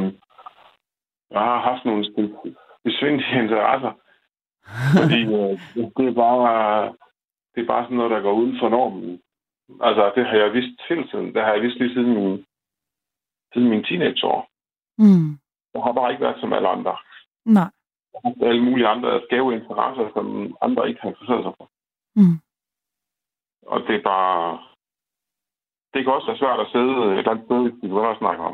haft nogle besvindelige interesser. Fordi det er bare sådan noget, der går uden for normen. Altså, det har jeg vidst hele tiden. Det har jeg vidst lige siden min teenageår. Mm. Jeg har bare ikke været som alle andre. Nej. Jeg har haft alle mulige andre skæve interesser, som andre ikke har interesseret sig for. Mm. Og det er bare... Det kan også være svært at sidde et eller andet sted, vi begynder at snakke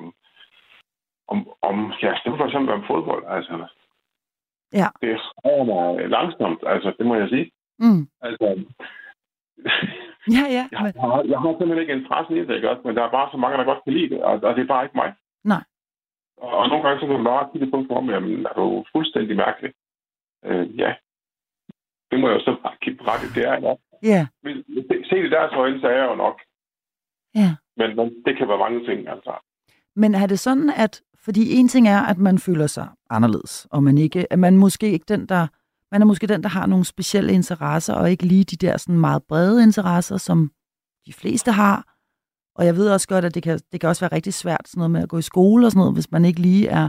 om ja, det for eksempel om fodbold. Altså, Ja. det skræder mig langsomt, altså, det må jeg sige. Mm. Altså, Ja, ja. jeg har simpelthen ikke interesse i det, ikke også? Men der er bare så mange, der godt kan lide det, og det er bare ikke mig. Nej. Og nogle gange så kan man bare kigge på om, jamen, er du fuldstændig mærkelig? Ja. Det må jeg jo så bare kigge ret i, det er nok. Ja. Se det deres øjne, så er jeg jo nok. Ja. Men det kan være mange ting, altså. Men er det sådan, at... Fordi en ting er, at man føler sig anderledes, og man er måske den, der har nogle specielle interesser, og ikke lige de der sådan meget brede interesser, som de fleste har. Og jeg ved også godt, at det kan også være rigtig svært, sådan noget med at gå i skole og sådan noget, hvis man ikke lige er...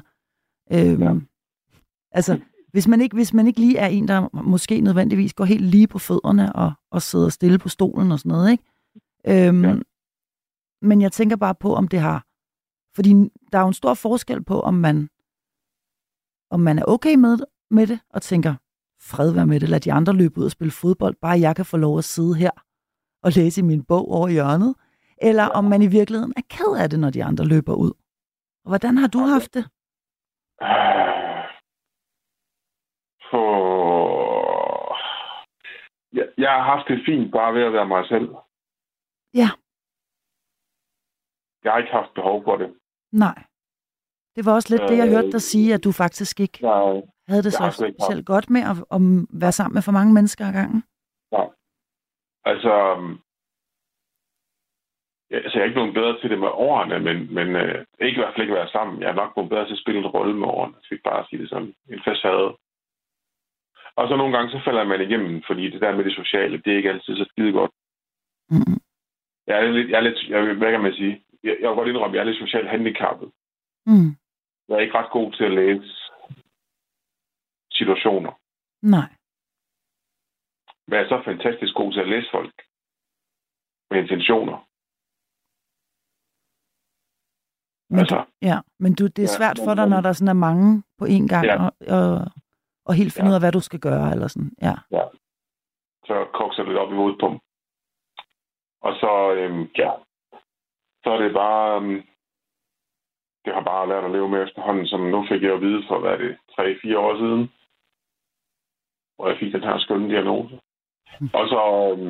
Altså, hvis man ikke lige er en, der måske nødvendigvis går helt lige på fødderne og sidder stille på stolen og sådan noget, ikke? Men jeg tænker bare på, om det har... Fordi der er jo en stor forskel på, om man er okay med det, og tænker, fred være med det, lad de andre løbe ud og spille fodbold, bare jeg kan få lov at sidde her og læse i min bog over hjørnet, eller om man i virkeligheden er ked af det, når de andre løber ud. Og hvordan har du haft det? Jeg har haft det fint bare ved at være mig selv. Ja. Jeg har ikke haft behov for det. Nej. Det var også lidt det, jeg hørte dig sige, at du faktisk ikke havde det så specielt godt med at være sammen med for mange mennesker ad gangen. Nej. Altså, jeg er ikke blevet bedre til det med årene, men ikke i hvert fald ikke være sammen. Jeg er nok blevet bedre til at spille en rolle med årene. Jeg skal ikke bare sige det sådan. En facade. Og så nogle gange, så falder man igennem, fordi det der med det sociale, det er ikke altid så skide godt. Mm-hmm. Hvad kan man sige? Jeg vil godt indrømme, at jeg er lidt socialt handicappet. Mm. Jeg er ikke ret god til at læse situationer. Nej. Men jeg er så fantastisk god til at læse folk med intentioner. Men det er svært for dig, når der sådan er mange på én gang, og helt finde ud af, hvad du skal gøre, eller sådan. Ja. Så kokser det op i hovedet på dem. Og så, så er det bare, det har bare lært at leve med efterhånden, som nu fik jeg at vide for, hvad er det, 3-4 år siden, hvor jeg fik den her skønne diagnose. Og så,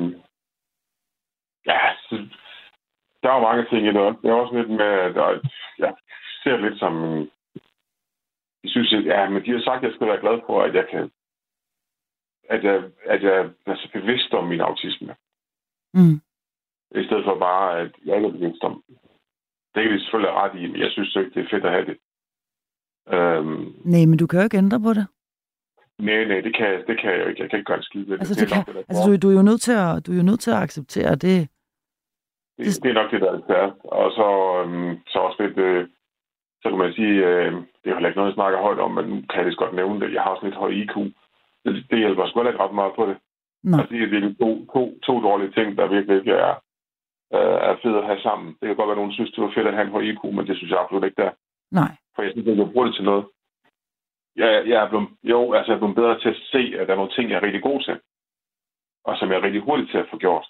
så, der er jo mange ting i det. Det er også lidt med, at jeg ser lidt som, jeg synes, men de har sagt, at jeg skal være glad for, at jeg kan, at jeg er så bevidst om min autisme. Mm. I stedet for bare, at jeg ikke er bevidst om det. Det kan de selvfølgelig ret i, men jeg synes ikke, det er fedt at have det. Nej, men du kan jo ikke ændre på det. Nej, det kan jeg jo ikke. Jeg kan ikke gøre en skid ved det. Du er jo nødt til at acceptere det. Det er nok det, der er svært. Og så også lidt, så kan man sige, det er heller ikke noget, jeg snakker højt om, men nu kan jeg lige så godt nævne det. Jeg har også lidt høj IQ. Det hjælper sgu ikke ret meget på det. Altså, det er virkelig to dårlige ting, der virkelig ikke er fedt at have sammen. Det kan godt være, at nogen synes, det var fedt at have en høj IQ, men det synes jeg absolut ikke, der. Nej. For jeg synes, at jeg bruger det til noget. Jeg er blevet bedre til at se, at der er nogle ting, jeg er rigtig god til. Og som jeg er rigtig hurtig til at få gjort.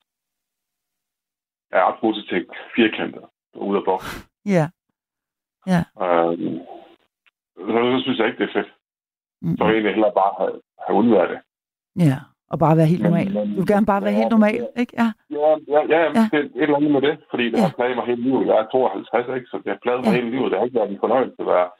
Jeg er ret god til at tænke firkanter ud af boksen. Ja. Så synes jeg ikke, det er fedt. Så jeg egentlig hellere bare have undværet det. Ja, og bare være helt normal. Du vil gerne bare være helt normal, ikke? Ja, det er et eller andet med det, fordi det har plaget mig hele livet. Jeg er 52, ikke? Så det har plaget mig hele livet. Det har ikke været en fornøjelse at være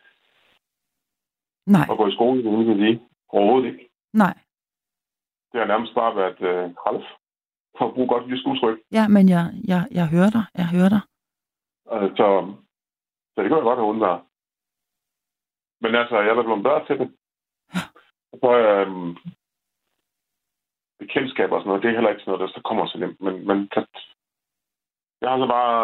at gå i skole, det vil sige. Overhovedet ikke. Nej. Det har nærmest bare været træls. For at bruge godt jysk udtryk. Ja, men jeg hører dig. Jeg hører dig. Så det kan jeg godt have undværet. Men altså, jeg er blevet bedre til det. Så bekendtskaber og sådan noget, det er heller ikke sådan noget, der kommer så nemt. Men jeg har så bare...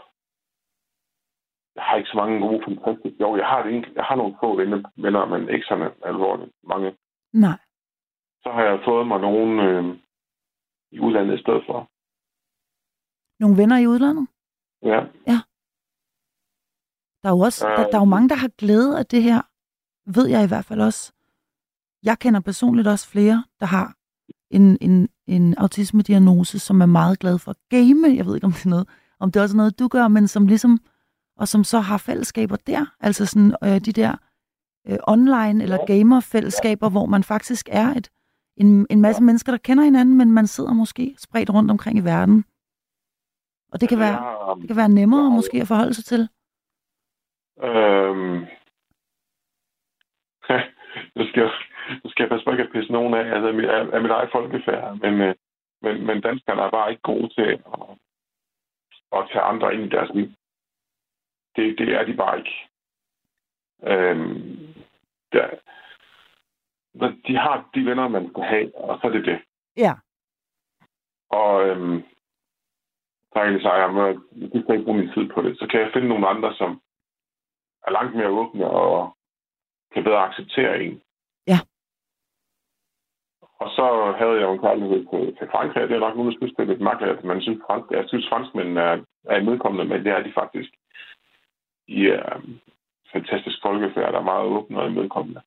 Jeg har ikke så mange gode fantastiske. Jo, jeg har nogle få venner, men ikke sådan alvorligt mange. Nej. Så har jeg fået mig nogen i udlandet i stedet for. Nogle venner i udlandet? Ja. Der er jo også der er jo mange, der har glæde af det her. Ved jeg i hvert fald også. Jeg kender personligt også flere, der har en autisme-diagnose, som er meget glad for at game. Jeg ved ikke, om det er også noget, du gør, men som ligesom, og som så har fællesskaber der. Altså sådan de der online eller gamer-fællesskaber, hvor man faktisk er en masse mennesker, der kender hinanden, men man sidder måske spredt rundt omkring i verden. Og det kan være nemmere måske at forholde sig til. Nu skal jeg passe på ikke at pisse nogen af, altså af mit eget folkefærd, men danskerne er bare ikke gode til at tage andre ind i deres liv. Det er de bare ikke. De har de venner, man skal have, og så er det det. Ja. Og så egentlig siger jeg, jeg skal ikke bruge min tid på det. Så kan jeg finde nogle andre, som er langt mere åbne og kan bedre acceptere en. Ja. Og så havde jeg jo en kærlighed til Frankrig. Det er nok nogen, der synes, det er lidt mærkeligt, at man synes, jeg synes, franskmænd er imødekommende, men det er de faktisk. De er fantastisk folkefærd, der er meget åbne og imødekommende.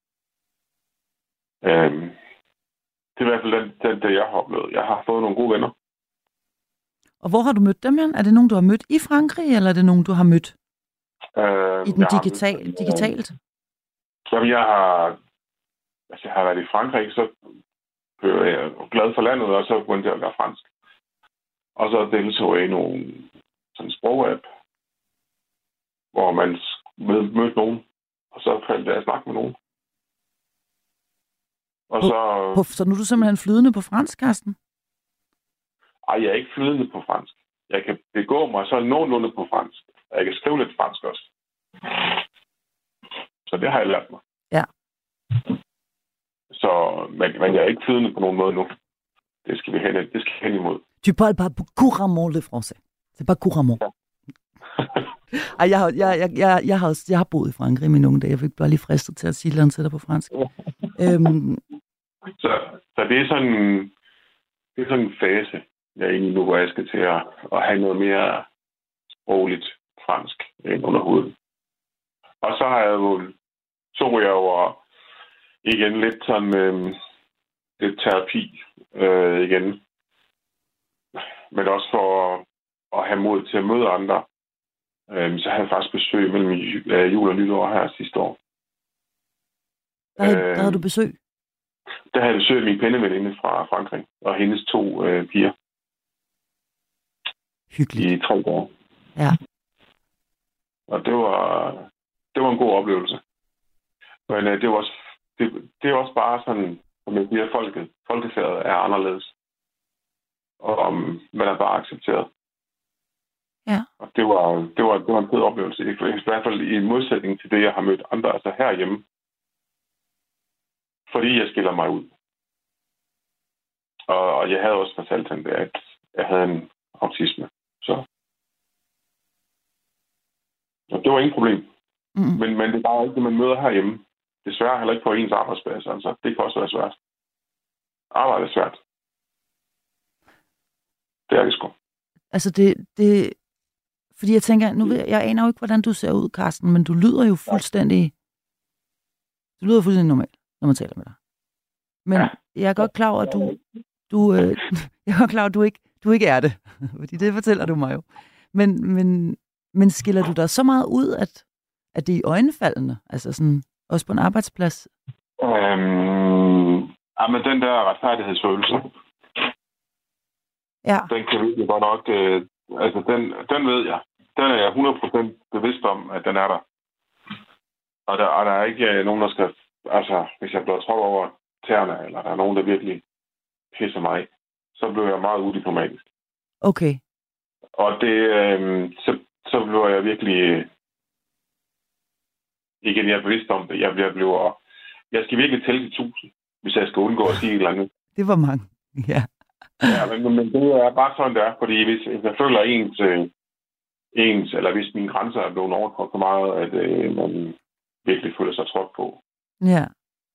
Det er i hvert fald det, jeg har oplevet. Jeg har fået nogle gode venner. Og hvor har du mødt dem, Jan? Er det nogen, du har mødt i Frankrig, eller er det nogen, du har mødt i den digitalt? Jamen, jeg har været i Frankrig, så blev jeg glad for landet, og så begyndte jeg at være fransk. Og så deltog jeg i nogle sådan sprog-app, hvor man mødte nogen, og så faldt jeg at snakke med nogen. Og så nu er du simpelthen flydende på fransk, Carsten? Ej, jeg er ikke flydende på fransk. Jeg kan begå mig så nogenlunde på fransk. Jeg kan skrive lidt fransk også. Så det har jeg lært mig. Ja. Så, men jeg er ikke flydende på nogen måde nu. Det skal vi hen imod. Tu parles pas couramment le français. C'est pas couramment. Ja. Ej, jeg har boet i Frankrig i mine unge dage. Jeg fik bare lige fristet til at sige noget til dig på fransk. Så det er sådan en fase, jeg er inde i nu, hvor jeg skal til at have noget mere sprogligt fransk under hovedet. Og så har jeg jo igen lidt sådan lidt terapi igen. Men også for at have mod til at møde andre. Så havde jeg faktisk besøg mellem jul og nytår her sidste år. Der havde du besøg? Der havde jeg besøg af min penneveninde fra Frankrig, og hendes 2 piger. Hyggeligt. I 3 år. Ja. Og det var en god oplevelse. Men det er også bare sådan, som jeg siger, folkefærdet er anderledes. Og man er bare accepteret. Ja. Og det var en fed oplevelse. I hvert fald i modsætning til det, jeg har mødt andre, altså herhjemme. Fordi jeg skiller mig ud. Og jeg havde også fortalt hende, at jeg havde en autisme. Så og det var ingen problem. Men det er bare ikke det, man møder herhjemme. Desværre heller ikke på ens arbejdsplads. Altså, det kan også være svært. Arbejde er svært. Det er det sgu. Altså det fordi jeg tænker, jeg aner jo ikke, hvordan du ser ud, Carsten, men du lyder jo fuldstændig normalt, når man taler med dig. Men jeg er godt klar over, at jeg er godt klar, at du ikke er det. Fordi det fortæller du mig jo. Men skiller du dig så meget ud, at det er iøjnefaldende? Altså sådan, også på en arbejdsplads? Men den der retfærdighedsfølelse, den kan virkelig godt nok, altså den ved jeg. Den er jeg 100% bevidst om, at den er der. Og der er ikke nogen, der skal, altså hvis jeg bliver trådt over tæerne, eller der er nogen, der virkelig pisser mig af, så bliver jeg meget udiplomatisk. Okay. Og det, så bliver jeg virkelig, igen, jeg er bevidst om det. Jeg skal virkelig tælle til 1000, hvis jeg skal undgå at sige et eller andet. Det var mange, ja. Ja, men det er bare sådan, det er. Fordi hvis jeg føler ens, eller hvis mine grænser er blevet overtrådt så meget, at man virkelig føler sig trådt på. Ja.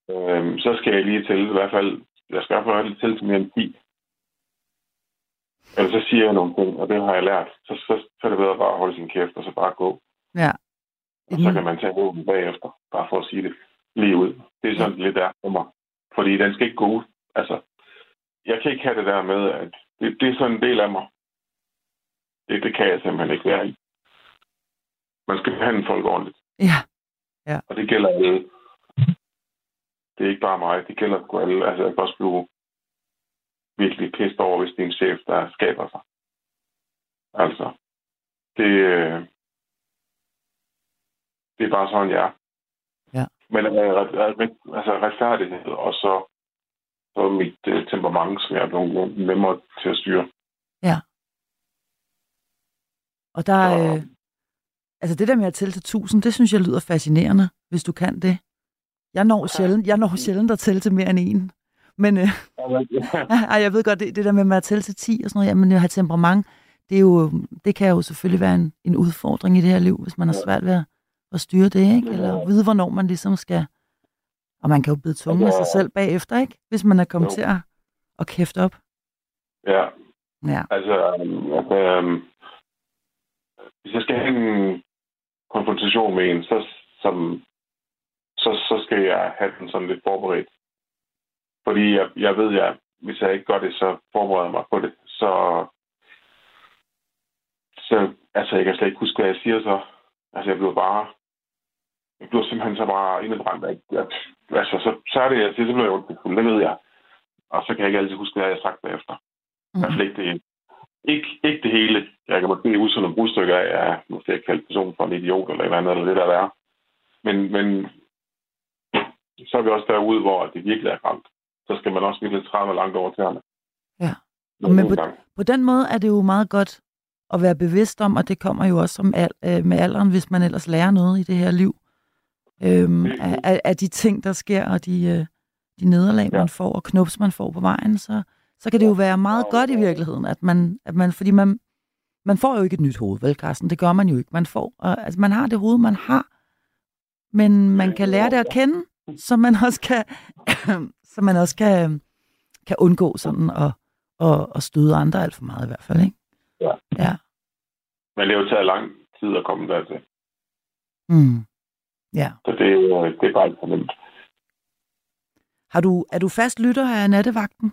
Så skal jeg lige tælle i hvert fald. Jeg skal i hvert fald tælle til mere end 10. Eller så siger jeg nogle ting, og det har jeg lært. Så er det bedre bare at holde sin kæft, og så bare gå. Ja. Og så kan man tage åben bagefter, bare for at sige det lige ud. Det er sådan lidt der for mig. Fordi den skal ikke gå ud. Altså, jeg kan ikke have det der med, at det er sådan en del af mig. Det kan jeg simpelthen ikke være i. Man skal behandle folk ordentligt. Ja. Ja. Og det gælder alle. Det er ikke bare mig, det gælder sgu alle. Altså, jeg kan også blive virkelig pissed over, hvis det er en chef, der skaber sig. Altså, det er bare sådan, jeg er. Ja. Men retfærdighed, og så mit temperament, som jeg er blevet nemmere til at styre. Ja. Og der altså det der med at tælle til 1000, det synes jeg lyder fascinerende, hvis du kan det. Jeg når sjældent at tælle til mere end en. Men jeg ved godt, det der med at tælle til 10 og sådan noget, jamen at have temperament, det kan jo selvfølgelig være en udfordring i det her liv, hvis man har svært ved at styre det, ikke? Eller vide, hvornår man ligesom skal. Og man kan jo bide tunge af sig selv bagefter, ikke? Hvis man er kommet til at kæfte op. Ja. Ja. Altså, hvis jeg skal have en konfrontation med en, så skal jeg have den sådan lidt forberedt. Fordi jeg ved, at hvis jeg ikke gør det, så forbereder jeg mig på det. Så altså, jeg kan slet ikke huske, hvad jeg siger så. Altså, jeg bliver simpelthen så bare indebrændt. Altså, så er det, jeg siger, så bliver jeg jo det ved jeg. Og så kan jeg ikke altid huske, hvad jeg har sagt derefter. Altså, ikke det hele. Jeg kan måske huske nogle brudstykker af, at jeg måske kaldt personen for en idiot, eller et eller andet, eller det der er. Men så er vi også derude, hvor det virkelig er ramt. Så skal man også virkelig træde langt over tæerne. Ja. Men på den måde er det jo meget godt at være bevidst om, og det kommer jo også med alderen, hvis man ellers lærer noget i det her liv. Af de ting, der sker, og de nederlag, man får, og knups, man får på vejen, så kan det jo være meget godt i virkeligheden, at man fordi man får jo ikke et nyt hoved, vel, Carsten? Det gør man jo ikke. Altså, man har det hoved, man har, men man kan lære det at kende, så man også kan undgå sådan at støde andre alt for meget i hvert fald, ikke? Ja. Men det har jo taget lang tid at komme dertil. Ja. Så det er bare ikke for nemt. Er du fast lytter af nattevagten?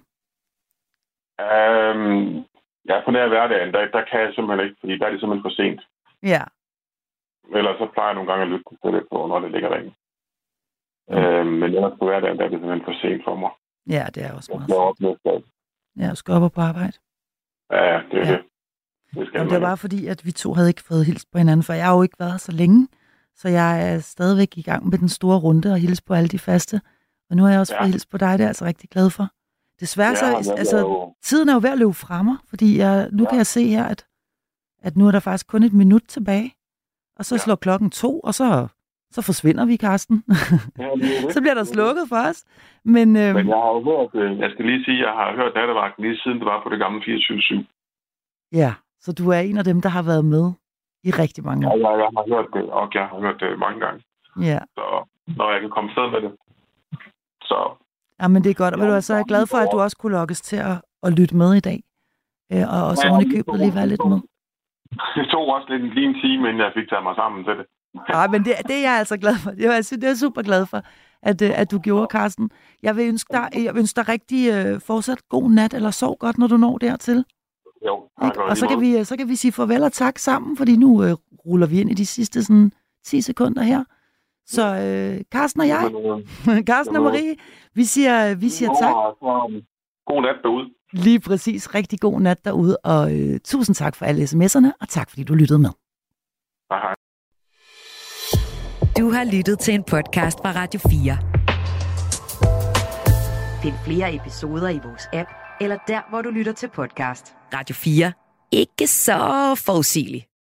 På nær hverdagen, der kan jeg simpelthen ikke, fordi der er det simpelthen for sent. Ja. Eller så plejer jeg nogle gange at lytte til det på, når det ligger derinde. Men ellers på hverdagen, der er det simpelthen for sent for mig. Ja, det er også meget sent. Ja, jeg skal op på arbejde. Ja, det er det. Det var bare fordi, at vi to havde ikke fået hilst på hinanden, for jeg har jo ikke været her så længe. Så jeg er stadigvæk i gang med den store runde og hilse på alle de faste. Og nu har jeg også fået hilse på dig, det er jeg altså rigtig glad for. Desværre tiden er jo ved at løbe fra mig, fordi nu kan jeg se her, at nu er der faktisk kun et minut tilbage. Og så slår klokken 2, og så forsvinder vi, Carsten. Så bliver der slukket for os. Men jeg har jo hørt, jeg skal lige sige, jeg har hørt nattevagten lige siden det var på det gamle 24/7. Ja, så du er en af dem, der har været med i rigtig mange år. Ja, jeg har hørt det, og jeg har hørt det mange gange. Ja. Så når jeg kan komme sted med det, så... Ja, men det er godt, og så er jeg glad for, at du også kunne lokkes til at lytte med i dag. Og også oven i købet lige være lidt med. Det tog også lige en time, inden jeg fik taget mig sammen til det. Ja, men det er jeg altså glad for. Det er super glad for, at du gjorde, Carsten. Jeg vil ønske dig rigtig fortsat god nat, eller sov godt, når du når dertil. Jo, og så kan vi sige farvel og tak sammen, fordi nu ruller vi ind i de sidste sådan 10 sekunder her. Så Carsten og jeg, Carsten og Marie, vi siger tak. God nat derude. Lige præcis. Rigtig god nat derude, og tusind tak for alle sms'erne, og tak fordi du lyttede med. Hej. Du har lyttet til en podcast fra Radio 4. Find flere episoder i vores app, eller der, hvor du lytter til podcast. Radio 4. Ikke så forudsigeligt.